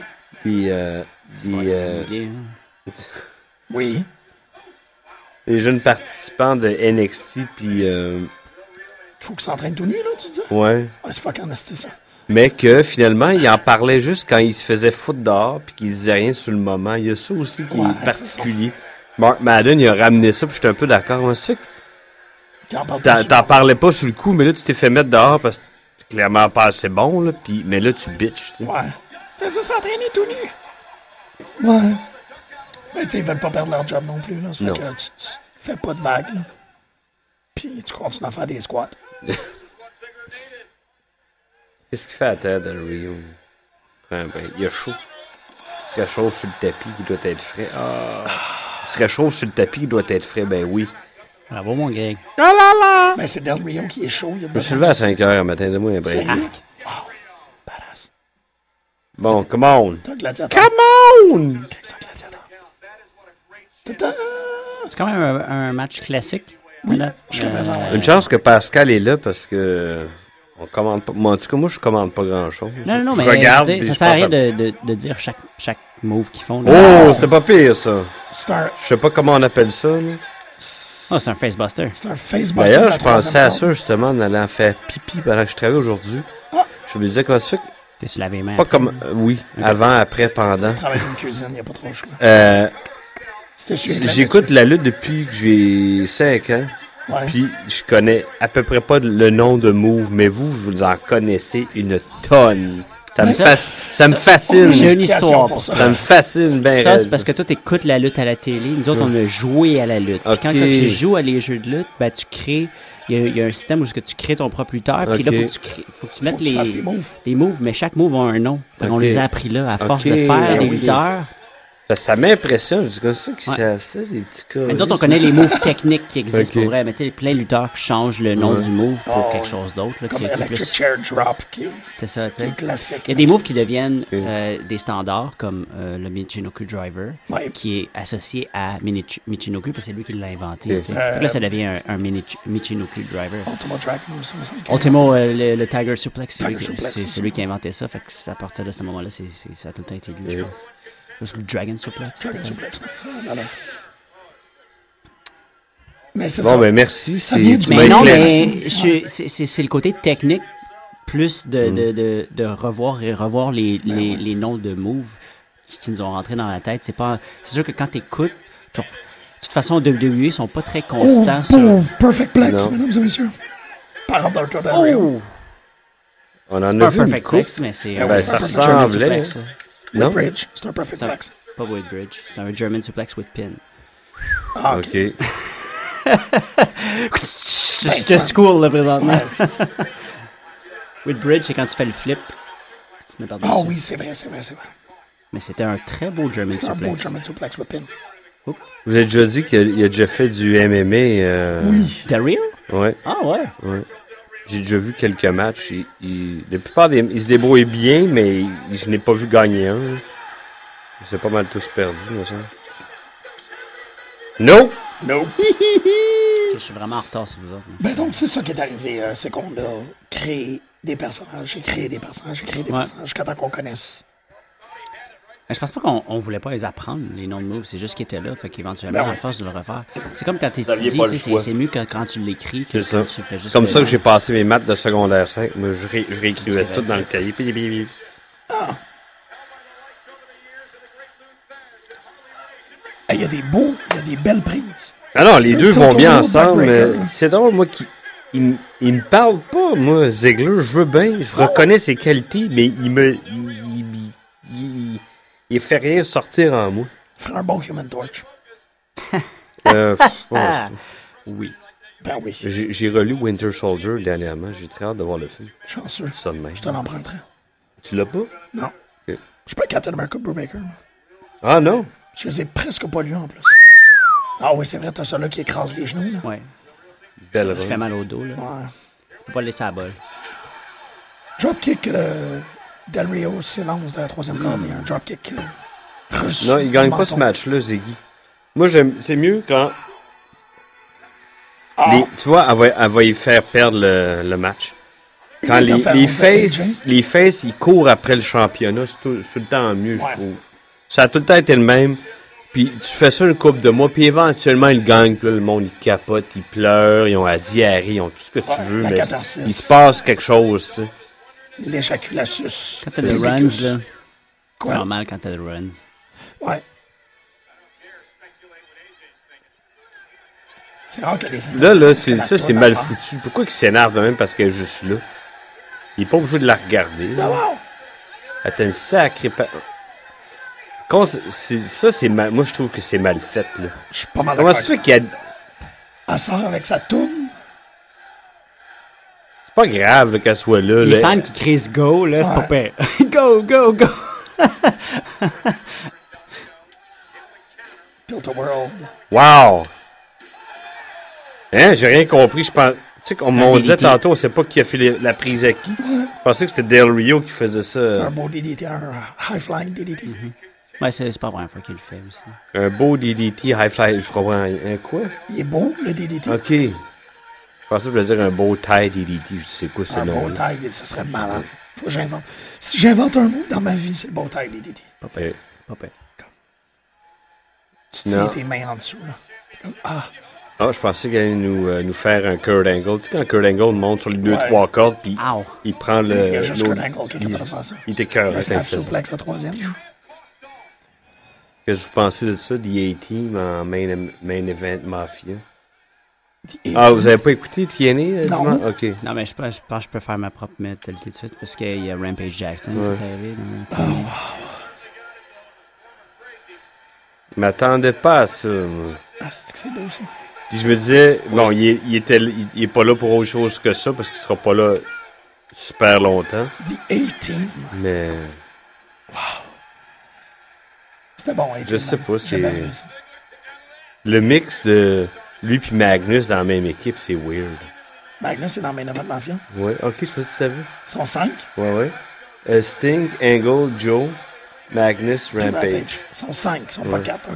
Oui. Les jeunes participants de NXT, puis...
Il faut qu'ils s'entraînent tout nu, là, tu dis?
Ouais.
C'est fucking nasty, ça.
Mais que, finalement, il en parlait juste quand il se faisait foutre dehors, puis qu'il disait rien sur le moment. Il y a ça aussi qui est particulier. Mark Madden, il a ramené ça, puis j'étais un peu d'accord. Moi, ça fait que t'en parlais pas sur le coup, mais là, tu t'es fait mettre dehors parce que clairement pas assez bon, là, puis mais là, tu bitches, tu sais.
Ouais. Fais ça s'entraîner tout nu. Ouais. Ben, tu sais, ils veulent pas perdre leur job non plus, là. Ça fait que tu fais pas de vagues, là. Puis tu continues à faire des squats.
Qu'est-ce qu'il fait à terre, Del Rio? Il a chaud. Il serait chaud sur le tapis, il doit être frais. Il serait chaud sur le tapis, il doit être frais, ben oui.
Bravo, mon gars.
Ah là là! Ben, c'est Del Rio qui est chaud.
Je me suis levé à 5h le matin, de moi un break.
Oh, badass.
Bon, come on!
T'es un gladiateur.
Come on!
C'est un gladiateur.
C'est quand même un match classique.
Oui, jusqu'à présent.
Une chance que Pascal est là parce que on commande pas. Moi, en tout cas, moi, je commande pas grand-chose.
Non, mais
regarde,
ça sert à rien de dire chaque move qu'ils font.
Là. Oh, c'était pas pire, ça.
Je
sais pas comment on appelle ça. Là.
C'est un facebuster.
C'est un facebuster.
D'ailleurs, je pensais à ça, justement, en allant faire pipi pendant que je travaillais aujourd'hui. Je me disais, comment ça fait que...
T'es sur la main.
Pas comme... oui, avant, après, pendant.
Je travaille dans une cuisine, il n'y a pas trop de choix.
J'écoute la lutte depuis que j'ai 5 ans.
Ouais.
Puis je connais à peu près pas le nom de move, mais vous en connaissez une tonne. Ça me fascine.
J'ai une histoire pour ça.
Ça me fascine bien.
Ça, c'est parce que toi, t'écoutes la lutte à la télé. Nous autres, on a joué à la lutte. Puis quand tu joues à les jeux de lutte, ben, tu crées... Il y a un système où tu crées ton propre lutteur. Puis là, faut que tu mettes les moves. Mais chaque move a un nom. On les a appris là, à force de faire des lutteurs.
Ça m'impressionne. C'est comme ça que ça, des petits cas.
Mais nous autres, on connaît les moves techniques qui existent pour vrai. Mais tu sais, plein de lutteurs changent le nom du move pour quelque chose d'autre. Là,
comme Electric Chair Drop,
c'est ça, tu sais.
Classique.
Il y a des moves qui deviennent des standards, comme le Michinoku Driver, qui est associé à Michinoku, parce que c'est lui qui l'a inventé. Donc là, ça devient un Michinoku Driver.
Ultimo Dragon, ça me semble.
Ultimo, le Tiger Suplex, c'est lui qui a inventé ça. Fait que à partir de ce moment-là, ça a tout le temps été lui, je pense. C'est le Dragon Suplex.
Mais c'est
ça. Bon, ben merci.
C'est le côté technique plus de revoir les noms de moves qui nous ont rentré dans la tête. C'est sûr que quand t'écoutes, de toute façon, WWE, ils sont pas très constants sur...
Perfect Plex, mesdames et messieurs. Par Alberto Del Rio.
On en a vu une
Perfect Plex, mais c'est...
ça ressemblait.
Non? Bridge, c'est un Perfect Plex.
Pas with Bridge, c'est un German Suplex with Pin.
Ah, OK.
Je te school, là, présentement. Ouais, with Bridge, c'est quand tu fais le flip. Tu mets par-dessus.
Ah oui, c'est vrai.
Mais c'était un très beau German Suplex.
C'était un beau German Suplex with Pin.
Vous avez déjà dit qu'il a déjà fait du MMA.
Oui. Del Rio?
Ouais.
Ah ouais?
J'ai déjà vu quelques matchs. La plupart il se débrouille bien, mais je n'ai pas vu gagner un. C'est pas mal tous perdus, moi, ça. No!
Je suis vraiment en retard sur vous autres.
Ben donc, c'est ça qui est arrivé. C'est qu'on a créé des personnages. J'ai créé des personnages jusqu'à temps qu'on connaisse.
Mais je pense pas qu'on voulait pas les apprendre, les noms de moves. C'est juste qu'ils étaient là. Fait qu'éventuellement, à force de le refaire. C'est comme quand tu étudies, c'est mieux que quand tu l'écris que quand tu fais juste...
C'est comme ça que j'ai passé mes maths de secondaire 5. Moi, je réécrivais tout dans le cahier.
Ah! Il y a des belles prises.
Ah non, les deux vont bien ensemble, mais c'est drôle, moi, il me parle pas, moi, Ziggler, je veux bien, je reconnais ses qualités, mais il fait rien sortir en moi.
Il ferait un bon Human Torch.
Oui.
Ben oui.
J'ai relu Winter Soldier dernièrement, j'ai très hâte de voir le film.
Chanceux.
Ça de même.
Je te l'emprunterai.
Tu l'as pas?
Non.
Okay.
Je suis pas Captain America Brubaker.
Ah non?
Je les ai presque pas lus en plus. Ah oui, c'est vrai, t'as celui-là qui écrase les genoux, là.
Ouais.
Belle
ça fait mal au dos, là.
Ouais.
Tu peux pas le laisser à la balle.
Dropkick, Del Rio s'élance de la troisième corde. Il y a un dropkick reçu.
Non, il gagne pas ce match-là, Ziggy. Moi, c'est mieux quand... tu vois, elle va y faire perdre le match. Quand les faces, ils courent après le championnat, c'est tout le temps mieux, je trouve. Ça a tout le temps été le même. Puis tu fais ça une couple de mois, puis éventuellement, ils gagnent. Puis là, le monde, il capote, ils pleurent, ils ont la diarrhée, ils ont tout ce que tu veux. Mais il se passe quelque chose, tu sais.
L'éjaculatus.
Quand t'as le runs, là. C'est normal quand t'as le runs.
Ouais. C'est rare que les
Là, c'est mal foutu. Pourquoi il s'énerve de même parce qu'elle est juste là? Il est pas obligé de la regarder.
Non.
Elle a une sacrée... Ça, c'est mal... Moi, je trouve que c'est mal fait, là.
Je suis pas mal
d'accord. Comment ça fait qu'il y a...
Elle sort avec sa toune.
C'est pas grave là, qu'elle soit là.
Les fans qui crient ce go, là, c'est pas pire. Go!
Tilt-A-Whirl.
Wow! Hein, j'ai rien compris. Je pense... Tu sais, comme on disait tantôt, on sait pas qui a fait la prise à qui. Je pensais que c'était Del Rio qui faisait ça.
C'est un beau DDT, un high-flying DDT.
Ouais, c'est pas la première fois qu'il le fait aussi.
Un beau DDT, high-fly, je comprends. Un quoi?
Il est beau, le DDT.
OK. Je pensais que je voulais dire un beau tie DDT. Je sais quoi ce nom.
Un beau tie DDT, ça serait malade. Faut que j'invente. Si j'invente un move dans ma vie, c'est le beau tie DDT.
Pas pire.
Tu tiens tes mains en dessous, là. T'es comme,
je pensais qu'il allait nous faire un Kurt Angle. Tu sais, quand Kurt Angle monte sur les 2-3 cordes, puis il prend le...
Il y a juste Kurt Angle qui est capable de faire ça.
Il était cœur.
Un snap suplex à troisième.
Qu'est-ce que vous pensez de ça, The A-Team en main event Mafia? Ah, vous avez pas écouté TNA dimanche? OK.
Non, mais je pense que je peux faire ma propre mentalité tout de suite parce qu'il y a Rampage Jackson qui est arrivé dans TNA.
Je m'attendais pas à ça, moi.
Ah, c'est beau, ça.
Puis je me disais, bon, il est pas là pour autre chose que ça parce qu'il sera pas là super longtemps.
The A-Team.
Mais...
Wow. C'était bon, A-Team.
Je sais pas, c'est... Le mix de lui puis Magnus dans la même équipe, c'est weird.
Magnus est dans Main Event Mafia?
Ouais, ok, je sais pas si tu savais.
Ils sont 5?
Ouais. Sting, Angle, Joe, Magnus, Rampage.
Ils sont 5, ils sont pas 4,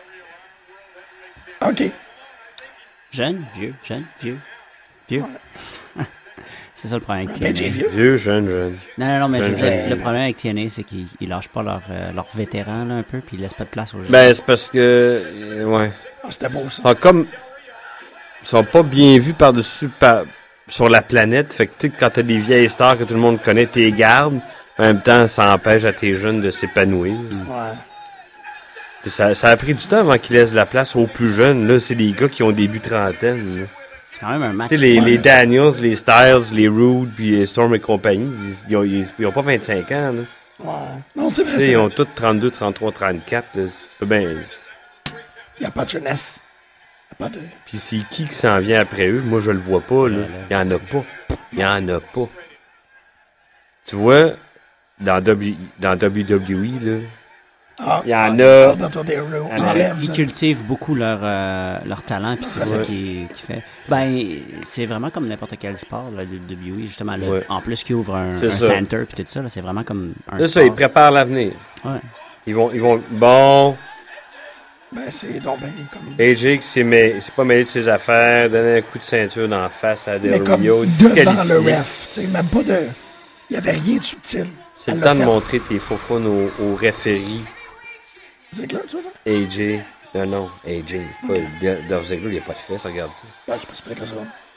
ok.
Jeune, vieux. Ouais. C'est ça le problème avec
Rampage
TNA.
est vieux?
Vieux, jeune.
Non, mais je veux dire, le problème avec TNA, c'est qu'ils lâchent pas leurs vétérans là, un peu, puis ils laissent pas de place aux jeunes.
Ben, c'est parce que... ouais.
Ah, c'était beau, ça.
Ah, comme... Ils sont pas bien vus par-dessus sur la planète. Fait que, tu sais, quand t'as des vieilles stars que tout le monde connaît, t'es gardes. En même temps, ça empêche à tes jeunes de s'épanouir.
Ouais.
Puis ça a pris du temps avant qu'ils laissent la place aux plus jeunes. Là, c'est des gars qui ont début trentaine. Là.
C'est quand même un match.
Tu sais, les Daniels, les Styles, les Rude, puis les Storm et compagnie, ils ont pas 25 ans. Là.
Ouais. Non, c'est vrai,
Ils ont tous 32, 33, 34. Là. C'est pas bien...
Il n'y a pas de jeunesse.
Puis c'est qui s'en vient après eux? Moi, je le vois pas, là. Il y en a pas. Tu vois, dans WWE, là, il y en a...
Ils cultivent beaucoup leur talent, puis c'est ça qui fait... Ben, c'est vraiment comme n'importe quel sport, la WWE, justement. Là, en plus qu'ils ouvrent un center, puis tout ça, là, c'est vraiment comme un sport.
C'est ça, ils préparent l'avenir.
Ouais.
Ils vont... Bon...
Ben, c'est donc ben comme...
AJ qui c'est pas mêlé de ses affaires, donner un coup de ceinture d'en face à Del Rio,
devant le ref, tu sais, même pas de... Il y avait rien de subtil.
C'est le temps de montrer tes faux au référé.
Ziggler, tu vois ça?
AJ. Non, AJ. Dolph Ziggler, il n'y a pas de fesses, regarde ça.
Ben, je pense pas que ça.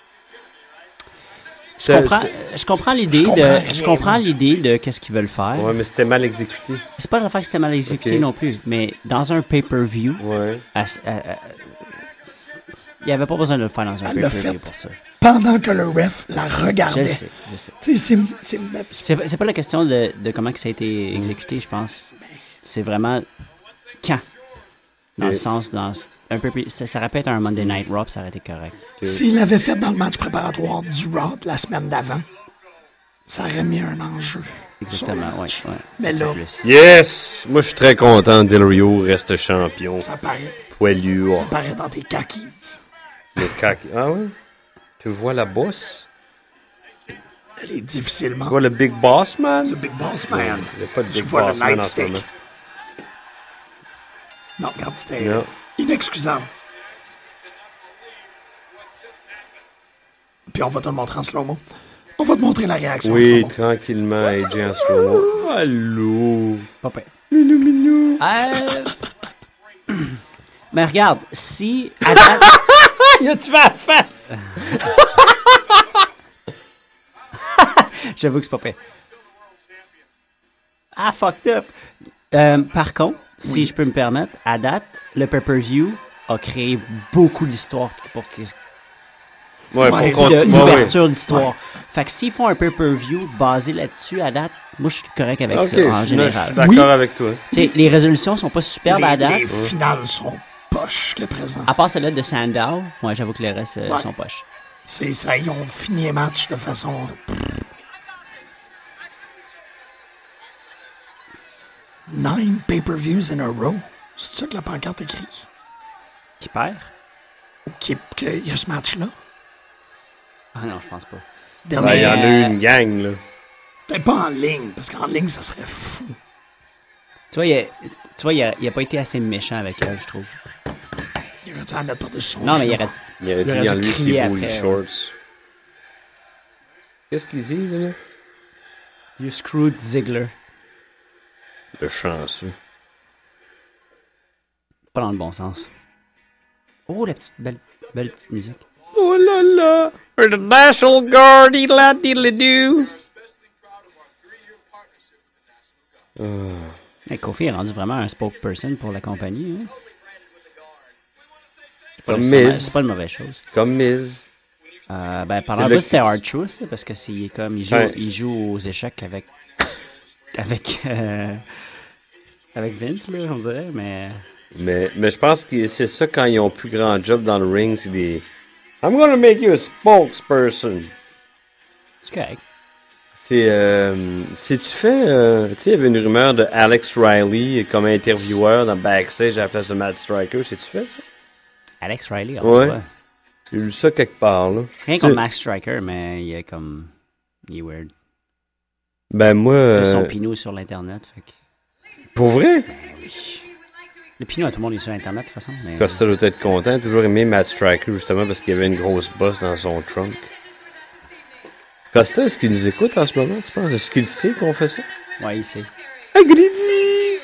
Je comprends l'idée de qu'est-ce qu'ils veulent faire.
Ouais, mais c'était mal exécuté.
C'est pas l'affaire que c'était mal exécuté non plus, mais dans un pay-per-view, il n'y avait pas besoin de le faire dans un pay-per-view pour ça.
Pendant que le ref la regardait.
Je sais.
Tu sais,
c'est pas la question de comment que ça a été exécuté, je pense. C'est vraiment quand. Dans le sens, un peu plus, ça aurait pu être un Monday Night Raw, ça aurait été correct.
S'il l'avait fait dans le match préparatoire du Raw de la semaine d'avant, ça aurait mis un enjeu.
Exactement, oui.
Mais là...
Yes! Moi, je suis très content. Del Rio reste champion.
Ça paraît.
Poilu.
Ça paraît dans tes kakis.
Les kakis. Ah ouais? Tu vois la boss?
Elle est difficilement...
Tu vois le Big Boss Man?
Le Big Boss Man.
Il n'y a pas de Big
Boss Man.
Je vois le Nightstick.
Non, regarde, c'était inexcusable. Puis on va te le montrer en slow-mo. On va te montrer la réaction en slow-mo.
Oui, tranquillement, AJ en slow-mo. Allô?
Papa.
Minou.
Mais regarde, si...
Il a tué la face!
J'avoue que c'est pas pire. Ah, fucked up. Par contre, si je peux me permettre, à date, le pay-per-view a créé beaucoup d'histoires pour l'ouverture d'histoire. Fait que s'ils font un pay-per-view basé là-dessus, à date, moi je suis correct avec ça en général.
Je suis d'accord avec toi.
T'sais, les résolutions sont pas superbes à date.
Les finales sont poches que présent.
À part celle-là de Sandow, j'avoue que les restes sont poches.
C'est ça, ils ont fini les matchs de façon... 9 pay-per-views in a row. C'est ça que la pancarte écrit?
Qui perd?
Ou qu'il y a ce match-là?
Ah non, je pense pas.
Il y en a eu une gang, là.
Peut-être pas en ligne, parce qu'en ligne, ça serait fou.
Tu vois, il a pas été assez méchant avec elle, je trouve.
Il aurait dû en mettre par-dessus son
Non, mais il
aurait dû enlever ses bully shorts. Qu'est-ce qu'ils disent, là?
You screwed Ziggler.
Le chanceux.
Pas dans le bon sens. Oh, la petite belle petite musique.
Oh là là! For the National Guard, diddly-diddly-doo!
Et Kofi est rendu vraiment un spokesperson pour la compagnie. Hein? C'est pas une mauvaise chose.
Comme Miz.
Pendant là, c'était R-Truth, parce que il joue aux échecs avec Vince, là, on dirait, mais
je pense que c'est ça quand ils ont plus grand job dans le ring, c'est des I'm gonna make you a spokesperson.
C'est correct.
Si tu fais, tu sais, il y avait une rumeur de Alex Riley comme intervieweur dans Backstage à la place de Matt Striker, si tu fais ça?
Alex Riley,
ouais. J'ai lu ça quelque part, là.
Rien comme Matt Striker, mais il est weird.
Ben moi...
son pinot sur l'Internet, fait que...
Pour vrai?
Ben oui. Le pinot, tout le monde est sur Internet, de toute façon. Mais...
Costa doit être content. Toujours aimé Matt Striker, justement, parce qu'il y avait une grosse bosse dans son trunk. Costa, est-ce qu'il nous écoute en ce moment, tu penses? Est-ce qu'il sait qu'on fait ça?
Ouais, il sait.
Agridi!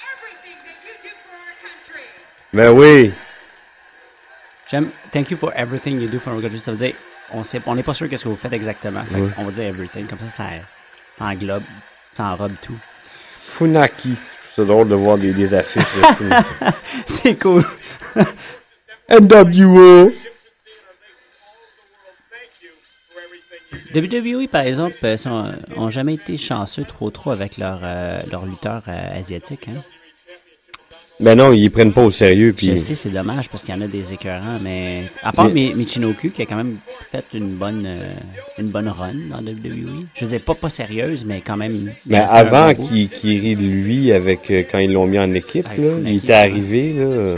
Ben oui!
J'aime « Thank you for everything you do for our country ». Ça veut dire, on n'est pas sûr qu'est-ce que vous faites exactement. Fait on va dire « everything ». Comme ça englobe, ça enrobe tout.
Funaki. C'est drôle de voir des affiches.
C'est cool.
NWO.
WWE, par exemple, ont jamais été chanceux trop avec leurs lutteurs asiatiques. Hein?
Ben non, ils prennent pas au sérieux. Puis...
Je sais, c'est dommage parce qu'il y en a des écœurants, mais à part Michinoku qui a quand même fait une bonne run dans WWE. Je veux dire, pas sérieuse, mais quand même.
Mais avant qu'il rit de lui avec quand ils l'ont mis en équipe, là, il était arrivé, là,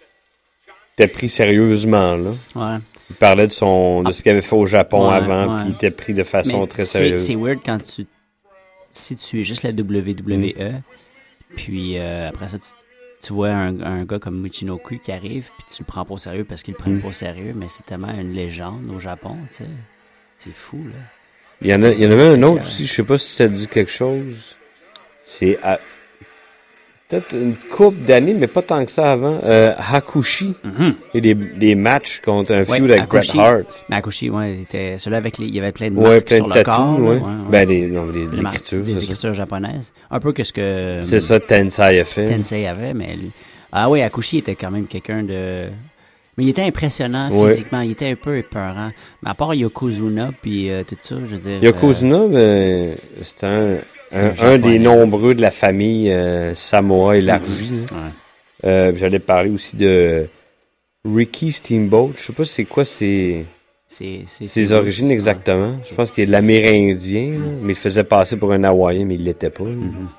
il était pris sérieusement, là.
Ouais.
Il parlait de ce qu'il avait fait au Japon avant, puis il était pris de façon très sérieuse.
C'est weird quand si tu es juste la WWE, puis après ça, tu vois un gars comme Michinoku qui arrive, puis tu le prends pas au sérieux parce qu'il le prend pas au sérieux, mais c'est tellement une légende au Japon, tu sais. C'est fou, là.
Il y en avait un autre aussi, je sais pas si ça te dit quelque chose. C'est peut-être une couple d'années, mais pas tant que ça avant. Hakushi. Il y a des matchs contre un feud avec Bret Hart.
Mais Hakushi, c'était celui avec il y avait plein de
marques
plein sur
de
le corps.
Ben, des écritures.
Des écritures japonaises. Un peu que ce que...
C'est ça, Tensei a fait.
Tensei avait, mais lui... Ah oui, Hakushi était quand même quelqu'un de... Mais il était impressionnant physiquement, il était un peu épeurant. Mais à part Yokozuna, puis tout ça, je veux dire...
Yokozuna, c'était un des nombreux de la famille Samoa élargie. J'allais parler aussi de Ricky Steamboat. Je sais pas c'est quoi ses origines exactement. Je pense qu'il est de l'Amérindien, mais il faisait passer pour un Hawaïen, mais il l'était pas.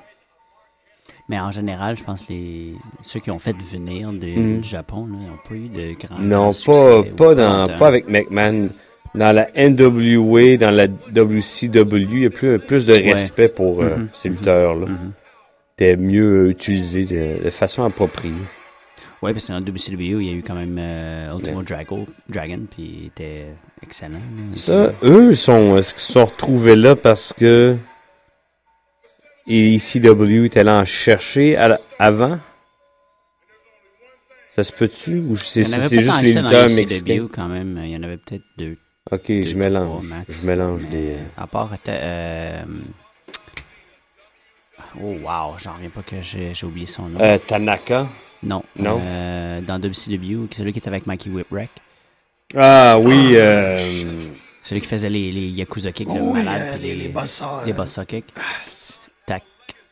Mais en général, je pense ceux qui ont fait venir du Japon, là, ils n'ont pas eu de grand
Non,
succès
pas avec McMahon. Dans la NWA, dans la WCW, il y a plus de respect pour ces lutteurs-là. C'était mieux utilisé de façon appropriée.
Oui, parce que dans la WCW, il y a eu quand même Ultimo Dragon, puis il était excellent. Là,
ça, eux, est-ce qu'ils se sont retrouvés là parce que ECW était là en chercher avant? Ça se peut-tu? Ou c'est juste les lutteurs mexicains?
Quand même, il y en avait peut-être deux.
Ok, je mélange les...
À part... Oh, wow, j'en reviens pas que j'ai oublié son nom.
Tanaka?
Non. Dans WCW, celui qui était avec Mikey Whipwreck.
Ah oui,
celui qui faisait les Yakuza kicks de malade.
Les bossa.
Les bossa kicks. Tac.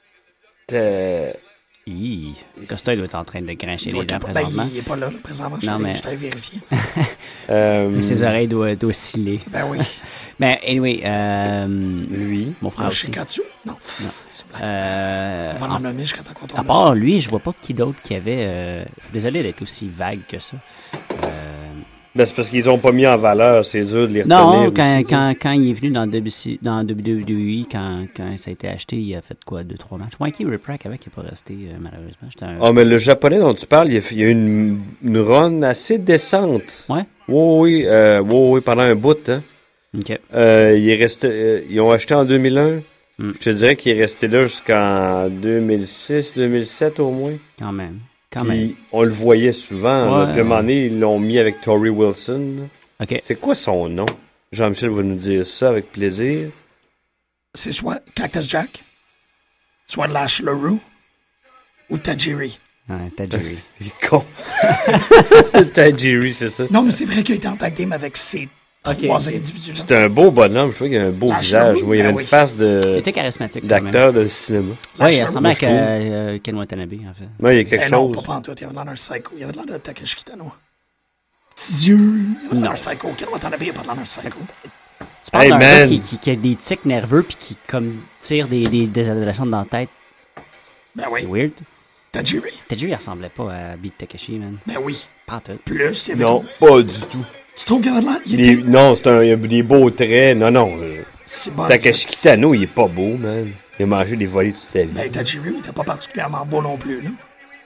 Costa doit être en train de grincher les dents présentement.
Il n'est pas là, présentement. Je suis allé vérifier.
Ses oreilles doivent osciller.
Ben oui.
Mais anyway,
lui,
mon frère aussi.
Shikatsu? Non. On va en nommer jusqu'à temps qu'on tombe.
À part lui, je vois pas qui d'autre qui avait... Désolé d'être aussi vague que ça.
Ben, c'est parce qu'ils n'ont pas mis en valeur, c'est dur de les
Non,
retenir.
quand il est venu dans WWE, quand ça a été acheté, il a fait quoi, 2-3 matchs. Mikey Whipwreck avec, il n'est pas resté, malheureusement.
Mais le japonais dont tu parles, il y a eu une run assez décente.
Ouais?
Oui, pendant un bout. Hein.
OK.
Il est resté, ils ont acheté en 2001. Je te dirais qu'il est resté là jusqu'en 2006, 2007 au moins.
Quand même.
Puis, on le voyait souvent. Puis à un moment donné, ils l'ont mis avec Tori Wilson.
OK.
C'est quoi son nom? Jean-Michel va nous dire ça avec plaisir.
C'est soit Cactus Jack, soit Lash LaRue, Ou Tajiri.
Ouais, Tajiri.
C'est con. Tajiri, c'est ça.
Non, mais c'est vrai qu'il a été en tag team avec ces trois individus-là.
C'était un beau bonhomme, je trouvais qu'il avait un beau visage. Il avait une face
Il était charismatique.
d'acteur de cinéma.
Oui, il ressemblait à Ken Watanabe, en fait.
Oui, il y a quelque chose.
Non, pas en tout. Il avait l'air d'un psycho. Il avait l'air de Takeshi Kitano. Petits yeux. Il avait l'air d'un psycho. Ken Watanabe, il a pas l'air d'un psycho.
Tu parles d'un gars qui a des tics nerveux puis qui comme tire des adolescents dans la tête.
Ben oui.
C'est weird.
Tajiri,
il ressemblait pas à Beat Takeshi, man.
Ben oui.
Pas tout.
Plus, il y avait
Non, pas du tout.
Tu trouves qu'il avait l'air?
Non, il y a des beaux traits. Non.
C'est bon.
Takeshi Kitano, il est pas beau, man. Il a mangé des volets toute sa vie.
Ben, Tajiri, il était pas particulièrement beau non plus, là.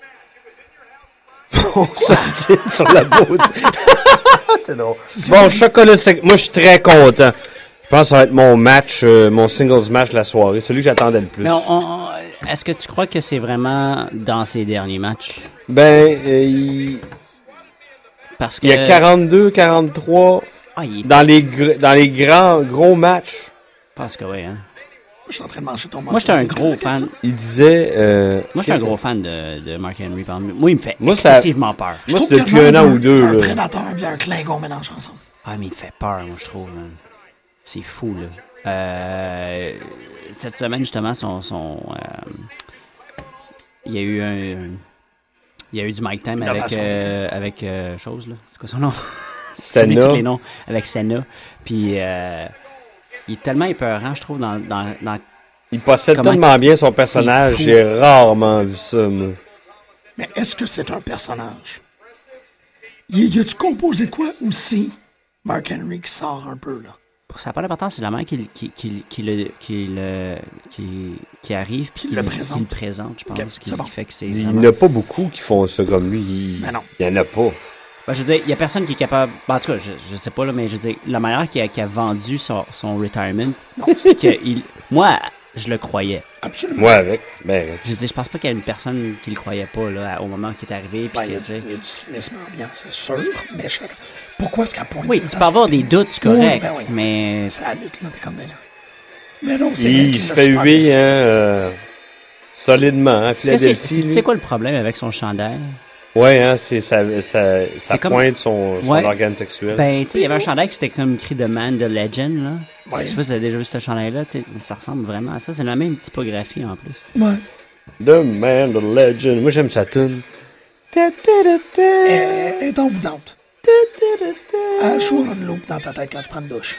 On s'ostine sur la beauté. C'est drôle. Bon, chocolat sec. Moi, je suis très content. Je pense que ça va être mon match, mon singles match de la soirée. Celui que j'attendais le plus.
Mais est-ce que tu crois que c'est vraiment dans ces derniers matchs?
Ben,
Parce que...
il y a 42, 43 dans les gros matchs.
Parce que oui, hein.
Je suis en train de manger ton
Moi, j'étais un gros fan.
Il disait...
moi, j'étais un gros fan de Mark Henry. Moi, il me fait excessivement peur.
Moi, c'est depuis un an ou deux.
Un prédateur et un Klingon mélangés ensemble.
Ah, mais il me fait peur, moi, je trouve. Man. C'est fou, là. Cette semaine, justement, il y a eu du mic time avec chose, là. C'est quoi son nom?
Senna.
Tous les noms. Avec Senna. Puis... il est tellement épeurant, je trouve, dans
il possède tellement bien son personnage. J'ai rarement vu ça, moi.
Mais est-ce que c'est un personnage? Y a-tu composé quoi aussi? Mark Henry qui sort un peu, là.
Ça n'a pas d'importance, c'est la manière qui arrive puis qui le présente, je pense, qui fait que c'est...
Il n'y en a pas beaucoup qui font ça comme lui.
Mais non.
Il n'y en a pas.
Ben, je veux dire, il n'y a personne qui est capable... Ben, en tout cas, je sais pas, là, mais je veux dire, la manière qu'il a vendu son retirement, c'est que moi, je le croyais.
Absolument.
Moi, avec. Ben,
je veux dire, je pense pas qu'il y a une personne qui le croyait pas, là, au moment qu'il est arrivé. Puis
il y a du cynisme ambiant, c'est sûr, mais pourquoi est-ce qu'à point...
Oui, tu peux avoir des doutes, c'est correct, mais...
C'est la lutte, là, t'es comme là. Mais non, c'est
il se fait huer, solidement, à Philadelphie.
C'est quoi le problème avec son chandail?
Ouais, hein, c'est ça pointe son organe sexuel.
Ben, tu sais, il y avait un chandail qui c'était comme écrit The Man, The Legend, là.
Ouais.
Je sais pas si vous avez déjà vu ce chandail-là, tu sais, ça ressemble vraiment à ça. C'est la même typographie, en plus.
Ouais.
The Man, The Legend. Moi, j'aime sa tune.
Elle est envoûtante. Elle joue en loop dans ta tête quand tu prends une douche.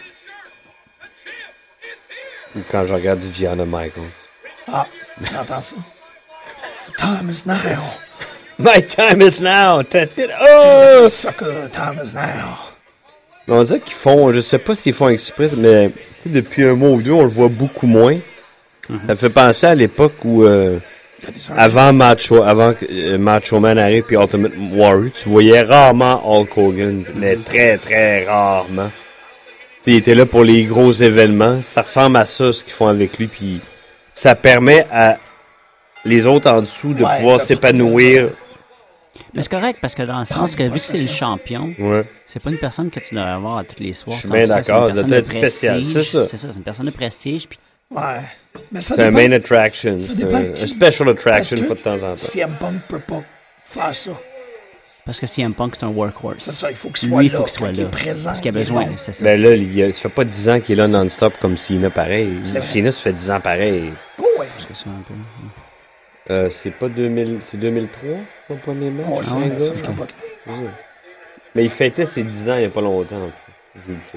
Ou quand je regarde du Gianna Michaels.
Ah, t'entends ça? Time is now.
My time is now. Oh!
Sucker, time is now.
Mais on dirait qu'ils font, je sais pas s'ils font exprès, mais tu sais, depuis un mois ou deux, on le voit beaucoup moins. Mm-hmm. Ça me fait penser à l'époque où, avant Macho Man arrive puis Ultimate Warrior, tu voyais rarement Hulk Hogan, mais très très rarement. Tu sais, il était là pour les gros événements. Ça ressemble à ça, ce qu'ils font avec lui, puis ça permet à les autres en dessous de pouvoir s'épanouir.
Mais c'est correct, parce que dans le sens que vu que c'est le champion, c'est pas une personne que tu devrais avoir à tous les soirs.
Je suis bien d'accord, c'est une personne spéciale, c'est ça.
C'est ça, c'est une personne de prestige. Puis...
Ouais. Mais ça
c'est un main attraction,
un
special attraction de temps en temps.
CM Punk peut pas faire ça.
Parce que CM Punk, c'est un workhorse.
C'est ça, il faut qu'il soit là.
Il faut qu'il soit là.
Présent,
parce qu'il a besoin, c'est ça.
Ben là, ça fait pas 10 ans qu'il est là non-stop comme Cena, pareil. Cena, ça fait 10 ans pareil.
Oh ouais.
Parce que c'est un peu...
c'est pas 2000, c'est 2003, le premier match?
Oh, ça fait un bout, là.
Mais il fêtait ses 10 ans il y a pas longtemps. J'ai vu ça.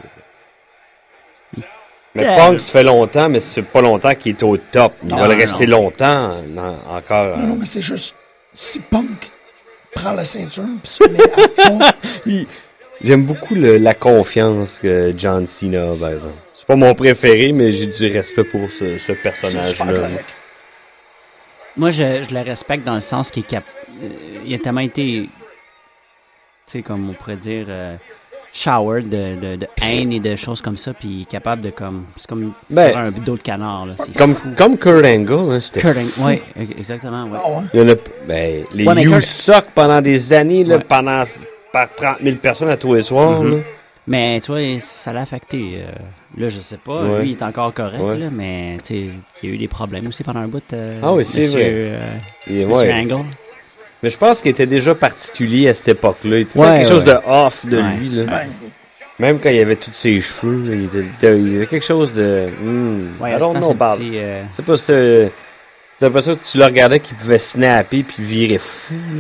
Mais Punk, ça fait longtemps, mais c'est pas longtemps qu'il est au top. Il va le rester longtemps encore.
Non, mais c'est juste, si Punk prend la ceinture puis se met à Punk...
J'aime beaucoup la confiance que John Cena a, par exemple. C'est pas mon préféré, mais j'ai du respect pour ce personnage-là.
Moi, je le respecte dans le sens qu'il il a tellement été, tu sais, comme on pourrait dire, showered de haine et de choses comme ça, puis il est capable de, comme, c'est comme faire un dos de canard, là.
Comme Kurt Angle, hein, c'était
oui, exactement, ouais.
Oh, ouais.
Il y en a, les You Suck pendant des années, là, par 30 000 personnes à tous les soirs, là.
Mais tu vois, ça l'a affecté. Là, je sais pas.
Ouais.
Lui, il est encore correct,
Ouais.
là, mais tu sais, il y a eu des problèmes aussi pendant un bout.
Ah oui, c'est
Monsieur,
Et
Monsieur
ouais.
Angle.
Mais je pense qu'il était déjà particulier à cette époque-là. Il était
Ouais,
quelque chose
ouais.
de off de
Ouais.
lui. Là.
Ben,
Même quand il avait tous ses cheveux, là, il y avait quelque chose de...
Ouais,
I don't
c'est
know
un
about...
petit,
C'est pas c'était pas ça que tu le regardais qu'il pouvait snapper puis virer fou. Là.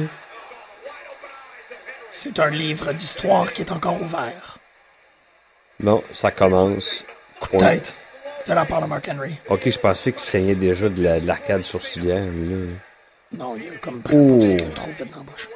c'est un livre d'histoire qui est encore ouvert.
Bon, ça commence.
Coup de tête de la part de Mark Henry.
Ok, je pensais qu'il saignait déjà de l'arcade sourcilière. Mais là...
Non, il est comme prêt pour qu'il le trouve vite dans la bouche.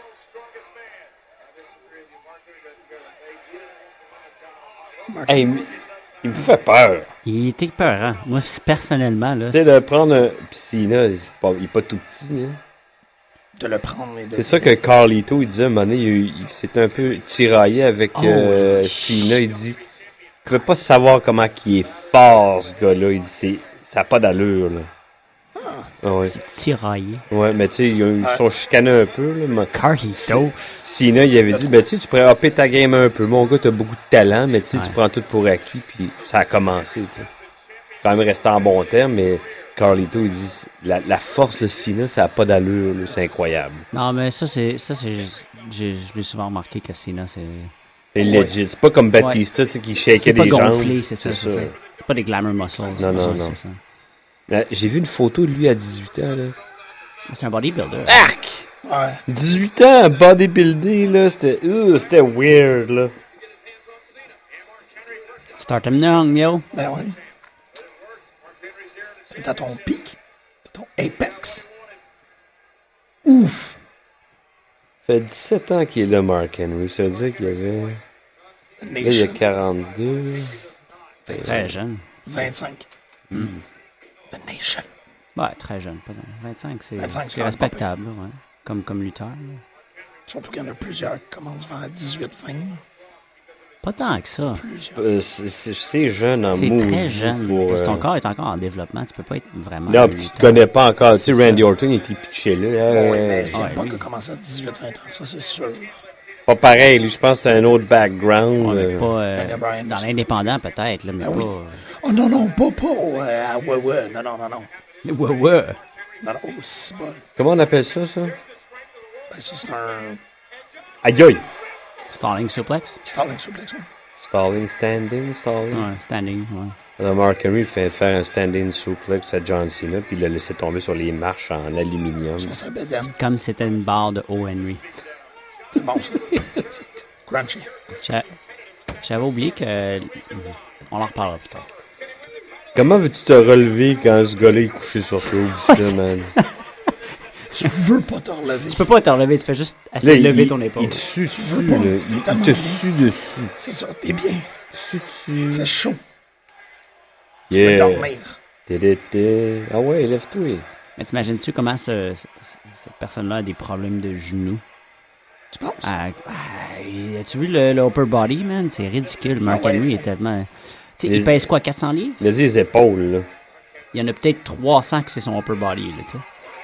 Mark
Hey, il me fait peur.
Il était peurant. Moi, personnellement, là.
Tu sais, de prendre un... Pis Cena, il est pas tout petit, hein.
de le prendre et de...
C'est ça que Carlito, il disait, à un moment donné, il s'est un peu tiraillé avec Cena. Il dit qu'il veut pas savoir comment il est fort, ce gars-là. Il dit, ça n'a pas d'allure, là. Ah ouais.
C'est tiraillé.
Ouais, mais tu sais, ils sont chicanés un peu, là. Mais
Carlito.
Cena, il avait dit, ben tu sais, tu pourrais hopper ta game un peu. Mon gars, t'as beaucoup de talent, mais tu sais, tu prends tout pour acquis, puis ça a commencé, tu sais. Quand même resté en bon terme, mais Carlito, il dit, la force de Cena, ça n'a pas d'allure, là. C'est incroyable.
Non, mais ça, c'est je l'ai souvent remarqué que Cena, c'est...
C'est legit. C'est pas comme Batista, tu sais, qui shakeait des jambes.
C'est pas gonflé, c'est ça. C'est pas des glamour muscles.
Non.
C'est ça.
J'ai vu une photo de lui à 18 ans, là.
C'est un bodybuilder.
Arc!
Ouais.
18 ans, bodybuildé, là, c'était weird, là.
Start him young, yo.
Ben oui. C'est à ton pic. C'est ton apex. Ouf!
Ça fait 17 ans qu'il est là, Mark Henry. Ça veut dire qu'il avait... Là, il a 42...
25.
Très jeune.
25. The Nation.
Ouais, très jeune. Pas 25, c'est
25,
c'est respectable, là, ouais. Comme lutteur. Là.
Surtout qu'il y en a plusieurs qui commencent vers 18-20.
Pas tant que ça.
Plusieurs.
C'est jeune en
C'est
mots.
très jeune. Parce que ton corps est encore en développement. Tu peux pas être vraiment...
Non, pis tu te connais pas encore. Tu sais, Randy Orton, il était pitché là.
Oui, mais c'est
ouais,
pas
lui.
qu'il a commencé à 18-20 ans. Ça, c'est sûr.
Pas pareil. Lui, je pense que c'était un autre background.
On n'est pas
Daniel Bryan
dans
aussi.
l'indépendant, peut-être, là, mais
Ben
pas...
oui. Oh non, non, pas à ouais. Non.
Ouais.
Non, c'est bon.
Comment on appelle ça, ça?
Ben, ça, c'est un
Aïe aïe!
Stalling suplex?
Stalling suplex, ouais.
Stalling, standing.
Ouais, standing, ouais.
Alors, Mark Henry fait faire un standing suplex à John Cena, puis il l'a laissé tomber sur les marches en aluminium.
Sur sa bedaine.
Comme c'était une barre de O. Henry.
C'est bon, ça. Crunchy.
J'avais oublié que... On en reparlera plus tard.
Comment veux-tu te relever quand ce gars-là est couché sur toi? Oublie ça, man.
Tu veux pas te relever.
Tu peux pas te relever, tu fais juste essayer de lever ton épaule.
Il te sue dessus,
pas.
là. Il
Totalement
te
bien.
sue dessus.
C'est ça, t'es bien.
Sue
Il
dessus.
fait chaud. Tu
Yeah.
peux dormir.
Tétété. Ah ouais, lève-toi.
Mais t'imagines-tu comment cette personne-là a des problèmes de genoux?
Tu penses?
As-tu vu le upper body, man? C'est ridicule. Mark
Ah ouais,
Henry
mais-
est tellement... Tu sais, il pèse quoi, 400 livres?
Laisse les épaules, là.
Il y en a peut-être 300 que c'est son upper body, là, tu sais.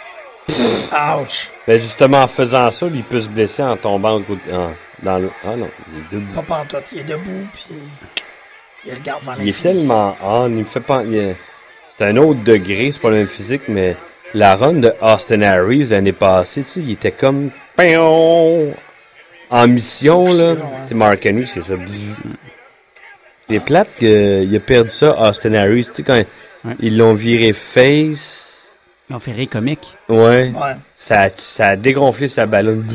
Ouch.
Ben justement, en faisant ça, lui, il peut se blesser en tombant dans le... Ah non, il est debout.
Pas pantoute. Il est debout, puis il regarde vers
Il
l'infini.
est tellement on, il me fait pas... C'est un autre degré, c'est pas le même physique, mais la run de Austin Harris l'année passée, tu sais, il était comme... En mission, là.
Ouais.
C'est Mark Henry, c'est ça. Bzzz. Il est plate qu'il a perdu ça, Austin Harris, tu sais, quand ils l'ont viré face...
Ils ont fait rire comique.
Ouais.
Ouais.
Ça a dégonflé sa ballonne.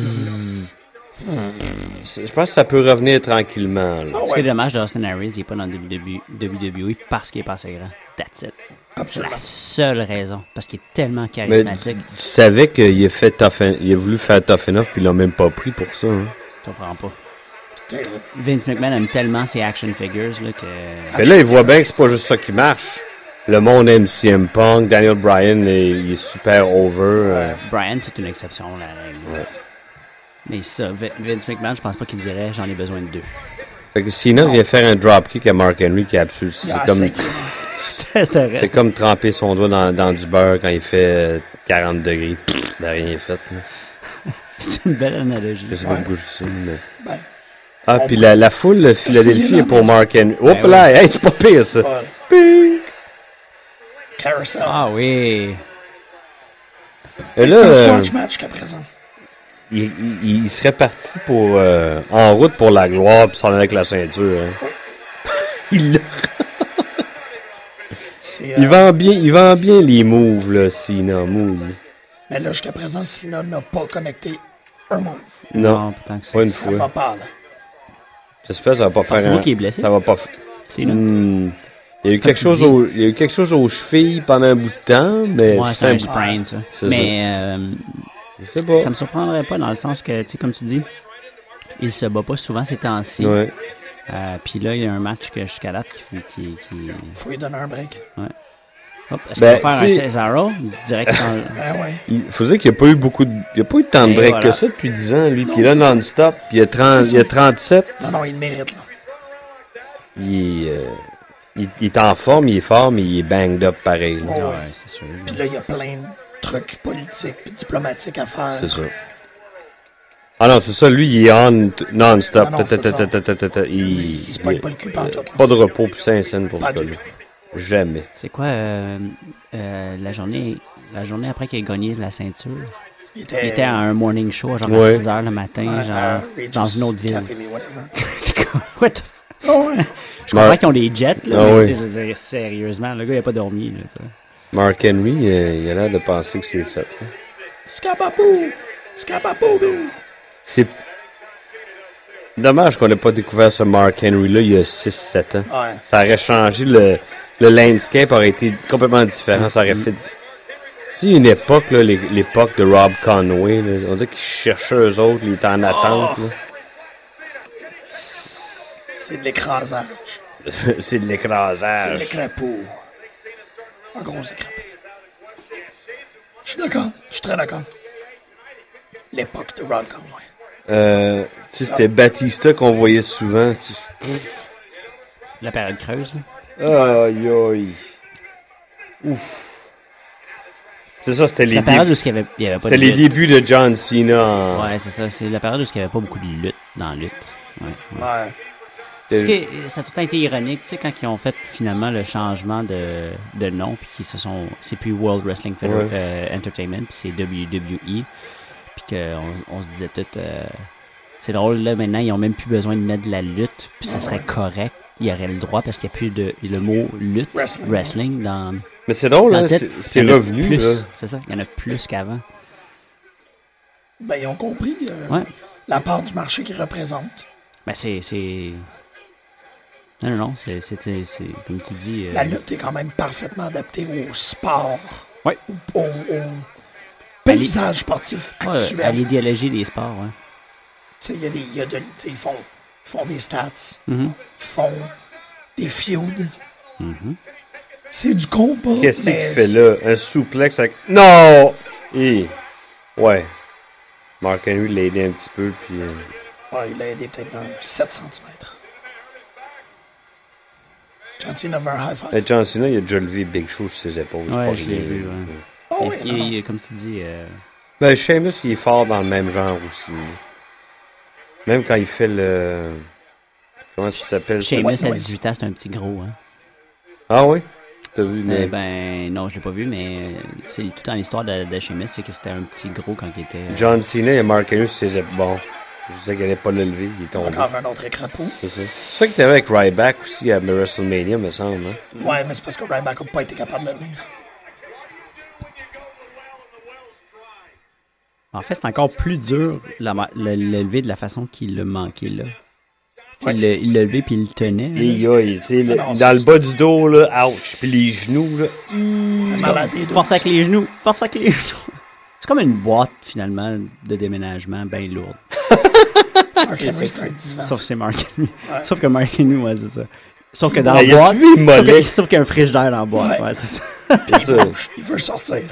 Je pense que ça peut revenir tranquillement. Là.
Ah
Ce qui est
ouais.
dommage d'Austin Harris, il n'est pas dans le WWE parce qu'il est pas assez grand. That's it. C'est
Absolument.
la seule raison. Parce qu'il est tellement
Mais
charismatique.
tu savais qu'il il a voulu faire Tough Enough puis il l'a même pas pris pour ça. Hein.
Je comprends pas.
C'est terrible.
Vince McMahon aime tellement ses action figures là, que...
Mais là, il voit bien que c'est pas juste ça qui marche. Le monde aime CM Punk, Daniel Bryan, il est super over.
Bryan, c'est une exception. La règle.
Ouais.
Mais ça, Vince McMahon, je pense pas qu'il dirait « j'en ai besoin de deux
Fait que Cena vient faire un dropkick à Mark Henry qui est absolu. C'est
Ah,
comme,
C'est
comme tremper son doigt dans du beurre quand il fait 40 degrés. Il n'a rien fait. Là.
C'est une belle analogie.
Je sais pas pourquoi je dis ça, mais...
Ben,
Ah, puis la foule de Philadelphie est pour Mark Henry. Hop là, hey, c'est pas pire, ça. Pink.
Carousel.
Ah oui.
Et
C'est un
là,
squash match jusqu'à présent.
il serait parti pour en route pour la gloire puis s'en aller avec la ceinture. Hein. Il l'a. Il vend bien les moves, là, Cena Moves.
Mais là, jusqu'à présent, Cena n'a pas connecté un move.
Non, pas une
ça
fois.
va pas, là.
J'espère que ça va pas faire
C'est moi qui est blessé.
Ça va pas
C'est là.
Il y a eu quelque chose aux chevilles pendant un bout de temps, mais...
Ouais, c'est un sprain, ça. Mais
je sais pas.
Ça me surprendrait pas dans le sens que, tu sais, comme tu dis, il se bat pas souvent ces temps-ci.
Ouais.
Puis là, il y a un match que jusqu'à date qui...
Faut lui donner un break.
Ouais. Hop, est-ce qu'il va faire un Cesaro direct dans
ouais.
Il faut dire qu'il n'y a pas eu il y a pas eu tant de break que ça depuis 10 ans, lui. Puis là, non-stop, puis il y a 37.
Non, il le mérite, là.
Il est en forme, il est fort, mais il est banged up pareil.
Oh,
ouais, c'est sûr.
Puis là, il y a plein de trucs politiques puis diplomatiques à faire.
C'est ça. Ah non, c'est ça, lui, il est on non-stop.
Il se pogne pas le cul pendant tout.
Pas de repos plus sincère pour ce gars-là. Jamais.
C'est quoi la journée après qu'il ait gagné la ceinture? Il était à un morning show, genre à 6 h le matin, genre dans une autre ville. What the Je comprends qu'ils ont des jets, là, mais je veux dire, sérieusement, le gars, il a pas dormi. Là,
Mark Henry, il a l'air de penser que c'est fait. Là.
Scababoo! Scababoodoo!
C'est dommage qu'on n'ait pas découvert ce Mark Henry-là il y a 6-7 ans.
Ouais.
Ça aurait changé, le landscape aurait été complètement différent. Ça aurait fait... Tu sais, une époque, là, l'époque de Rob Conway, là, on dirait qu'ils cherchaient eux autres, ils étaient en attente. Là.
C'est de l'écrasage.
C'est de l'écrasage.
C'est de l'écrapou. Un gros écrapou. Je suis d'accord. Je suis très d'accord. L'époque de Rob Conway.
Tu sais, c'était Batista qu'on voyait souvent.
La période creuse, là.
Aïe, aïe. Ouf. C'est ça, c'était
la période où il y avait pas de lutte.
C'était les débuts de John Cena.
Ouais, c'est ça. C'est la période où il n'y avait pas beaucoup de lutte dans la lutte.
Ouais.
Ça a tout été ironique, tu sais, quand ils ont fait finalement le changement de nom, puis qu'ils c'est plus World Wrestling Entertainment, puis c'est WWE, puis qu'on se disait tout, c'est drôle, là, maintenant, ils ont même plus besoin de mettre de la lutte, puis ça serait correct, il y aurait le droit, parce qu'il n'y a plus le mot lutte, wrestling dans...
Mais c'est drôle, hein, c'est revenu,
plus,
là. C'est
ça, il y en a plus qu'avant.
Ben, ils ont compris la part du marché qu'ils représentent.
Ben, c'est... Non, c'est comme tu dis...
La lutte est quand même parfaitement adaptée au sport.
Ouais.
Au paysage sportif actuel.
À l'idéologie des sports, ouais.
Tu sais, ils font des stats.
Mm-hmm.
Ils font des feuds. Mm-hmm. C'est du combat.
Qu'est-ce qu'il fait là? Un souplex avec... Non! Ouais. Mark Henry l'a aidé un petit peu, puis...
Ouais, il l'a aidé peut-être d'un 7 cm. John Cena avait un high five.
John Cena, il a déjà levé Big Show sur ses épaules.
Ouais, je l'ai vu, ouais.
Oh,
comme tu dis...
Ben, Sheamus, il est fort dans le même genre aussi. Même quand il fait le... Comment ça s'appelle?
Sheamus, à 18 ans, c'est un petit gros, hein.
Ah oui? T'as vu?
Ben, non, je l'ai pas vu, mais c'est tout dans l'histoire de Sheamus, c'est que c'était un petit gros quand il était...
John Cena, il a Mark Henry sur ses épaules. Bon, je disais qu'il allait pas le lever, il est tombé.
Encore un autre écrapou.
C'est ça. C'est ça que t'avais avec Ryback aussi à WrestleMania, me semble, hein?
Ouais, mais c'est parce que Ryback n'a pas été capable de le tenir.
En fait, c'est encore plus dur le lever de la façon qu'il l'a manqué, là. Ouais. Il l'a levé puis il le tenait.
Dans le bas du dos, là, ouch. Puis les genoux, là.
Force avec les genoux. C'est comme une boîte, finalement, de déménagement bien lourde.
Mark Henry, c'est un divan.
Sauf que c'est Mark Henry. Ouais. Sauf que Mark Henry, ouais, c'est ça. Sauf que dans
la
boîte.
Sauf
qu'il y a un frigidaire dans la boîte. Ouais, c'est ça.
Il veut sortir.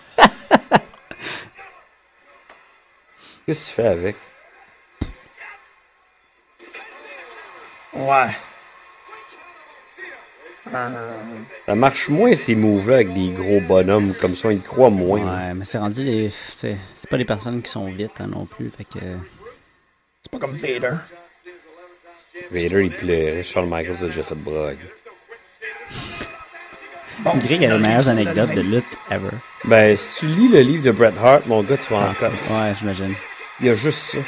Qu'est-ce que tu fais avec?
Ouais.
Ça marche moins ces moves-là avec des gros bonhommes comme ça, ils croient moins.
Ouais, mais c'est rendu c'est pas des personnes qui sont vite hein, non plus, fait que...
C'est pas comme Vader.
Vader, il pleurait. Shawn Michaels a déjà fait brogue.
Bon, on dirait qu'il y a les meilleures anecdotes de lutte ever.
Ben, si tu lis le livre de Bret Hart, mon gars, tu vas en tête.
Ouais, j'imagine.
Il y a juste ça.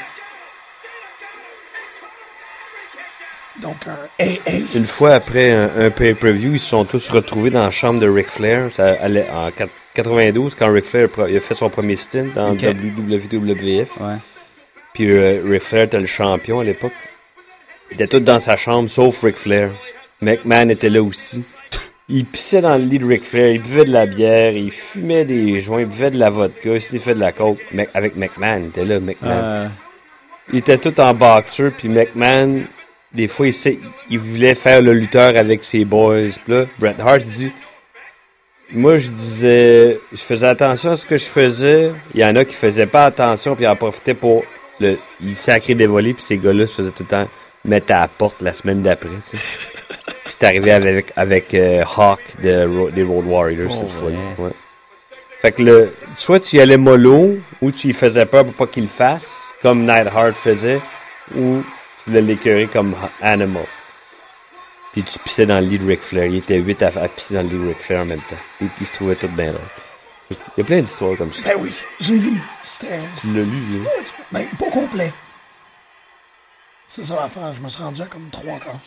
Donc,
Une fois après un pay-per-view, ils se sont tous retrouvés dans la chambre de Ric Flair. Ça allait en 92, quand Ric Flair il a fait son premier stint dans WWF.
Ouais.
Puis Ric Flair était le champion à l'époque. Ils étaient tous dans sa chambre, sauf Ric Flair. McMahon était là aussi. Il pissait dans le lit de Ric Flair, il buvait de la bière, il fumait des joints, il buvait de la vodka, il s'est fait de la coke. Avec McMahon, il était là, McMahon. Il était tout en boxer, puis McMahon, des fois, il voulait faire le lutteur avec ses boys. Puis là, Bret Hart dit, moi, je faisais attention à ce que je faisais. Il y en a qui faisaient pas attention, puis ils en profitaient pour il sacrait des volets, puis ces gars-là se faisaient tout le temps mettre à la porte la semaine d'après, tu sais. Puis c'est arrivé avec Hawk des Road Warriors cette fois-là. Ouais. Fait que soit tu y allais mollo, ou tu y faisais peur pour pas qu'il le fasse, comme Neidhart faisait, ou tu voulais l'écœurer comme Animal. Puis tu pissais dans le lit de Ric Flair. Il était 8 à pisser dans le lit de Ric Flair en même temps. Et puis il se trouvait tout bien là. Il y a plein d'histoires comme ça.
Ben oui, j'ai lu. C'était...
Tu l'as lu, là?
Ben, pas complet. C'est ça l'affaire. Je me suis rendu à comme 3 quarts.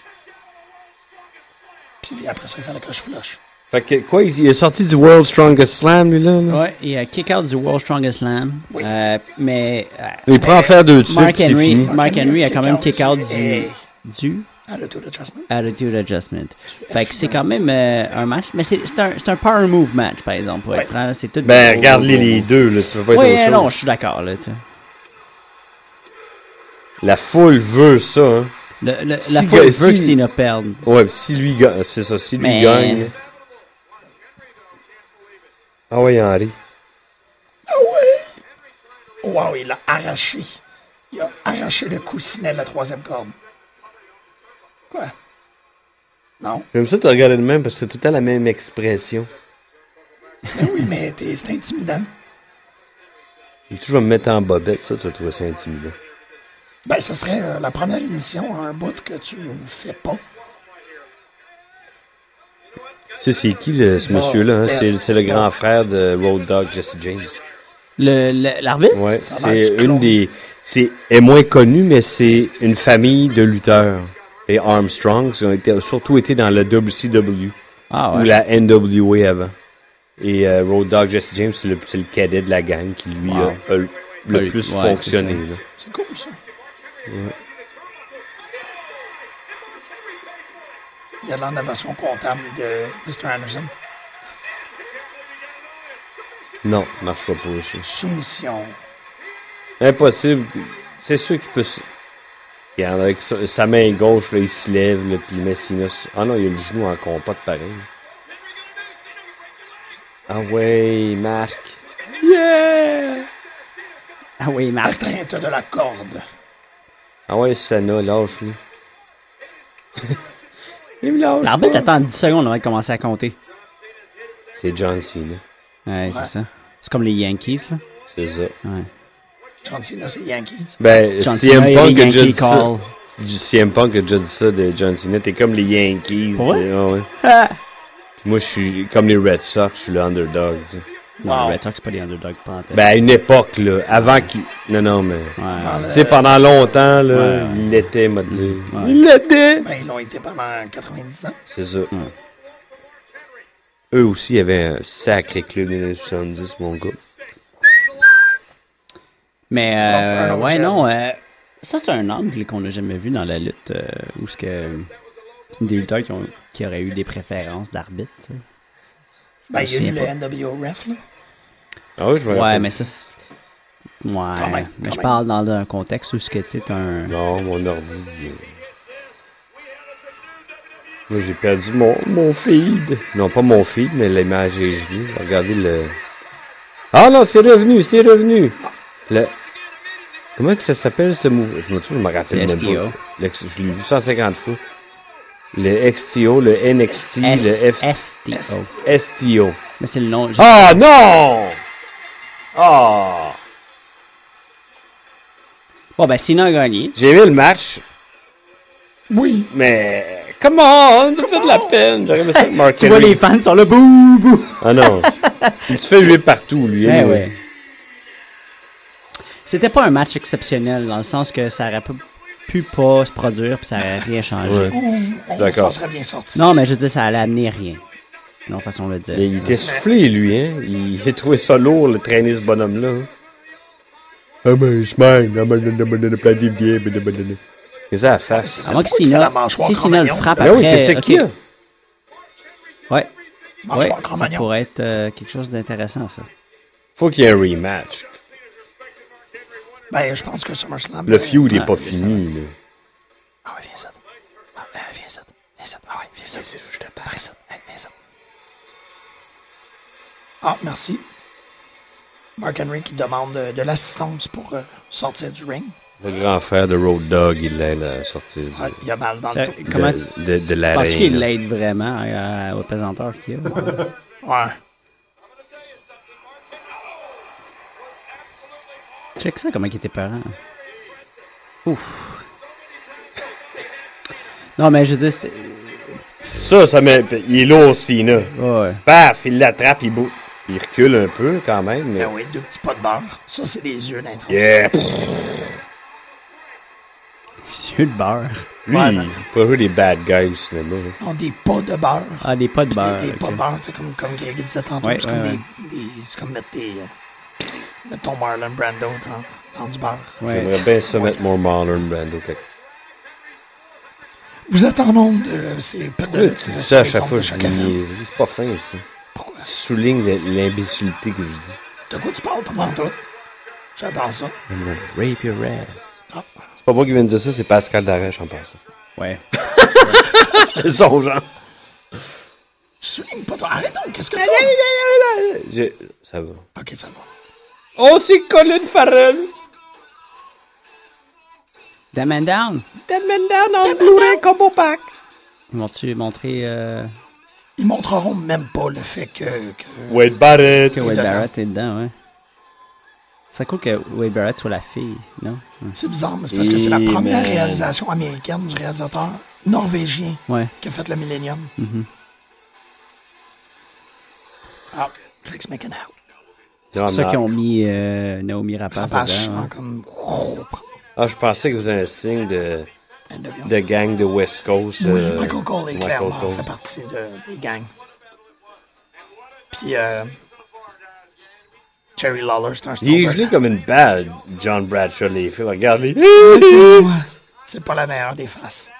Puis après ça, il fallait que je flush.
Fait que quoi, il est sorti du World Strongest Slam, lui, là?
Ouais, il a kick-out du World Strongest Slam. Oui. Mais...
il prend en faire 2 dessus,
Mark Henry a quand même kick-out du...
Attitude Adjustment.
Fait que c'est quand même un match, mais c'est un power move match, par exemple. Ouais. C'est tout
regarde les deux, là, ça va pas être autre chose.
Non, je suis d'accord, là, tu sais.
La foule veut ça, hein.
La foule veut que Cena perde.
Ouais, si lui gagne, c'est ça, si lui gagne... Ah ouais, Henry.
Ah ouais! Wow, il l'a arraché. Il a arraché le coussinet de la 3e corde. Quoi? Non?
J'aime ça te regarder de même parce que c'est tout le temps la même expression.
Ben oui, mais c'est intimidant.
Tu vas me mettre en bobette, ça, tu vas trouver ça intimidant.
Ben, ça serait la première émission, un bout que tu fais pas.
Tu sais, c'est qui ce monsieur-là? Hein? C'est le grand frère de Road Dogg, Jesse James.
L'arbitre?
Ouais, c'est une des... Elle est moins connue, mais c'est une famille de lutteurs. Les Armstrongs ont surtout été dans le WCW.
Ah ouais.
Ou la NWA avant. Et Road Dogg, Jesse James, c'est le cadet de la gang qui, lui, a le plus fonctionné.
C'est cool, ça.
Ouais.
Il y a de la version comptable de Mr. Anderson.
Non, ça marchera pas, ça.
Soumission.
Impossible. C'est sûr qu'il peut... Regarde, avec sa main gauche, là, il se lève, là, puis il met Sinus. Ah non, il a le genou en compote, pareil. Ah ouais, Marc.
Yeah! Ah oui, Marc.
Atteinte de la corde.
Ah ouais, Sana, lâche-lui. Il me lâche.
L'arbitre attend 10 secondes avant de commencer à compter.
C'est John Cena.
Ouais, c'est ça. C'est comme les Yankees, là.
C'est ça.
Ouais.
John Cena, c'est Yankees.
Ben, CM Punk a déjà dit ça. CM Punk a déjà dit ça de John Cena. T'es comme les Yankees.
Ouais?
Ouais. Puis moi, je suis comme les Red Sox. Je suis le underdog. Tu sais.
Non, les Red Sox, c'est pas les underdogs panthères.
Ben, à une époque, là. Avant qu'il... Non, mais...
Ouais.
Tu sais, pendant longtemps, là, il l'était, m'a dit.
Ouais.
Il l'était!
Ben, ils l'ont été pendant 90 ans.
C'est ça. Eux aussi, ils avaient un sacré club des années 70, mon gars.
Mais, ça, c'est un angle qu'on n'a jamais vu dans la lutte, où ce que des lutteurs qui auraient eu des préférences d'arbitre, tu sais.
Ben, il y a eu le NWO Ref, là.
Ah oui, je me rappelle.
Ouais, mais ça, ouais, mais je parle dans un contexte où ce que, tu sais, t'as un...
Non, mon ordi... Moi, j'ai perdu mon feed. Non, pas mon feed, mais l'image est gelée. Regardez le... Ah non, c'est revenu. Comment que ça s'appelle, ce mouvement? Je me rappelle même
STO.
pas. Je l'ai vu 150 fois. Le XTO, le NXT, le
STO.
STO.
Mais c'est le nom...
Ah non! Ah!
Bon, ben, Cena a gagné.
J'ai vu le match.
Oui.
Mais, come on, tu fais de la peine. J'aurais aimé ça de Mark
Tu
Henry.
vois les fans sur le bouh.
Ah non. Il se fait huer partout, lui.
Ben
anyway.
ouais. C'était pas un match exceptionnel, dans le sens que ça aurait pu pas se produire puis ça aurait rien changé.
Ouais.
On s'en serait bien sorti.
Non, mais je veux dire, ça allait amener rien. Non, façon de le dire.
Mais il était soufflé, lui, hein. Il a trouvé ça lourd, le traîner ce bonhomme-là. Hein. Ah, mais je m'aime, plein de biais, Qu'est-ce que ça a fait?
À moins que Cena le frappe
Ben
après...
oui, qu'est-ce qu'il y a?
Ouais. Ouais, ça
Cro-Magnon.
pourrait être quelque chose d'intéressant, ça.
Faut qu'il y ait un rematch.
Ben, je pense que SummerSlam...
Le feud n'est pas
c'est
fini, là.
Ah ouais, viens ça. Ah, viens ça. Viens ça. Ah ouais, viens ça. Je te parle. Viens ça. Viens ça. Ah, merci. Mark Henry qui demande de l'assistance pour sortir du ring.
Le grand frère de Road Dogg, il l'aide à sortir
Ouais, il a mal dans le dos.
Comment...
de l'arène.
Parce qu'il l'aide vraiment au pesanteur qu'il a.
Ouais.
Check ça, comment il était peurant. Ouf. Non, mais je veux dire, c'était...
Ça met... Il est lourd, Cena.
Ouais.
Paf, il l'attrape, il bouge. Il recule un peu, quand même, mais...
Ben oui, 2 petits pas de beurre. Ça, c'est des yeux d'intense.
Yeah!
Les yeux de beurre.
Lui,
Ouais,
il peut jouer des bad guys au cinéma. Hein.
Non, des pas de beurre.
Ah, des pas de beurre.
Des pas
ok.
de beurre, c'est comme Greg disait tantôt.
Ouais,
c'est comme
ouais,
c'est comme mettre mettre ton Marlon Brando dans du beurre.
Ouais.
J'aimerais bien ça mettre mon Marlon Brando.
Vous êtes en onde, c'est pas de...
Tu dis ça à chaque fois, je
chaque
dis
FM.
niaiserie. C'est pas fin, ça.
Pourquoi?
Tu soulignes l'imbécilité que je dis.
De quoi tu parles, pas pantoute? J'attends ça.
I'm gonna rape your ass.
Ah.
C'est pas moi qui viens de dire ça, c'est Pascal Darèche en passant.
Ouais.
C'est son genre.
Je souligne pas toi. Arrête donc, qu'est-ce que t'as?
Ça va.
Ok, ça va.
Oh, c'est Colin Farrell!
Dead Man Down.
Dead Man Down en Blu-ray Combo Pack!
Ils m'ont-tu montré
Ils montreront même pas le fait que
Wade Barrett!
que Wade
dedans.
Barrett est dedans, ouais. C'est cool que Wade Barrett soit la fille, non?
c'est bizarre, mais c'est parce que c'est la première
man.
réalisation américaine du réalisateur norvégien
Ouais.
qui a fait le Millennium.
Mhm.
Ah, Chris McEnroe.
C'est pour ça qu'ils ont mis Naomi Rapace
Rapace,
dedans. Ouais.
comme...
Ah, je pensais que vous avez un signe de
NWO.
gang de West Coast.
Oui, Michael Cole est
Michael
clairement
Cole.
fait partie des gangs. Puis, Jerry Lawler, c'est un
Il est
snowbird.
gelé comme une balle, John Bradshaw, les filles. Regarde-les.
C'est pas la meilleure des faces.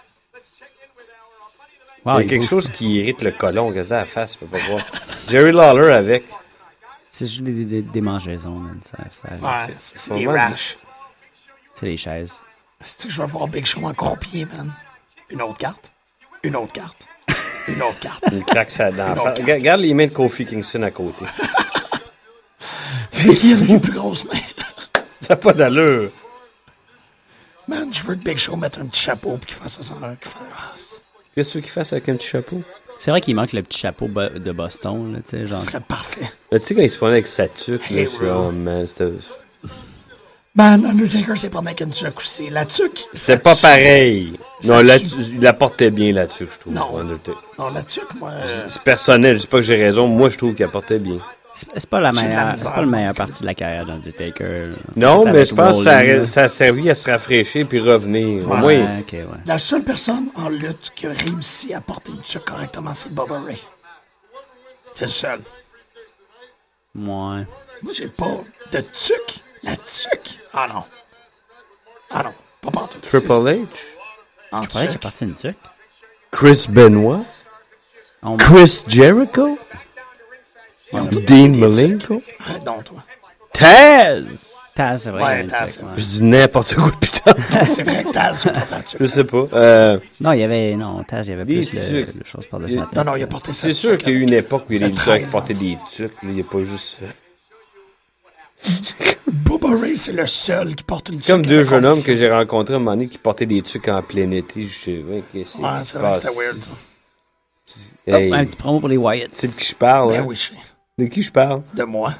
Wow,
Il y a quelque
bouge
chose
pas.
qui irrite le colon, que ça à la face, je peux pas voir. Jerry Lawler avec.
C'est juste des mangeaisons, man. Ça arrive.
Ouais, c'est des
Vraiment.
rash.
C'est les chaises.
C'est que je vais voir Big Show en croupier, man. Une autre carte. Une autre carte. Une autre carte.
Une claque ça dans la
Une autre
face.
carte.
Regarde les mains de Kofi Kingston à côté.
C'est qui a les plus grosses mains?
Ça n'a pas d'allure.
Man, je veux que Big Show mette un petit chapeau et qu'il fasse ça sans... qu'il fasse- ah,
Qu'est-ce que tu veux qu'il fasse avec un petit chapeau?
C'est vrai qu'il manque le petit chapeau de Boston, là, tu sais, genre.
Ça serait parfait.
Là, tu sais, quand il se prenait avec sa tuque, là,
Hey,
c'est
bro.
oh man, c'était...
Man, Undertaker s'est pas avec une tuque aussi. La tuque...
C'est
ça
pas
tue.
pareil.
Ça
Non,
tue.
il la portait bien la tuque, je trouve.
Non.
Undertaker.
Non, la tuque, moi...
C'est personnel, je dis pas que j'ai raison, moi je trouve qu'il la portait bien.
C'est pas la
J'ai de la
meilleure,
misère,
c'est pas la meilleure
moi.
partie de la carrière d'Undertaker.
Non,
Peut-être
mais
avec
je pense que ça
Rollins,
a,
là.
ça a servi à se rafraîchir puis revenir. Au
Ouais.
moins,
Ouais, ok, ouais.
La seule personne en lutte qui a réussi à porter une tuque correctement, c'est Bubba Ray. C'est le seul.
Ouais.
Moi, j'ai pas de tuque. La tuque? Ah non. Ah non. Pas pantoute.
Triple H,
En
Je parlais qu'il est
tuque.
parti une tuque.
Chris Benoit,
On-
Chris Jericho,
Ils ont tous
Dean
des tuques.
Malenko,
Arrête donc, toi.
Taz!
Taz, c'est vrai.
Ouais,
il y a une
Taz,
tuque,
c'est
ouais.
Je dis n'importe quoi depuis tantôt.
C'est vrai que Taz, c'est pas ta tuque.
Je sais pas.
Non, il y avait. Non, Taz, il y avait
Des
plus
tuques.
le chose par-dessus la tête.
Non, non, il a porté ça.
C'est sûr qu'il y a eu une époque où il y a des
Le
lutteurs qui
13
portaient
ans.
des tuques. Là, il n'y a pas juste...
Bubba Ray, c'est le seul qui porte une tuque.
Comme deux
avec
jeunes hommes
conviction.
que j'ai rencontrés à un moment donné qui portaient des tuques en plein été. Je sais, ouais, qu'est-ce qui
Ouais,
se
c'est vrai que
passe?
c'était weird, ça.
Hey,
Un petit promo pour les Wyatt.
c'est de qui je parle,
Ben
hein?
oui, je sais.
De qui je parle?
De moi.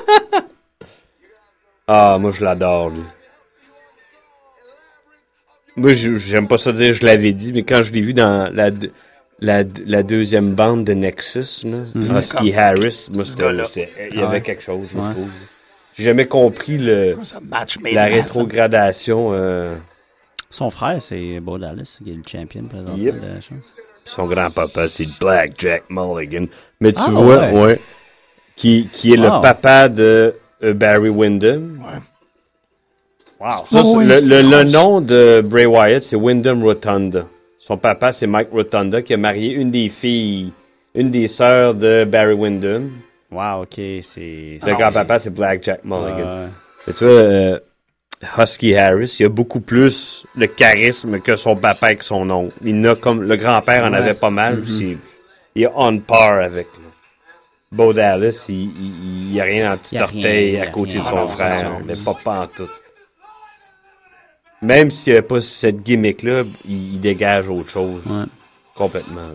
Ah, moi, je l'adore, lui. Moi, j'aime pas ça dire je l'avais dit, mais quand je l'ai vu dans la deuxième bande de Nexus, là, Husky Harris, moi, il y avait quelque chose, je trouve. J'ai jamais compris la rétrogradation.
Son frère, c'est Bo Dallas, qui est le champion présentement de la chance.
Son grand-papa, c'est Black Jack Mulligan. Mais tu vois, qui est le papa de Barry Windham.
Ouais.
Wow. Ça, le nom de Bray Wyatt, c'est Wyndham Rotunda. Son papa, c'est Mike Rotunda, qui a marié une des sœurs de Barry Windham.
Wow, OK,
le grand-papa, c'est Black Jack Mulligan. Et tu vois, Husky Harris, il a beaucoup plus de charisme que son papa et que son oncle. Il a comme le grand-père en avait pas mal. Mm-hmm. Il est on par avec. Là. Bo Dallas, il n'y a rien en petit orteil à côté de son frère. Mais pas en tout. Même s'il n'y avait pas cette gimmick-là, il dégage autre chose. Ouais. Complètement.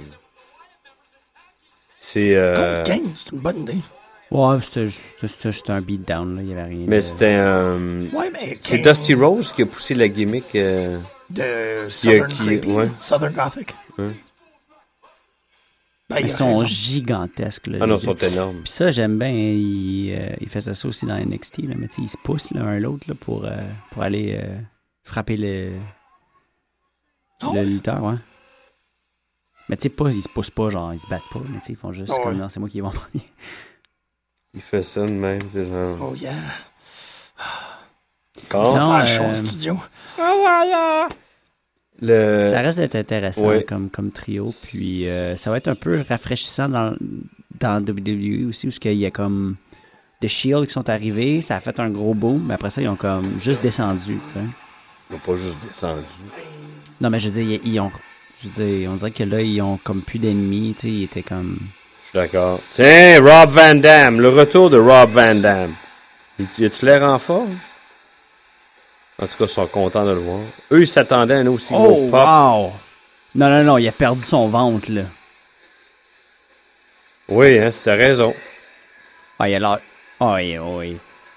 C'est.
Gang, c'est une bonne idée.
Ouais, c'était un beatdown, là. Il n'y avait rien.
Mais c'était c'est Dusty Rose qui a poussé la gimmick.
De Southern Gothic.
Ouais.
Ils sont gigantesques. Là,
non, ils sont énormes.
Puis ça, j'aime bien. Il faisait ça aussi dans NXT. Là, mais ils se poussent l'un l'autre là, pour aller frapper le lutteur. Ouais. Mais tu sais, ils se poussent pas, genre, ils se battent pas. Mais ils font juste comme non, c'est moi qui vais m'en
Il fait ça de même, c'est genre.
Oh yeah.
Quand
on va faire chaud en studio.
Ça reste d'être intéressant comme trio. Puis ça va être un peu rafraîchissant dans WWE aussi, où il y a comme The Shield qui sont arrivés, ça a fait un gros boom, mais après ça, ils ont comme juste descendu, tu sais.
Ils n'ont pas juste descendu.
Non, mais je veux dire, on dirait que là, ils ont comme plus d'ennemis, tu sais, ils étaient comme...
Je suis d'accord. Tiens, Rob Van Dam, le retour de Rob Van Dam. Y a-tu l'air en forme? En tout cas, ils sont contents de le voir. Eux, ils s'attendaient à un aussi gros pop.
Wow! Non, il a perdu son ventre, là.
Oui, hein, c'était raison.
Ah, il a l'air... Oui.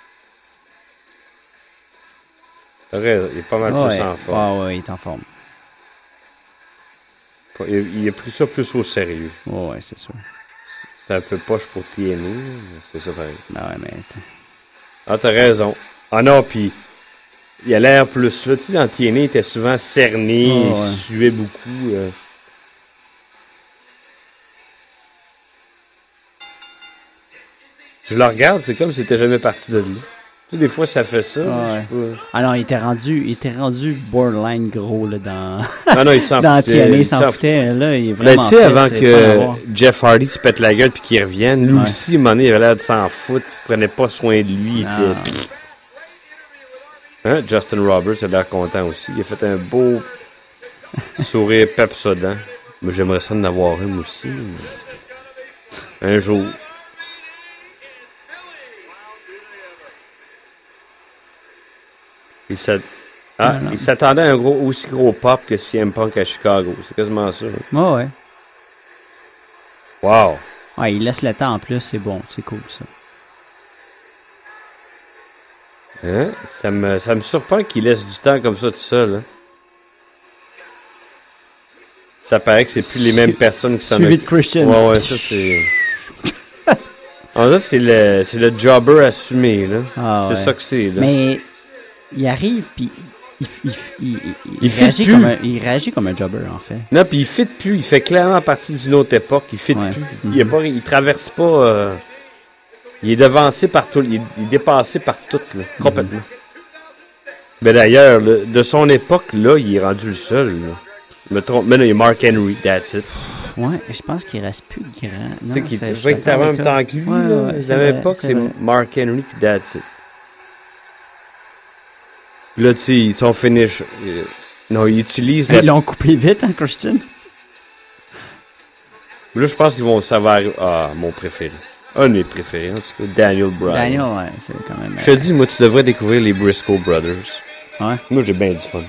T'as raison, il est pas mal plus en forme.
Ah oui, il est en forme.
Il a pris ça plus au sérieux.
Oui, c'est sûr.
C'est un peu poche pour TNA, mais c'est ça pareil.
Ben ouais, mais tu sais.
Ah, t'as raison. Ah non, puis il a l'air plus là. Tu sais, dans TNA, il était souvent cerné, il suait beaucoup. Je le regarde, c'est comme s'il était jamais parti de là. Tu sais, des fois, ça fait ça.
Ah non, il était rendu borderline gros là, dans
il s'en
dans TNA, il s'en foutait. Là, il est vraiment
tu sais, avant que Jeff Hardy se pète la gueule puis qu'il revienne, lui aussi, à un moment donné, il avait l'air de s'en foutre. Il prenait pas soin de lui. Justin Roberts a l'air content aussi. Il a fait un beau sourire pepsodent. Mais j'aimerais ça en avoir un aussi. Un jour. Il s'attendait à un aussi gros pop que CM Punk à Chicago. C'est quasiment ça.
Ouais.
Wow.
Ouais, il laisse le temps en plus, c'est bon. C'est cool, ça.
Hein? Ça me surprend qu'il laisse du temps comme ça tout seul. Hein? Ça paraît que c'est plus les mêmes personnes qui s'en occupent.
Suivi de Christian.
Ouais, ça c'est... En fait, c'est le jobber assumé, là. C'est ça que c'est, là.
Mais... Il arrive, puis il réagit comme un jobber, en fait.
Non, puis il fit plus. Il fait clairement partie d'une autre époque. Il fit plus. Il traverse pas... il est devancé par tout. Il est dépassé par tout, là, complètement. Mais d'ailleurs, de son époque, là, il est rendu le seul. Là. Je me trompe. Mais non, il y a Mark Henry, that's it.
Ouais, je pense qu'il reste plus grand.
Tu sais, qu'il était en même temps que lui. À l'époque, c'est Mark Henry, puis that's it. Là, tu sais, ils sont finish. Non, ils utilisent...
Ils l'ont coupé vite, hein, Christian?
Là, je pense qu'ils vont... Ça va arriver... Ah, mon préféré. Un de mes préférés, en tout cas, Daniel Bryan.
Daniel, ouais, c'est quand même...
Je te dis, moi, tu devrais découvrir les Briscoe Brothers.
Ouais.
Moi, j'ai bien du fun.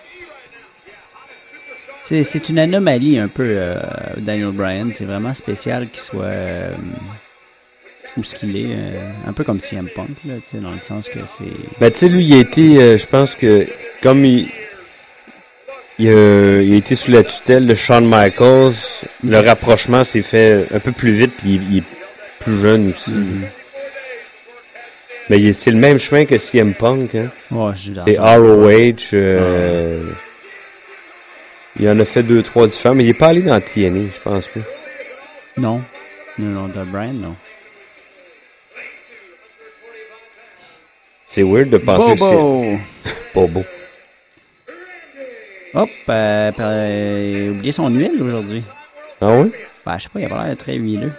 C'est une anomalie, un peu, Daniel Bryan. C'est vraiment spécial qu'il soit... où ce qu'il est, un peu comme CM Punk, là, dans le sens que c'est...
Ben, tu sais, lui, il a été, je pense que, comme il a été sous la tutelle de Shawn Michaels. Le rapprochement s'est fait un peu plus vite, puis il est plus jeune aussi. Mais c'est le même chemin que CM Punk. Hein?
Ouais,
c'est ROH. Il en a fait 2-3 différents, mais il n'est pas allé dans TNA, je pense pas.
Non, de Bryan, non.
C'est weird de penser que c'est... Bobo.
Hop, oublié son huile aujourd'hui.
Ah oui?
Ben, je sais pas, il a pas l'air très huileux.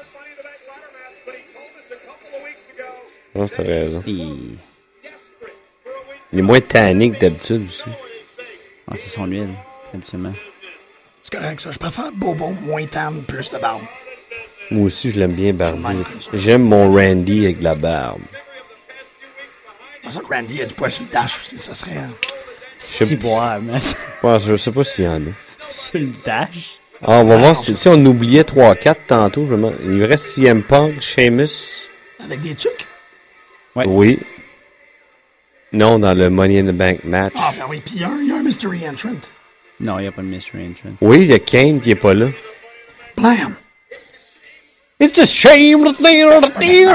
Non, c'est raison. Il est moins tanné que d'habitude aussi.
Ah, c'est son huile, absolument.
C'est correct, ça. Je préfère Bobo, moins tan, plus de barbe.
Moi aussi, je l'aime bien barbu. J'aime mon Randy avec de la barbe.
C'est ça que Randy a du poil sur le dash aussi, ça serait...
Si boire, man.
Ouais, je sais pas s'il y en a.
Sur le dash?
Ah, on va voir si on oubliait 3-4 tantôt. Il reste CM Punk, Sheamus.
Avec des trucs?
Ouais.
Oui. Non, dans le Money in the Bank match.
Ah, ben oui, puis il y a un Mystery Entrant.
Non, il n'y a pas de Mystery Entrant.
Oui, il y a Kane qui est pas là.
Blam!
It's a shame that
Il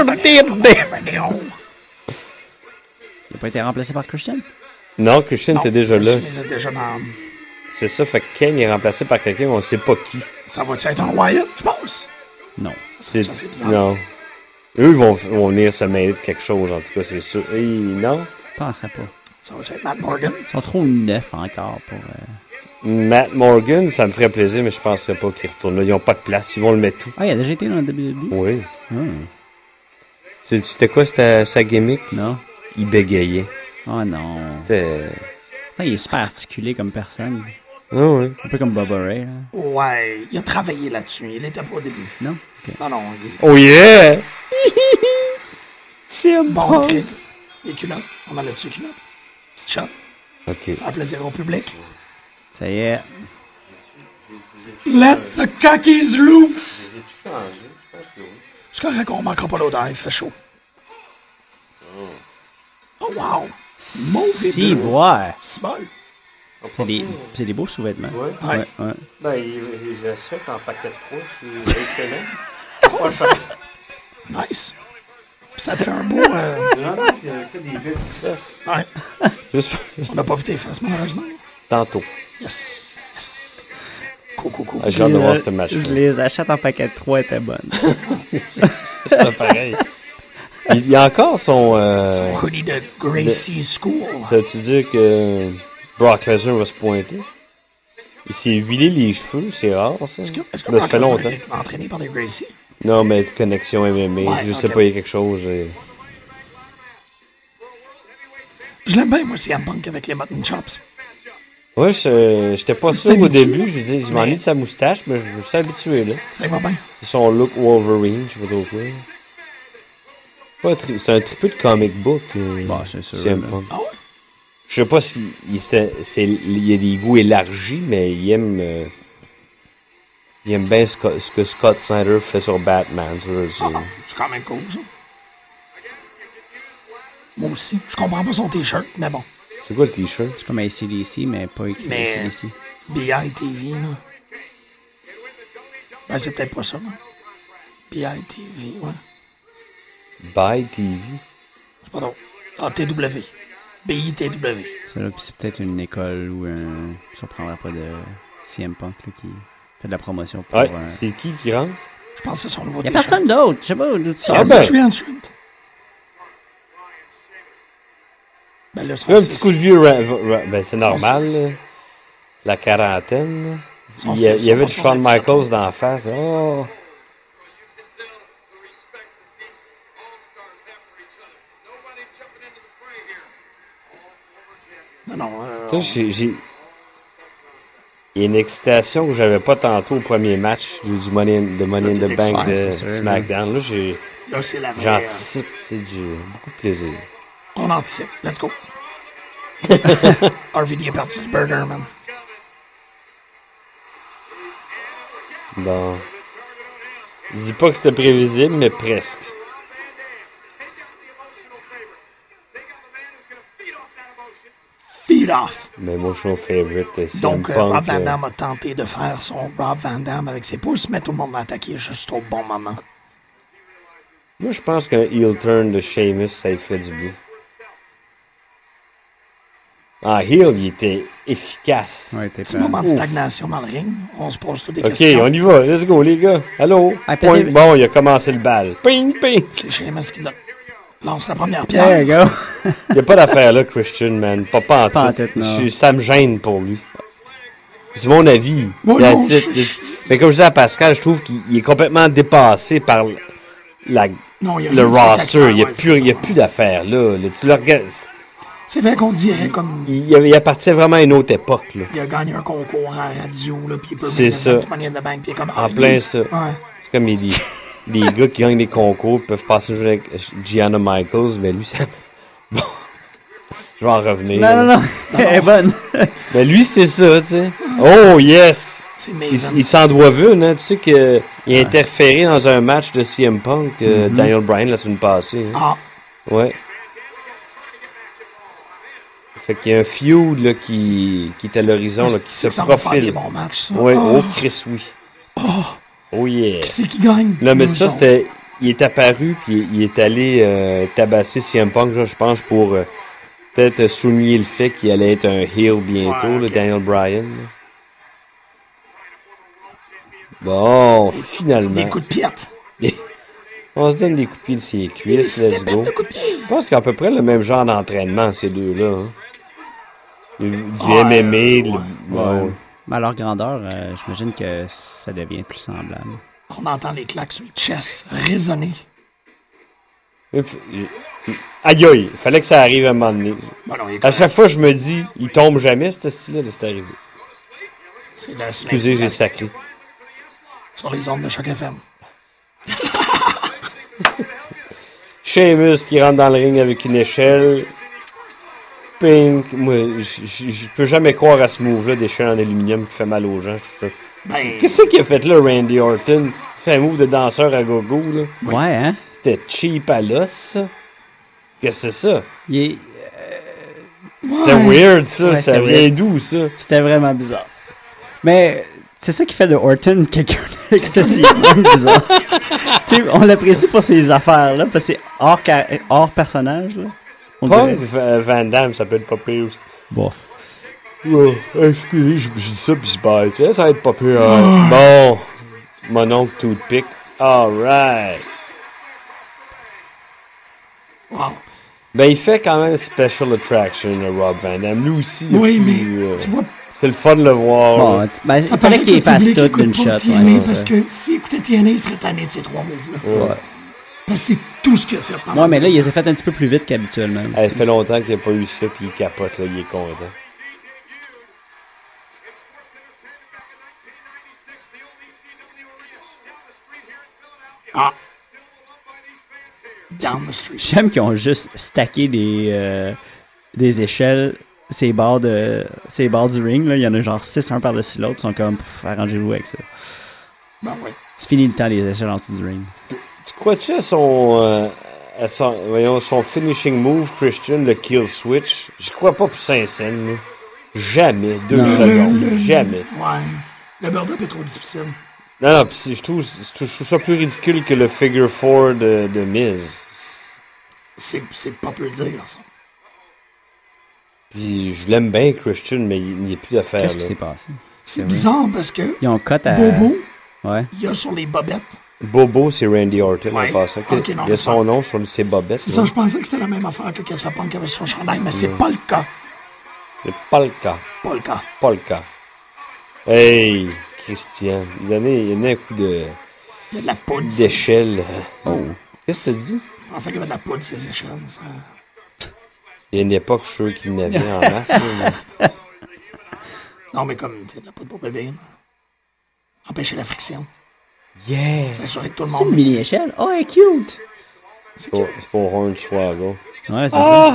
n'a pas été remplacé par Christian?
Non, Christian était déjà là.
Il était déjà dans...
C'est ça, fait que Kane est remplacé par quelqu'un, on sait pas qui.
Ça va-tu être un Wyatt, tu penses?
Non.
Ça, c'est bizarre.
Non. Eux, ils vont venir se mêler de quelque chose, en tout cas, c'est sûr. Et non.
Je penserais pas.
Ça va être Matt Morgan?
Ils sont trop neufs encore pour...
Matt Morgan, ça me ferait plaisir, mais je penserais pas qu'il retourne là. Ils ont pas de place, ils vont le mettre tout.
Ah, il a déjà été dans le WWE?
Oui. C'était quoi sa gimmick?
Non.
Il bégayait.
Oh non.
C'était...
Putain, il est super articulé comme personne.
Ah oui.
Un peu comme Bubba Ray. Là.
Ouais, il a travaillé là-dessus. Il était pas au début.
Non? Okay.
Non.
Oh yeah! C'est
bon. Craig. Les culottes. On enlève-tu les culottes? Petite shot.
OK.
Faire plaisir au public.
Ça y est.
Let the cockies loose! C'est correct qu'on manquera pas l'odeur, il fait chaud. Oh wow!
Si, ouais.
C'est bon.
C'est des beaux sous-vêtements.
Ouais.
Ben, j'achète en paquet de 3, je suis excellent. Pas cher.
Nice. Puis ça te fait un beau...
Non, j'ai fait des belles fesses.
Ouais. On n'a pas vu tes fesses, malheureusement.
Tantôt.
Yes. Cool.
J'ai hâte de voir ce match.
Je les achète en paquet de 3, étaient bonnes.
C'est ça, pareil. Il y a encore son
hoodie de Gracie School.
Ça veut-tu dire que Brock Lesnar va se pointer? Il s'est huilé les cheveux, c'est rare, ça.
Est-ce que Brock Lesnar a été entraîné par des Gracie?
Non, mais connexion MMA, je sais pas, il y a quelque chose.
Je l'aime bien, moi, CM Punk avec les mutton chops.
Ouais, j'étais pas sûr au début, je m'ennuie de sa moustache, mais je suis habitué, là.
Ça va bien.
C'est son look Wolverine, je sais pas trop quoi. C'est un triple de comic book.
Bah, c'est sûr.
Ah ouais?
Je sais pas si il y a des goûts élargis, mais il aime bien ce que Scott Snyder fait sur Batman.
C'est quand même cool, ça. Moi aussi. Je comprends pas son t-shirt, mais bon.
C'est quoi le t-shirt?
C'est comme AC/DC, mais pas écrit AC/DC.
BITV, là. Ben, c'est peut-être pas ça, là. BITV, ouais.
By TV?
C'est pas drôle. Ah, TW. BITW.
Ça, là, c'est peut-être une école ou un... Ça ne prendra pas de CM Punk, là, qui fait de la promotion pour...
Ouais, c'est qui rentre?
Je pense que c'est son nouveau
t-shirt. Il n'y a personne d'autre. Je sais pas d'où tu sors.
Ah ben! Ben là,
un petit coup de vieux... Ben, c'est normal, là. La quarantaine, là. Il y avait du Shawn Michaels dans la face. Oh!
Non.
Tu sais, il y a une excitation que j'avais pas tantôt au premier match du Money in the Bank de SmackDown. Là, j'anticipe, beaucoup de plaisir.
On anticipe. Let's go. RVD a perdu du burger, man.
Bon. Je dis pas que c'était prévisible, mais presque.
Feed it off.
Mais moi, je suis mon favorite.
Donc, Rob Van Dam a tenté de faire son Rob Van Dam avec ses pouces, mais tout le monde l'a attaqué juste au bon moment.
Moi, je pense qu'un heel turn de Sheamus, ça lui ferait du bien. En heel, il était efficace.
Ouais,
Petit moment de stagnation dans le ring. On se pose toutes des questions.
OK, on y va. Let's go, les gars. Allô? Point. Bon, il a commencé le bal. Ping, ping.
C'est Sheamus qui lance la première pierre.
There you go.
Il n'y a pas d'affaire là, Christian, man. Pas en tout. Ça me gêne pour lui. C'est mon avis.
Bon,
mais comme je disais à Pascal, je trouve qu'il est complètement dépassé par le roster. Il n'y a plus d'affaires là. Tu le regardes.
C'est vrai qu'on dirait comme...
Il appartient vraiment à une autre époque, là.
Il a gagné un concours à la radio, là, puis il peut
c'est ça.
Money in the Bank, puis il est comme...
En plein ça.
Ouais.
C'est comme les gars qui gagnent des concours peuvent passer le jeu avec Gianna Michaels, mais lui, ça... Bon, je vais en revenir.
Non. Elle est bonne.
Mais lui, c'est ça, tu sais. Oh, yes! Il s'en doit une, hein. Tu sais qu'il a interféré dans un match de CM Punk, Daniel Bryan, la semaine passée. Hein.
Ah.
Ouais. Fait qu'il y a un feud là, qui est à l'horizon, là, qui se profile.
Des bons matchs, ça.
Ouais, oh Chris, oui. Oh yeah.
Qui c'est qui gagne?
Là, mais ça, c'était... Il est apparu, puis il est allé tabasser CM Punk, je pense, pour peut-être souligner le fait qu'il allait être un heel bientôt, ouais, okay. Daniel Bryan. Là. Bon, finalement.
Des coups de piette.
On se donne des coups de pied de ses cuisses, let's go. Je pense qu'il y a à peu près le même genre d'entraînement, ces deux-là. Hein. Du MMA.
Ouais. Mais à leur grandeur, j'imagine que ça devient plus semblable.
On entend les claques sur le chest résonner.
Aïe aïe, il fallait que ça arrive à un moment donné.
Bon, non,
à chaque fois, je me dis, il tombe jamais, ce style-là, c'est arrivé. Excusez, j'ai sacré.
Sur les ondes de Choc FM.
Sheamus qui rentre dans le ring avec une échelle. Pink. Moi, je peux jamais croire à ce move-là d'échelle en aluminium qui fait mal aux gens. Qu'est-ce qu'il a fait là, Randy Orton? Il fait un move de danseur à gogo, là.
Ouais, hein?
C'était cheap à l'os, ça. Qu'est-ce que c'est ça? C'était weird, ça. Ouais, ça vient d'où, ça?
C'était vraiment bizarre. Mais c'est ça qui fait de Orton quelqu'un d'excessivement bizarre. Tu sais, on l'apprécie pour ses affaires, là, parce que c'est hors personnage, là.
Punk Van Damme, ça peut être pas pire aussi.
Bof.
Oh, excusez, je dis ça pis je baille. Ça va être pas pire. Bon, mon oncle Toothpick. Alright.
Wow.
Ben, il fait quand même Special Attraction, Rob Van Damme. Lui aussi.
Oui, mais tu vois.
C'est le fun de le voir.
Bon, ben, ça paraît qu'il fasse tout d'une shot.
Ouais, parce que s'il écoutait TNA, il serait tanné de ces trois moves-là.
Ouais.
Parce que c'est tout ce qu'il a fait.
Ouais, mais là, il les a fait un petit peu plus vite qu'habituellement.
Ça fait longtemps qu'il n'a pas eu ça, puis il capote, là, il est content.
Ah! Down the street.
J'aime qu'ils ont juste stacké des échelles ces bords du ring. Là. Il y en a genre 6 un par-dessus l'autre. Ils sont comme, arrangez-vous avec ça.
Ben ouais.
C'est fini le temps des échelles en dessous du ring.
Tu crois-tu à son finishing move, Christian, le kill switch? Je crois pas pour Saint-Saëns, jamais. 2 secondes. Jamais.
Ouais. Le build-up est trop difficile.
Non, pis je trouve ça plus ridicule que le figure 4 de Miz.
C'est pas peu dire, ça.
Puis je l'aime bien, Christian, mais il n'y a plus d'affaires.
Qu'est-ce qui s'est passé?
C'est bizarre parce que
ils ont cut à...
Bobo,
ouais.
Il y a sur les bobettes.
Bobo, c'est Randy Orton,
ouais.
en passant.
Okay, non,
il y a son nom sur ses bobettes.
C'est ça, je pensais que c'était la même affaire que Kesra Punk avait sur son chandail, mais c'est pas le cas.
C'est pas le cas.
Pas le cas.
Pas le cas. Hey, Christian, il donnait un coup de...
Il y a de la poudre.
D'échelle. Oh. Qu'est-ce que tu dis?
Je pensais qu'il y avait de la poudre, ces échelles. Ça...
Il y a une époque, je suis sûr qu'il n'avait en masse. Mais...
Non, mais comme, tu sais, de la poudre pour bébé. Empêcher la friction.
Yeah!
S'assurer que tout le monde...
C'est une mini-échelle? Oh, elle est cute!
C'est pour Hornswoggle.
Ouais, c'est ça.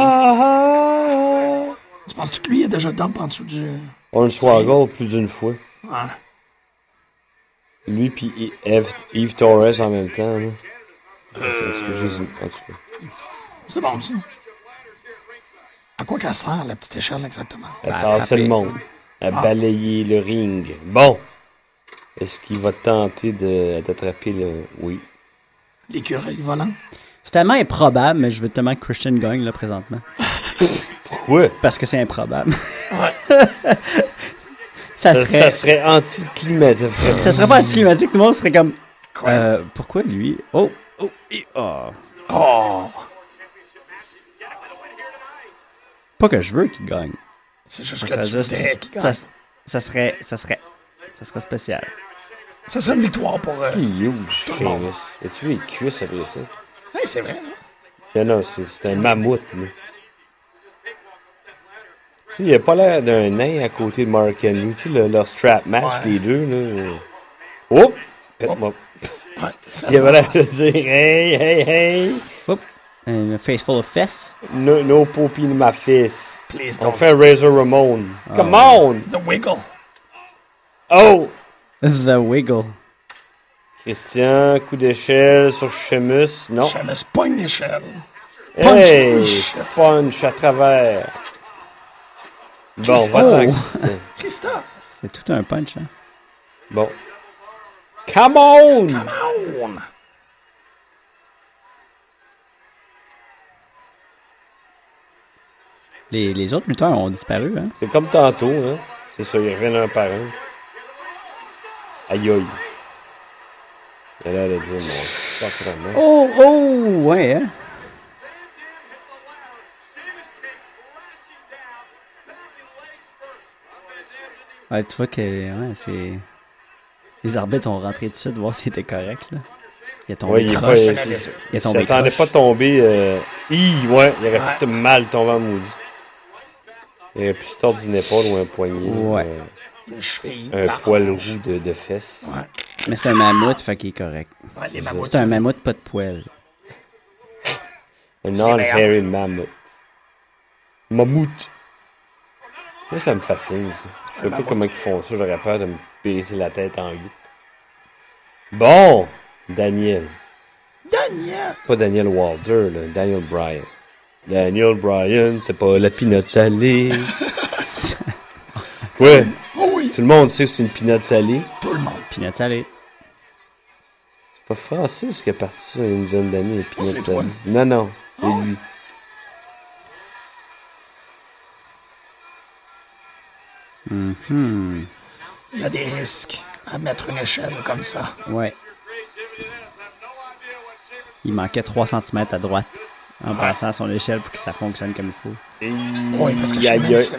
Tu penses-tu que lui, il a déjà dump en dessous du...
Hornswoggle plus d'une fois.
Ouais.
Lui pis Eve Torres en même temps. Là. En tout cas.
C'est bon, ça. À quoi qu'elle sert, la petite échelle, exactement?
À tasser le monde. À balayer le ring. Bon. Est-ce qu'il va tenter d'attraper le... Oui.
L'écureuil volant?
C'est tellement improbable, mais je veux tellement que Christian gagne, là, présentement.
Pourquoi?
Parce que c'est improbable.
Ouais.
Ça serait anticlimatique.
Ça serait pas anticlimatique, tout le monde serait comme... pourquoi lui? Oh! Pas que je veux qu'il gagne.
C'est juste que tu voudrais qu'il gagne.
Ça serait spécial.
Ça serait une victoire pour...
C'est huge, Sheamus. As-tu vu les cuisses après ça?
Oui, c'est vrai. Hein?
Non, c'est un mammouth, là. Tu sais, il a pas l'air d'un nain à côté de Mark Henry. Tu sais, leur strap match, les deux, là. Oh! Pète-moi.
Ouais,
il avait l'air de dire hey!
Oups. Un face full of fesses.
No poopy in my face.
Please
On
don't.
fait un Razor Ramon. Come on!
The Wiggle.
Oh!
The Wiggle.
Christian, coup d'échelle sur Sheamus. Non.
Sheamus pogne l'échelle.
Hey! Punch à travers. Bon, va-t'en, Christian.
Christophe.
C'est tout un punch, hein?
Bon. Come on!
Come on!
Les autres lutteurs ont disparu, hein?
C'est comme tantôt, hein? C'est ça, ils reviennent un par un. Aïe aïe. Elle a l'air de dire, mon sacrement.
Oh, ouais, hein? Ouais, tu vois que, ouais, c'est... Les arbitres ont rentré tout de suite, voir si c'était correct, là. Il a tombé croche. Il a tombé croche.
s'attendait pas à tomber... ouais, il aurait pu mal tomber en maudit. Il aurait pu se tordre d'une épaule ou un poignet.
Ouais.
Une cheville.
Un poil roux de fesses.
Ouais.
Mais c'est un mammouth, fait qu'il est correct.
Ouais, les mammouths.
C'est un mammouth, pas de poil.
Un non-hairy mammoth. Mammouth. Moi, ça me fascine, ça. Je sais pas comment ils font ça. J'aurais peur de me baisser la tête en 8. Bon! Daniel. Pas Daniel Walter, là. Daniel Bryan. Daniel Bryan, c'est pas la peanut salée. Ouais.
Oh oui.
Tout le monde sait que c'est une peanut salée.
Tout le monde.
Peanut salé.
C'est pas Francis qui a parti ça il y a une dizaine d'années, les peanut
c'est
salée.
toi.
Non, c'est lui.
Mm-hmm.
Il y a des risques à mettre une échelle comme ça.
Ouais. Il manquait 3 cm à droite en passant à son échelle pour que ça fonctionne comme il faut.
Oui, parce que Sheamus,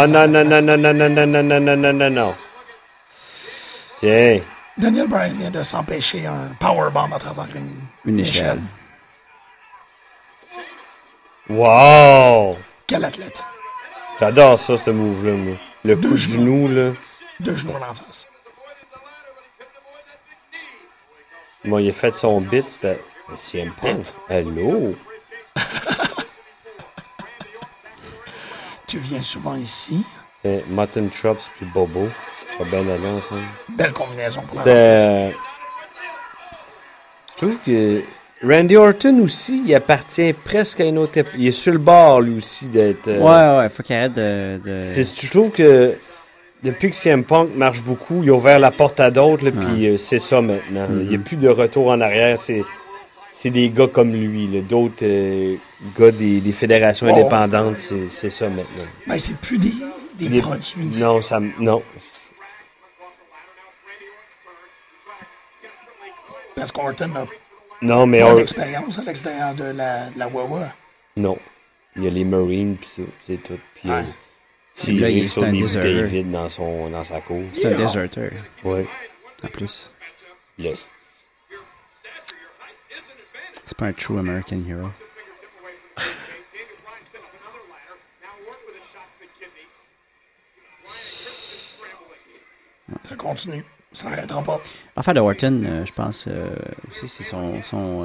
Non. Tiens.
Daniel Bryan vient de s'empêcher un powerbomb à travers une échelle.
Wow!
Quel athlète.
J'adore ça, ce move-là, moi. Le coup de genou, là.
2 genoux en face.
Bon, il a fait son bit, c'était... CM Punk. Hello!
Tu viens souvent ici.
C'est Mutton Chops puis Bobo. Pas bien allé ensemble.
Belle combinaison pour
la je trouve que Randy Orton aussi, il appartient presque à une autre époque. Il est sur le bord, lui aussi, d'être...
Ouais, faut qu'il arrête de...
Je trouve que depuis que CM Punk marche beaucoup, il a ouvert la porte à d'autres, puis c'est ça maintenant. Il n'y a plus de retour en arrière, c'est des gars comme lui, là. D'autres gars des fédérations indépendantes, c'est ça maintenant.
Ben, c'est plus des produits.
Non, non.
Parce qu'Orton a
pas
d'expérience à l'extérieur de la Wawa.
Non. Il y a les Marines, puis c'est tout. Puis
là,
il est un
déserteur.
David dans sa cour.
C'est un déserteur.
Oui.
En plus.
Yes.
C'est pas un true American hero.
Ça continue. Ça n'arrêtera pas.
L'affaire de Orton, je pense aussi, c'est son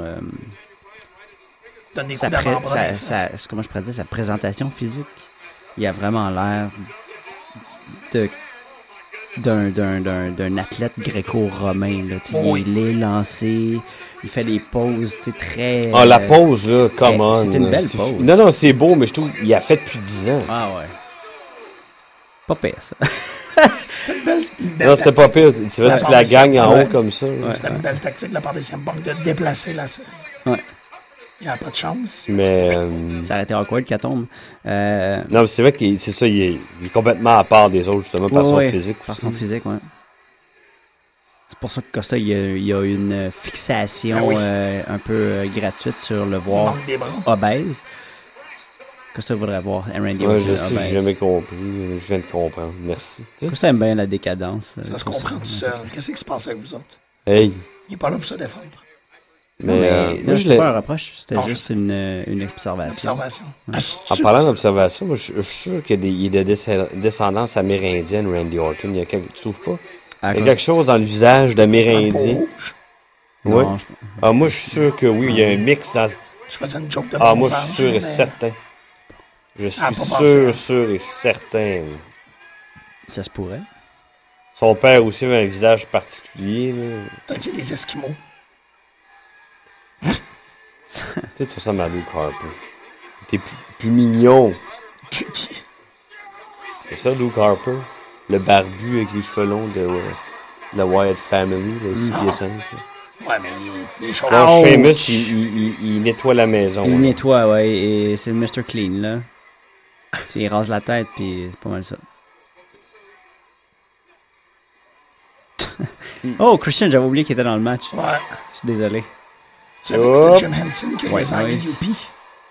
Donne des coups d'avant-bras dans les fesses.
comment je pourrais dire, sa présentation physique. Il a vraiment l'air de d'un athlète gréco-romain. Là, il est lancé, il fait des poses très...
la pose, là, come on.
C'est une belle pose.
Non, c'est beau, mais je trouve qu'il a fait depuis 10 ans.
Ah ouais. Pas pire, ça.
C'était une belle
non, c'était pas pire. C'est vrai que la gang en haut comme ça.
Ouais, c'était une belle tactique de la part des CM Punk de déplacer la scène.
Ouais.
Il n'y a pas de chance.
Mais...
ça aurait été awkward qu'elle tombe.
Non, mais c'est vrai que c'est ça, il est complètement à part des autres, justement, par son physique.
Par son physique, oui. C'est pour ça que Costa, il y a une fixation un peu gratuite sur le voir obèse. Costa voudrait voir Randy Orton
je sais, j'ai jamais compris. Je viens de comprendre. Merci.
Costa aime bien la décadence.
Ça se comprend tout seul. Qu'est-ce qui se passe avec vous autres?
Hey!
Il n'est pas là pour se défendre.
Mais là, je pas un reproche, c'était juste une observation.
Ouais.
En parlant d'observation, moi, je suis sûr qu'il y a de descendance amérindienne, Randy Orton. Tu trouves pas? Il y a quelque chose dans le visage d'Amérindien. Oui. Moi, je suis sûr que oui, il y a un mix dans...
Je faisais une joke de
moi, je suis sûr et certain. Je suis sûr et certain.
Ça se pourrait.
Son père aussi avait un visage particulier.
T'as dit des Esquimaux.
Tu ressembles à Luke Harper. T'es plus mignon. C'est ça, Luke Harper? Le barbu avec les cheveux longs de la Wyatt Family, le 6 pieds 5.
Ouais, mais des choses...
Sheamus, il nettoie la maison.
Il nettoie, ouais, et c'est Mr. Clean, là. Il rase la tête, puis c'est pas mal ça. Oh, Christian, j'avais oublié qu'il était dans le match.
Ouais.
Je suis désolé.
Tu savais que c'était Jim Henson qui a designé Youpi?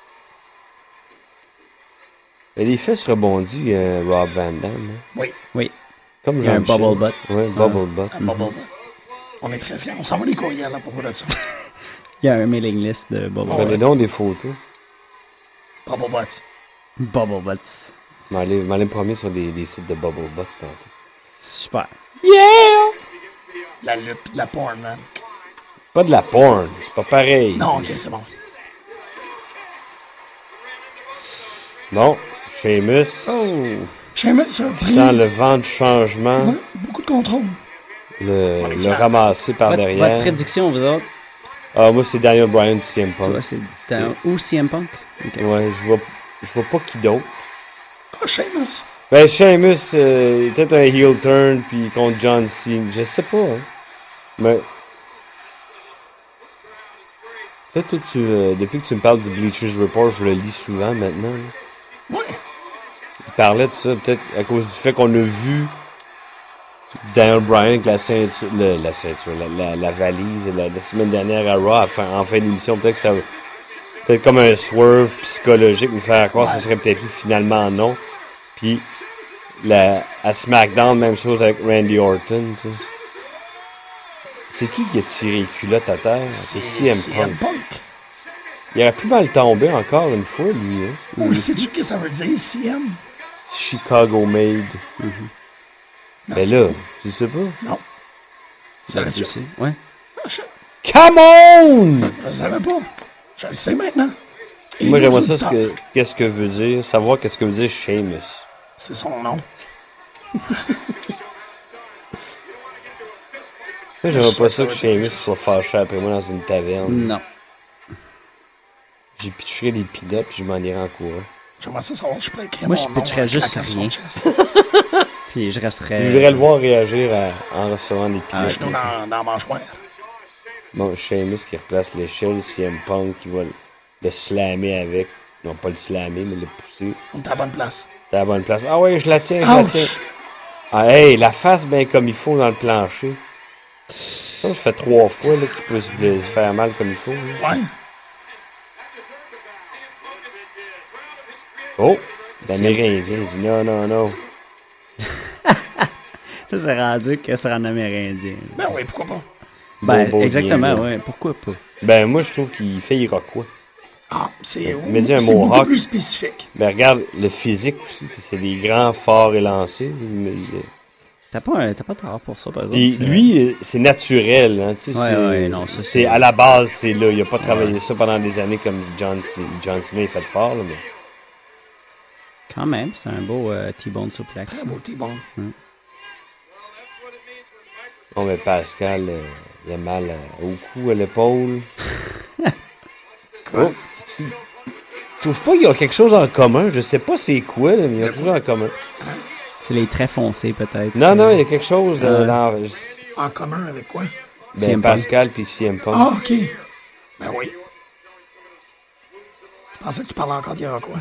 Les fesses rebondis, Rob Van Dam. Hein?
Oui.
Comme
il y a un bubble butt.
Oui, bubble butt.
Un bubble butt. On est très fiers. On s'envoie des courriels à propos de ça.
Il y a un mailing list de bubble butt.
Prenez donc des photos.
Bubble butt.
Bubble butts.
M'allez me promener sur des sites de bubble butt tantôt.
Super. Yeah!
La lutte, la porn, man.
Pas de la porn, c'est pas pareil.
Non, ok, c'est bon.
Bon, Sheamus.
Sheamus a pris...
Sans le vent de changement.
Ouais, beaucoup de contrôle.
Le ramasser par derrière.
Votre prédiction, vous autres?
Moi, c'est Daniel Bryan, CM Punk.
Toi, c'est ou CM Punk?
Okay. Ouais, je vois pas qui d'autre.
Sheamus.
Ben, Sheamus, peut-être un heel turn, puis contre John Cena. Je sais pas, hein. Mais... Là, toi, depuis que tu me parles du Bleachers Report, je le lis souvent maintenant. Là.
Ouais.
Il parlait de ça, peut-être à cause du fait qu'on a vu Daniel Bryan avec la ceinture, la valise la semaine dernière à Raw, en fin d'émission. Peut-être que ça peut-être comme un swerve psychologique, nous faire croire que ce serait peut-être lui, finalement non. Puis à SmackDown, même chose avec Randy Orton, tu sais. C'est qui a tiré les culottes à terre?
C'est CM Punk.
Il aurait pu mal tomber encore une fois, lui. Hein?
Oui, sais-tu ce que ça veut dire, CM?
Chicago made. Mais là, tu sais pas?
Non.
Tu le sais? Ouais.
Ah, shit.
Come on!
Je savais pas. Je le sais maintenant. Et
moi, j'aimerais ça, qu'est-ce que veut dire, savoir qu'est-ce que veut dire Sheamus.
C'est son nom.
Moi, j'aimerais pas ça que Sheamus soit fâché après moi dans une taverne.
Non.
J'ai pitcherais des peanuts puis je m'en irais en courant.
J'aimerais ça savoir si je pourrais écrire
moi, je pitcherais juste rien. Puis je resterais...
Je voudrais le voir réagir en recevant des peanuts.
Je suis dans la mâchoire.
Bon, Sheamus qui replace l'échelle, CM Punk qui va le slammer avec. Non, pas le slammer, mais le pousser.
On est à la bonne place.
T'es à la bonne place. Ah ouais, je la tiens, je la tiens. Ah, hey, la face bien comme il faut dans le plancher. Ça fait 3 fois là, qu'il peut se faire mal comme il faut. Là.
Ouais.
Oh, l'Amérindien, il dit non.
Ça, c'est rendu que c'est un Amérindien.
Ben oui, pourquoi pas?
Ben, exactement, ouais, pourquoi pas?
Ben, moi, je trouve qu'il fait iroquois.
Ah, c'est
beaucoup
plus spécifique.
Ben, regarde, le physique aussi, c'est des grands, forts élancés.
T'as pas tort pour ça, par exemple.
Et lui, c'est naturel. Hein, tu sais,
ouais, non, ça,
c'est à la base, c'est là. Il a pas travaillé ça pendant des années comme John Cena est fait fort. Là, mais...
Quand même, c'est un beau T-bone suplex.
Très beau T-bone.
Oh, mais Pascal, il a mal au cou, à l'épaule.
Quoi?
Oh, tu trouves pas qu'il y a quelque chose en commun? Je sais pas c'est quoi, là, mais il y a quelque chose en commun.
C'est les traits foncés, peut-être.
Non, il y a quelque chose
En commun avec quoi?
Ben, Pascal puis CM Punk.
Ah, OK. Ben oui. Je pensais que tu parlais encore d'Iroquois.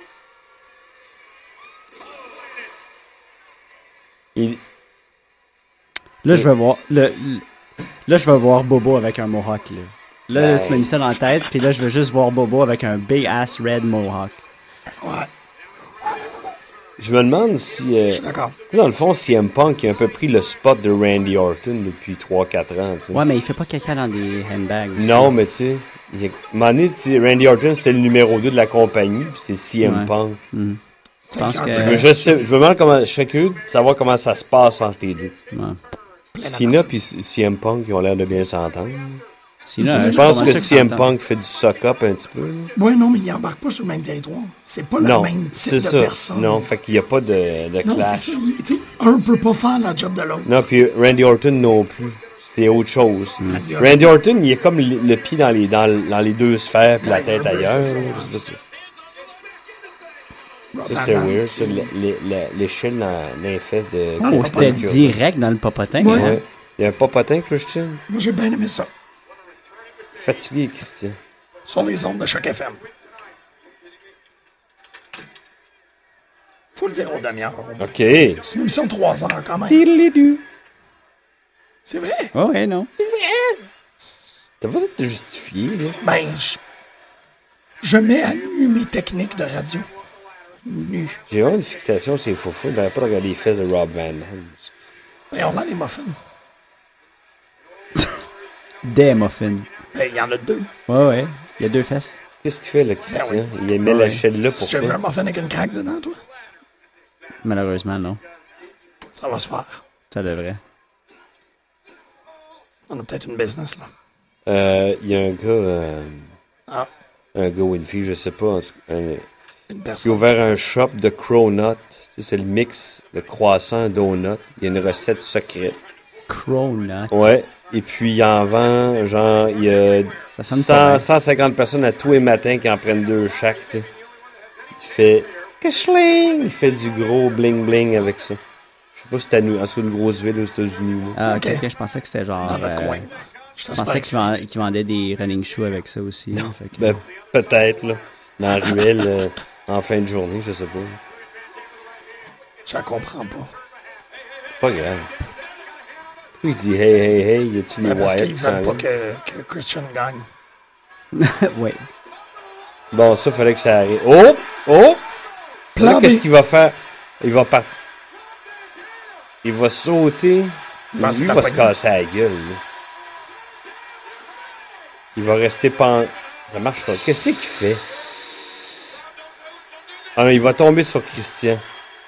Là, je vais voir... Là, je vais voir Bobo avec un mohawk, là. Là, tu m'as mis ça dans la tête, puis là, je veux juste voir Bobo avec un big-ass red mohawk.
Ouais.
Je me demande si...
je suis d'accord.
Tu sais, dans le fond, CM Punk a un peu pris le spot de Randy Orton depuis 3-4 ans, tu sais.
Ouais, mais il fait pas caca dans des handbags. Aussi.
Non, mais tu sais... À un moment donné, Randy Orton, c'était le numéro 2 de la compagnie, puis c'est CM Punk.
Mm. Tu penses que...
Je me demande comment... Je serais curieux de savoir comment ça se passe entre les deux.
Ouais.
Cena puis CM Punk, ils ont l'air de bien s'entendre.
Sinon,
je pense que CM Punk fait du suck-up un petit peu.
Oui, non, mais il embarque pas sur le même territoire. C'est pas le même type de personne.
Non, fait qu'il n'y a pas de clash.
Non, c'est ça. Un peut pas faire la job de l'autre.
Non, puis Randy Orton non plus. C'est autre chose. Randy Orton, il est comme le pied dans les deux sphères puis la tête ailleurs. C'était weird, ça, l'échelle dans les fesses de...
Oh, c'était direct dans le popotin.
Ouais. Il y a un popotin, Christian.
Moi, j'ai bien aimé ça.
Fatigué, Christian.
Sur les ondes de Choc FM. Faut le dire aux demi-heures.
OK.
C'est une émission de 3 heures, quand même. C'est vrai?
Oh, ouais, non.
C'est vrai?
T'as pas besoin de te justifier, là.
Ben, je mets à nu mes techniques de radio. Nu.
J'ai vraiment une fixation sur les faux. J'aurais pas regardé les fesses de Rob Van Dam.
Ben, on a des muffins.
Des muffins.
Ben, il y en a 2.
Ouais. Il y a 2 fesses.
Qu'est-ce qu'il fait, là, Christian?
Ben oui.
Il met l'échelle là pour
tu veux un muffin avec une craque dedans, toi?
Malheureusement, non.
Ça va se faire.
Ça devrait.
On a peut-être une business, là.
Il y a un gars... Un gars ou une fille, je sais pas.
Une
qui
personne.
a ouvert un shop de cronut. Tu sais, c'est le mix de croissant donut. Il y a une recette secrète.
Cronut?
Ouais. Et puis, il en vend, genre, il y a 150 personnes à tous les matins qui en prennent 2 chaque, tu sais. Il fait... Kashling! Il fait du gros bling-bling avec ça. Je sais pas si c'était en dessous d'une grosse ville aux États-Unis.
Ah, ok. Je pensais que c'était genre...
Dans le coin.
Je pensais qu'il vendait des running shoes avec ça aussi.
Non.
Fait que...
Ben, peut-être, là. Dans la ruelle, en fin de journée, je sais pas.
Je la comprends pas.
C'est pas grave. Pourquoi il dit hey, y a-tu les
Ben, parce
Wyatt
qu'ils
qui s'en
veulent pas
viennent?
que Christian gagne.
ouais.
Bon, ça, fallait que ça arrive. Oh! Là, qu'est-ce qu'il va faire? Il va partir. Il va sauter. Lui, il va se casser la gueule, là. Il va rester pendu. Ça marche pas. Qu'est-ce qu'il fait? Ah non, il va tomber sur Christian.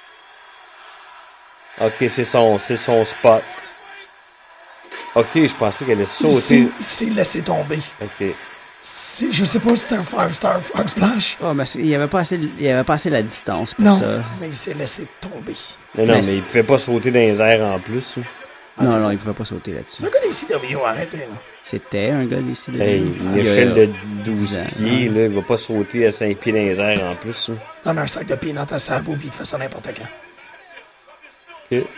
Ok, c'est son spot. Ok, je pensais qu'elle allait sauter.
Il s'est laissé tomber.
Ok.
Je sais pas si c'était un 5-star frog splash.
Oh, mais il n'y avait pas assez la distance pour
non,
ça.
mais il s'est laissé tomber.
Non, mais il pouvait pas sauter dans les airs en plus.
Non, il pouvait pas sauter là-dessus.
C'est un gars d'ICW, arrêtez, là.
C'était un gars d'ICW.
Hey, une échelle de 12 pieds, là, il va pas sauter à 5 pieds dans les airs en plus. Là.
Donne un sac de peanuts à Sabu puis il te fait ça n'importe quand.
Ok.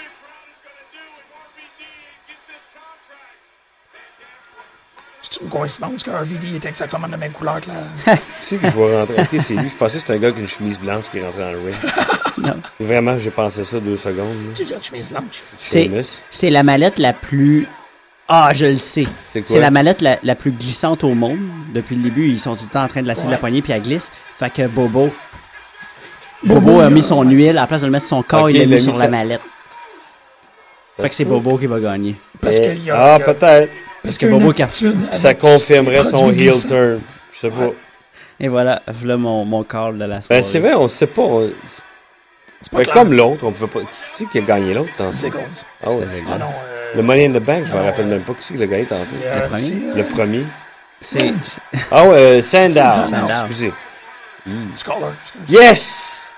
C'est une coïncidence que RVD est exactement de la même couleur que la...
Qui c'est que je vais rentrer? Ok, c'est lui. Je pensais que c'était un gars avec une chemise blanche qui est rentré dans le ring.
Non.
Vraiment, j'ai pensé ça 2 secondes. Là.
Qui a une chemise blanche?
C'est la mallette la plus... Ah, je le sais.
C'est quoi?
C'est la mallette la plus glissante au monde. Depuis le début, ils sont tout le temps en train de lasser de la poignée puis elle glisse. Fait que Bobo a mis son huile. À la place de le mettre sur son corps, il l'a mis sur la mallette. Fait que c'est Bobo qui va gagner.
Parce qu'il y a...
peut-être.
Parce que Bobo
ça confirmerait son heel turn. Je sais pas.
Et voilà mon call de la soirée.
Ben, c'est vrai, on sait pas. C'est pas comme l'autre, on pouvait pas. Qui c'est qui a gagné l'autre tantôt?
C'est Gold.
Ah ouais.
Ah non.
Le Money in the Bank, je me rappelle même pas qui c'est qui l'a gagné tantôt. Le premier.
C'est.
Ah ouais, Sandow. Excusez.
Scholar.
Yes!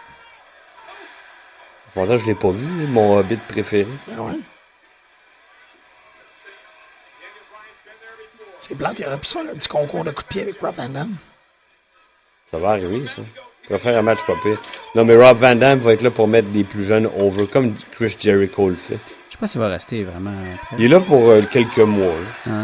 Bon, là, je l'ai pas vu, mon Hobbit préféré.
Ben ouais. C'est plate, il aurait pu se faire un petit concours de coups de pied avec Rob Van Dam.
Ça va arriver, ça. Il va faire un match pas pire. Non, mais Rob Van Dam va être là pour mettre des plus jeunes over, comme Chris Jericho le fait.
Je sais pas s'il va rester vraiment après.
Il est là pour quelques mois.
Hein?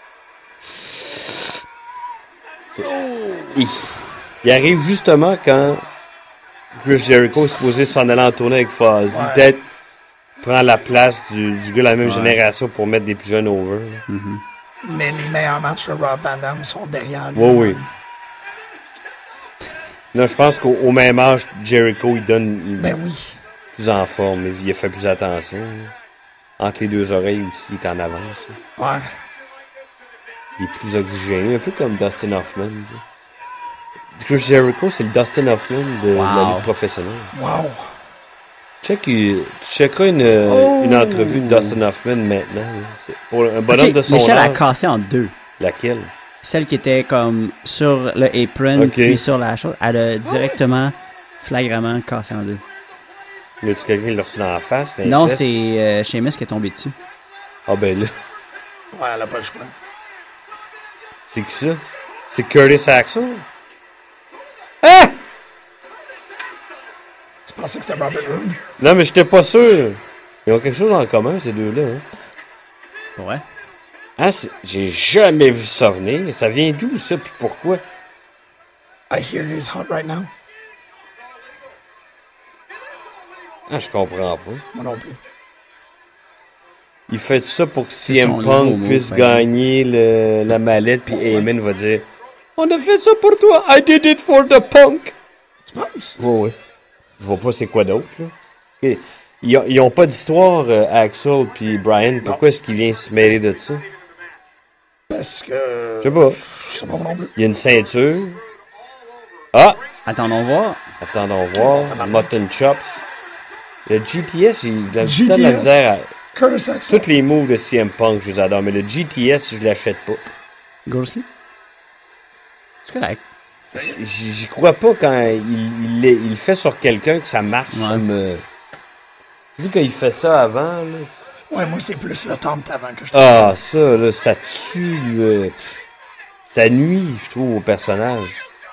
Il arrive justement quand Chris Jericho est supposé s'en aller en tournée avec Fozzy. Ouais. Peut-être prendre la place du gars de la même génération pour mettre des plus jeunes over.
Mm-hmm.
Mais les meilleurs matchs de Rob Van Dam sont derrière lui.
Oui. Là, je pense qu'au même âge, Jericho, il
oui.
Plus en forme, il a fait plus attention. Entre les deux oreilles aussi, il est en avance.
Ouais.
Il est plus oxygéné, un peu comme Dustin Hoffman. Chris Jericho, c'est le Dustin Hoffman de la Ligue professionnelle.
Wow.
Tu checkeras une entrevue de Dustin Hoffman maintenant. C'est pour un bonhomme de son âge.
Michel a cassé en deux.
Laquelle? Celle
qui était comme sur le apron, puis sur la chose. Elle a directement, flagramment cassé en deux.
Y a-tu quelqu'un qui l'a reçu dans la face?
Non, c'est Sheamus qui est tombé dessus.
Ah ben là.
Ouais, elle a pas le choix.
C'est qui ça? C'est Curtis Axel? Ah!
Tu pensais que c'était Robert Roode?
Non, mais j'étais pas sûr. Ils ont quelque chose en commun, ces deux-là. Hein?
Ouais.
Hein, j'ai jamais vu ça venir. Ça vient d'où, ça, puis pourquoi?
I hear he's hot right now.
Ah, je comprends pas.
Moi non plus.
Il fait ça pour que CM Punk puisse gagner la mallette, puis Heyman va dire « On a fait ça pour toi, I did it for the Punk! »
Tu penses?
Oui. Je vois pas c'est quoi d'autre, là. Okay. Ils ont pas d'histoire, Axel puis Brian. Pourquoi est-ce qu'ils viennent se mêler de ça?
Parce que...
Je sais pas.
Je sais pas non plus.
Il y a une ceinture. Ah!
Attendons voir.
Mutton Chops. Le GTS, il a de la misère à...
Curtis Axel.
Tous les moves de CM Punk, je les adore. Mais le GTS, je l'achète pas.
Go sleep. C'est correct.
J'y crois pas quand il fait sur quelqu'un que ça marche.
Ouais.
Vu qu'il fait ça avant, là...
Ouais, moi, c'est plus le temps avant que je
trouve ça, là, ça tue, ça nuit, je trouve, au personnage.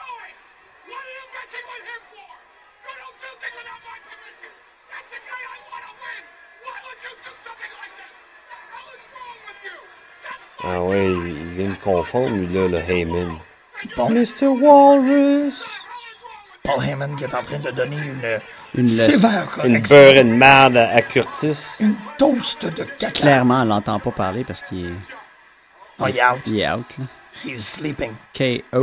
Ah ouais, il vient me confondre, lui, là, le Heyman.
Bon.
Mr. Walrus!
Paul Heyman qui est en train de donner une sévère correction.
Une beurre et une merde à Curtis.
Une toast de caca.
Clairement, on l'entend pas parler parce qu'il est...
Oh, il est out.
Il est out, là.
He's sleeping.
K.O.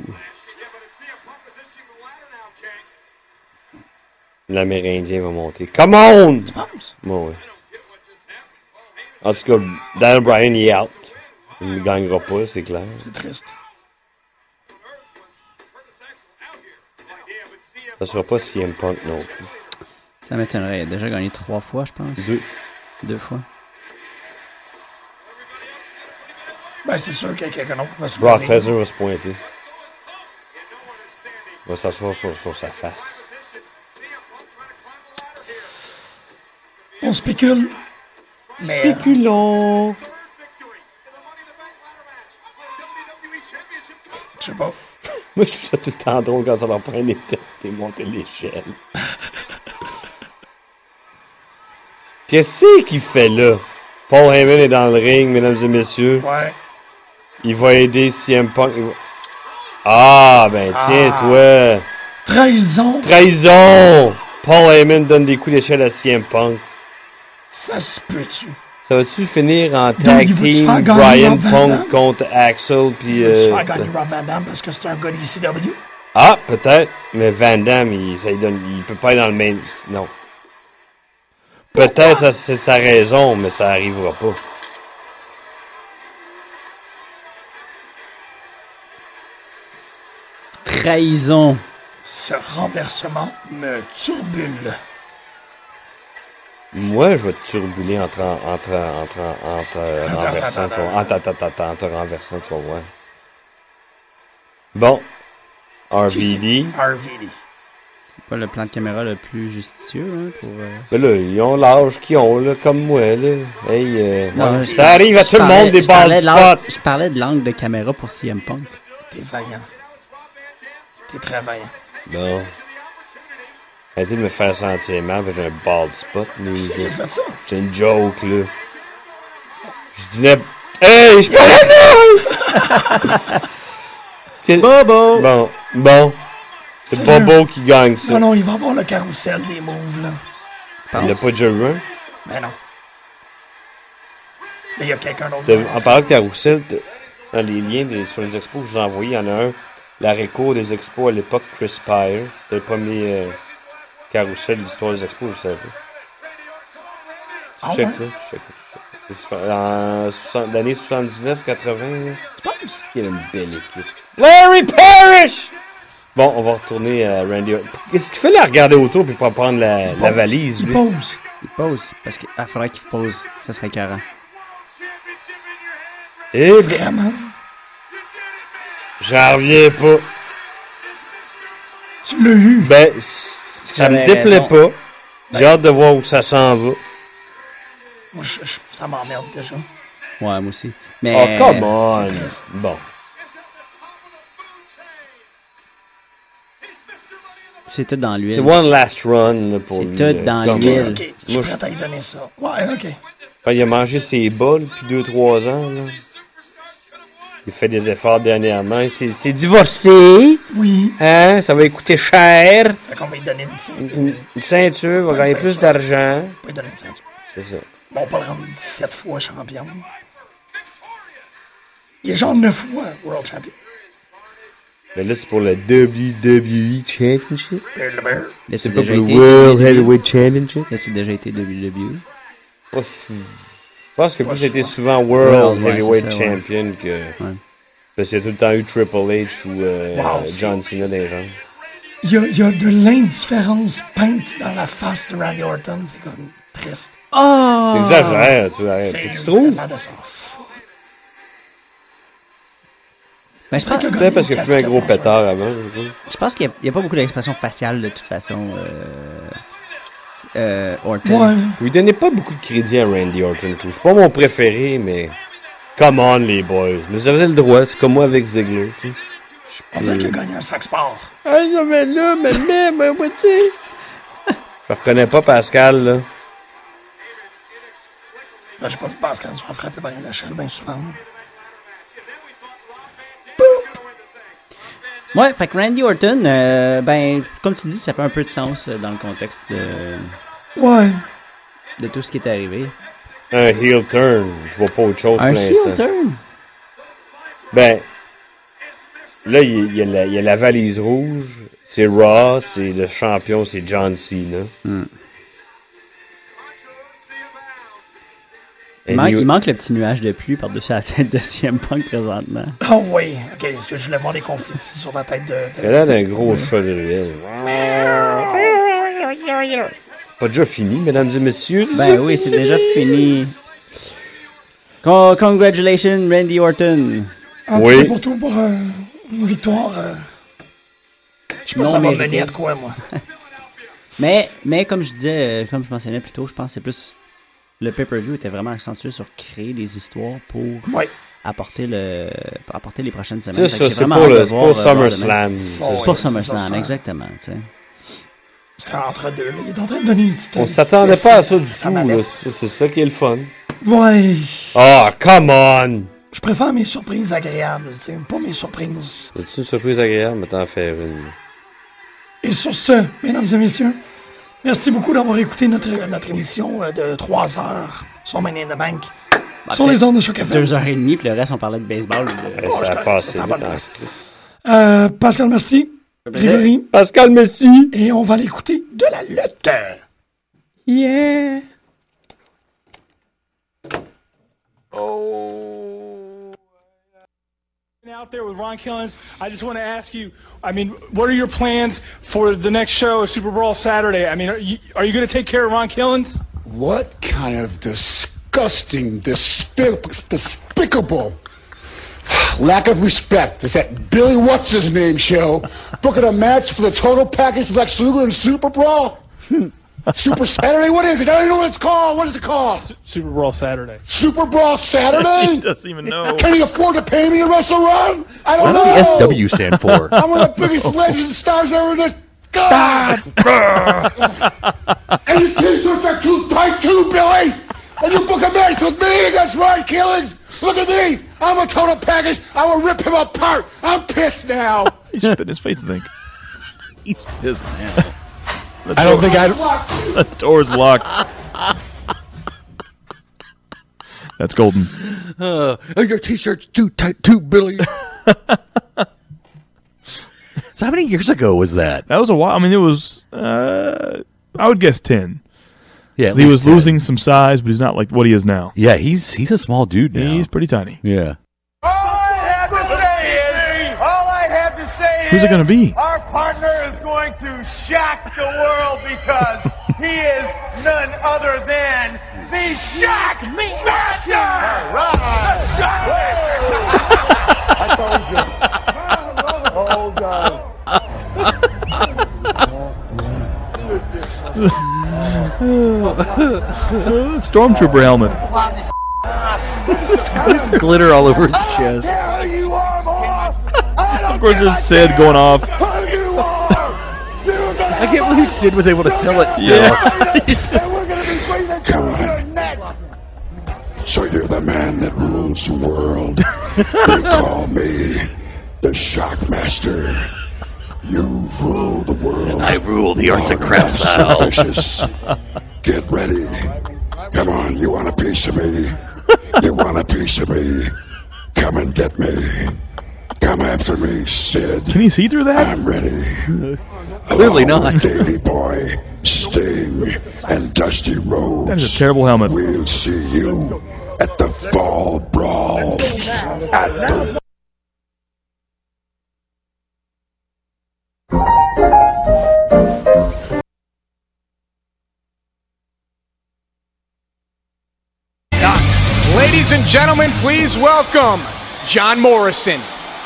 L'Amérindien va monter. Come on!
Tu penses?
Bon, oui. En tout cas, Daniel Bryan, il est out. Il ne gagnera pas, c'est clair.
C'est triste.
Ça sera pas CM Punk non plus.
Ça m'étonnerait. Il a déjà gagné 3 fois, je pense. 2 fois.
Ben, c'est sûr qu'il y a quelqu'un d'autre qui va se
Brock Lesnar va se pointer. Il va s'asseoir sur sa face.
On spécule.
Spéculons.
Je sais pas.
Moi, je trouve ça tout le temps drôle quand ça leur prend des têtes et monter l'échelle. Qu'est-ce qu'il fait là? Paul Heyman est dans le ring, mesdames et messieurs.
Ouais.
Il va aider CM Punk. Ah, ben tiens, toi.
Trahison.
Paul Heyman donne des coups d'échelle à CM Punk.
Ça se peut-tu?
Ça va-tu finir en tag team Brian Punk contre Axel puis...
Il va faire gagner Rob Van Dam parce que c'est un gars d'ECW?
Ah, peut-être. Mais Van Dam, il peut pas être dans le main... Non. Peut-être ça, c'est sa raison, mais ça arrivera pas.
Trahison.
Ce renversement me turbule.
Moi, je vais te turbuler en te renversant, tu vas voir. Bon. RVD.
RVD.
C'est pas le plan de caméra le plus justicieux, hein, pour...
Ben là, ils ont l'âge qu'ils ont, là, comme moi, là. Hey,
non,
ça arrive à tout le monde des balles spot.
Je parlais de l'angle de caméra pour CM Punk.
T'es vaillant. T'es très vaillant.
Bon. Arrêtez de me faire sentir mal, parce que j'ai un bald spot. Mais
Qui c'est qui a fait ça?
c'est une joke, là. Je disais... Hey, je parle Bobo! Bon. C'est Bobo qui gagne ça.
Non, il va avoir le carrousel des moves, là.
Il n'a pas déjà eu un?
Ben non. Mais il y a quelqu'un d'autre.
En parlant de carrousel, dans les liens sur les expos que je vous ai envoyés, il y en a un, l'arrêt-court des expos à l'époque, Chris Pire. C'est le premier carrousel de l'histoire des expos, je savais pas. Tu check ça. Dans l'année 79-80,
Tu penses?
qu'il y avait une belle équipe. Larry Parrish! Bon, on va retourner à Randy Orton. Qu'est-ce qu'il fait là, regarder autour puis pas prendre la valise, lui?
Il
pose, parce qu'il faudrait qu'il pose. Ça serait carré.
Et
vraiment?
J'en reviens pas.
Tu l'as eu?
Ben, ça me déplaît pas. J'ai hâte de voir où ça s'en va.
Moi, ça m'emmerde déjà.
Ouais, moi aussi. Mais...
Oh, come on!
C'est triste.
Bon.
C'est tout dans l'huile.
C'est one last run là, pour lui.
C'est tout dans l'huile.
Ok, je suis prêt à lui donner ça. Ouais, ok.
Ben, il a mangé ses bas depuis 2-3 ans. Là. Il fait des efforts dernièrement. Il s'est divorcé.
Oui.
Hein? Ça va coûter cher.
Fait qu'on va lui donner une ceinture.
Une ceinture, va gagner plus d'argent.
On va lui donner une ceinture.
C'est ça.
Bon, on peut le rendre 17 fois champion. Il est genre 9 fois World Champion.
Mais là, c'est pour le WWE Championship.
Bear the Bear.
C'est pas pour le World Heavyweight Championship.
As-tu déjà été WWE?
Pas souvent. Je pense que plus c'était souvent World Heavyweight Champion que...
Ouais.
Parce qu'il y a tout le temps eu Triple H ou John Cena dans les jambes.
Il y a de l'indifférence peinte dans la face de Randy Orton. C'est comme triste.
Oh!
T'exagères, toi. Tu trouves?
C'est de s'en foutre.
Ben, je
pense peut-être parce qu'il a fait un gros pétard avant.
Je pense qu'il n'y a pas beaucoup d'expression faciale de toute façon. Orton.
Ouais.
Vous donnez pas beaucoup de crédit à Randy Orton. C'est pas mon préféré, mais... Come on, les boys. Mais vous avez le droit. C'est comme moi avec Ziggler.
On dirait qu'il a gagné un sac sport.
Ah non, mais là, mais tu sais... Je reconnais pas Pascal, là.
Ben, j'ai pas vu Pascal se faire frapper par une échelle bien souvent.
Ouais, fait que Randy Orton, ben, comme tu dis, ça fait un peu de sens dans le contexte de...
Ouais.
De tout ce qui est arrivé.
Un heel turn. Je vois pas autre chose pour l'instant.
Un heel turn?
Ben, là, il y a la valise rouge. C'est Raw. C'est le champion, c'est John Cena.
Il manque le petit nuage de pluie par-dessus la tête de CM Punk présentement.
Oh oui, ok, est-ce que je voulais voir des confettis sur la tête de...
Il a l'air d'un gros chat de ruelle. Pas déjà fini, mesdames et messieurs?
Ben oui, c'est déjà fini. Congratulations, Randy Orton.
Oui. Pour tout, pour une victoire... Je pense que ça va mener à de quoi, moi.
mais comme je disais, comme je mentionnais plus tôt, je pense que c'est plus... Le pay-per-view était vraiment accentué sur créer des histoires pour apporter les prochaines semaines.
C'est ça, c'est pour SummerSlam.
C'est pour SummerSlam, exactement.
C'est un entre-deux. Il est en train de donner une petite...
On s'attendait pas à ça du tout. C'est ça qui est le fun.
Ouais.
Ah, come on!
Je préfère mes surprises agréables, tu sais, pas mes surprises.
C'est une surprise agréable, mais t'en faire une.
Et sur ce, mesdames et messieurs, merci beaucoup d'avoir écouté notre émission de 3 heures sur Money in the Bank. Sur les ondes de Choc FM.
2h30, puis le reste, on parlait de baseball.
Ça a passé
Pascal, merci. Grégory.
Pascal, merci.
Et on va l'écouter de la lutte.
Yeah!
Out there with Ron Killens, I just want to ask you, I mean, what are your plans for the next show, Super Brawl Saturday? I mean, are you going to take care of Ron Killens?
What kind of disgusting, despicable, lack of respect. It's that Billy What's-His-Name show booking a match for the total package Lex Luger and Super Brawl? Super Saturday? What is it? I don't even know what it's called. What is it called?
Super Brawl Saturday.
Super Brawl Saturday?
He doesn't even know.
Can he afford to pay me to wrestle around? I don't know.
What does the SW stand for?
I'm one of the biggest legends and stars ever in this. God! And your t-shirts are too tight too, Billy! And you book a match with me against Ryan Killings! Look at me! I'm a total package! I will rip him apart! I'm pissed now!
He spit in his face, I think.
He's pissed now.
I don't think I'd... The door's locked. That's golden.
Your t-shirt's too tight too, Billy. So how many years ago was that?
That was a while. I mean, it was, I would guess 10.
Yeah,
he was 10. Losing some size, but he's not like what he is now.
Yeah, he's a small dude now.
He's pretty tiny.
Yeah.
All I have to say is,
who's it going to be?
Our partner is going to shock the world because he is none other than the Shock Master! All right. The Shock Master! I told you. Hold on.
Stormtrooper helmet.
It's glitter all over his chest.
Of course, there's Sid going off.
I can't believe Sid was able to sell it still.
Yeah. Come on. So you're the man that rules the world. They call me the Shockmaster. You rule the world.
I rule the arts and crafts style.
Get ready. Come on, you want a piece of me? You want a piece of me? Come and get me. Come after me, Sid.
Can you see through that?
I'm ready.
Clearly not.
Davey Boy, Sting, and Dusty Rhodes.
That is a terrible helmet.
We'll see you at the Fall Brawl. At the
Ladies and gentlemen, please welcome John Morrison.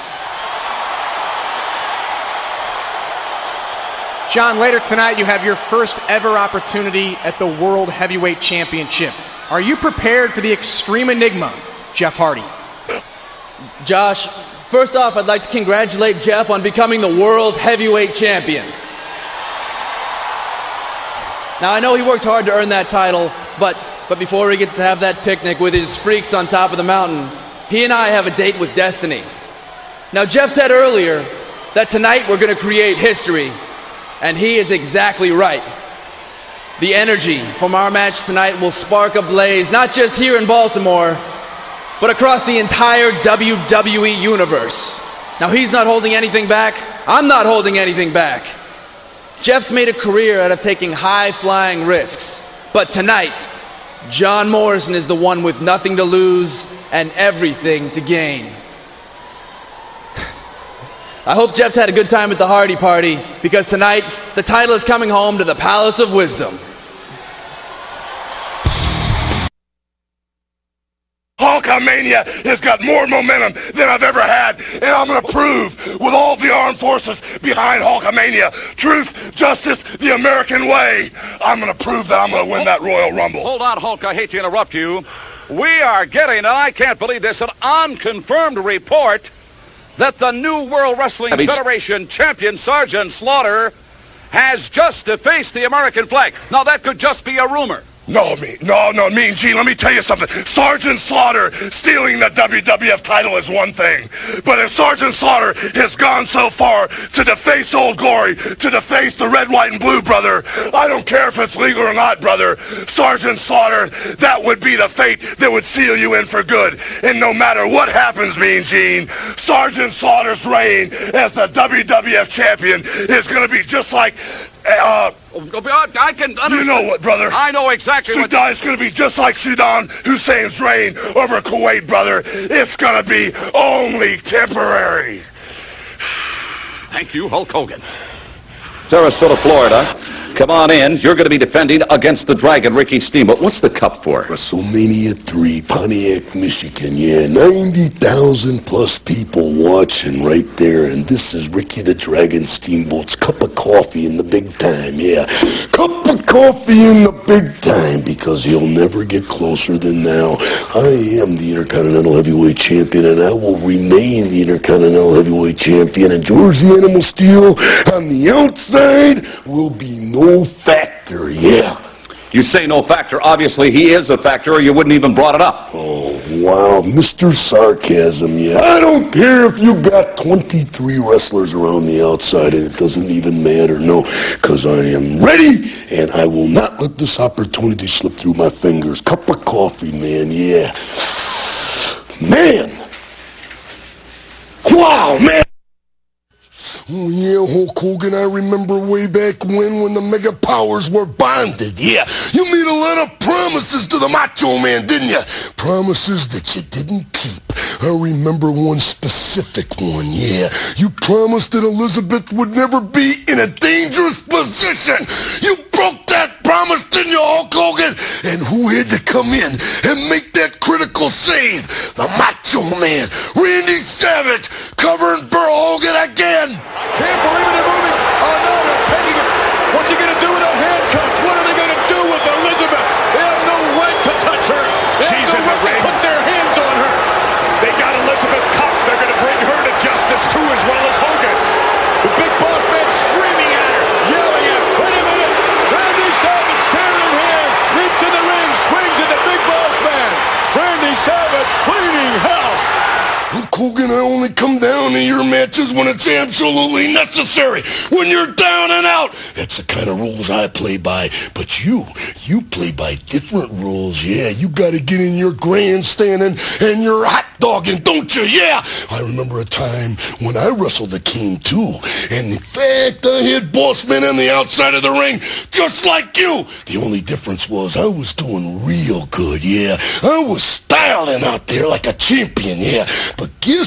John, later tonight you have your first ever opportunity at the World Heavyweight Championship. Are you prepared for the extreme enigma, Jeff Hardy?
Josh, first off, I'd like to congratulate Jeff on becoming the World Heavyweight Champion. Now, I know he worked hard to earn that title, but before he gets to have that picnic with his freaks on top of the mountain, he and I have a date with destiny. Now, Jeff said earlier that tonight we're going to create history, and he is exactly right. The energy from our match tonight will spark a blaze, not just here in Baltimore, but across the entire WWE universe. Now, he's not holding anything back. I'm not holding anything back. Jeff's made a career out of taking high-flying risks, but tonight, John Morrison is the one with nothing to lose and everything to gain. I hope Jeff's had a good time at the Hardy Party, because tonight, the title is coming home to the Palace of Wisdom.
Hulkamania has got more momentum than I've ever had, and I'm going to prove with all the armed forces behind Hulkamania, truth, justice, the American way, I'm going to prove that I'm going to win that Royal Rumble.
Hold on, Hulk, I hate to interrupt you. We are getting, and I can't believe this, an unconfirmed report that the new World Wrestling Federation champion, Sergeant Slaughter, has just defaced the American flag. Now, that could just be a rumor.
No, Mean Gene, let me tell you something. Sergeant Slaughter stealing the WWF title is one thing. But if Sergeant Slaughter has gone so far to deface Old Glory, to deface the red, white, and blue, brother, I don't care if it's legal or not, brother. Sergeant Slaughter, that would be the fate that would seal you in for good. And no matter what happens, Mean Gene, Sergeant Slaughter's reign as the WWF champion is going to be just like...
I can understand.
You know what, brother?
I know exactly what...
Sudan is going to be just like Saddam Hussein's reign over Kuwait, brother. It's going to be only temporary.
Thank you, Hulk Hogan.
Sarasota, Florida.
Come on in. You're going to be defending against the Dragon, Ricky Steamboat. What's the cup for?
WrestleMania 3, Pontiac, Michigan. Yeah, 90,000 plus people watching right there. And this is Ricky the Dragon Steamboat's cup of coffee in the big time. Yeah, cup of coffee in the big time, because you'll never get closer than now. I am the Intercontinental Heavyweight Champion, and I will remain the Intercontinental Heavyweight Champion. And George the Animal Steel on the outside will be no factor, yeah.
You say no factor. Obviously, he is a factor, or you wouldn't even brought it up.
Oh, wow, Mr. Sarcasm, yeah. I don't care if you got 23 wrestlers around the outside, and it doesn't even matter, no, because I am ready, and I will not let this opportunity slip through my fingers. Cup of coffee, man, yeah. Man! Wow, man! Oh, yeah, Hulk Hogan, I remember way back when the Mega Powers were bonded, yeah. You made a lot of promises to the Macho Man, didn't you? Promises that you didn't keep. I remember one specific one, yeah. You promised that Elizabeth would never be in a dangerous position. You broke that promise, didn't you, Hulk Hogan? And who had to come in and make that critical save? The Macho Man, Randy Savage, covering for Hogan again.
Can't believe it, they're moving. Oh no, they're taking it. What's he gonna do with her handcuffs? What are they gonna do with Elizabeth? They have no right to touch her. She's in the ring. Put their hands on her. They got Elizabeth cuffed. They're gonna bring her to justice too, as well as Hogan. The Big Boss Man screaming at her, yelling at her. Wait a minute. Randy Savage, chair in hand, leaps in the ring, swings at the Big Boss Man. Randy Savage cleaning house.
Hulk Hogan, I only come down to your matches when it's absolutely necessary. When you're down and out. That's the kind of rules I play by. But you play by different rules. Yeah, you got to get in your grandstanding and your hot dogging, don't you? Yeah. I remember a time when I wrestled the King too. And in fact, I had Boss Man on the outside of the ring just like you. The only difference was I was doing real good, yeah. I was styling out there like a champion, yeah. But guess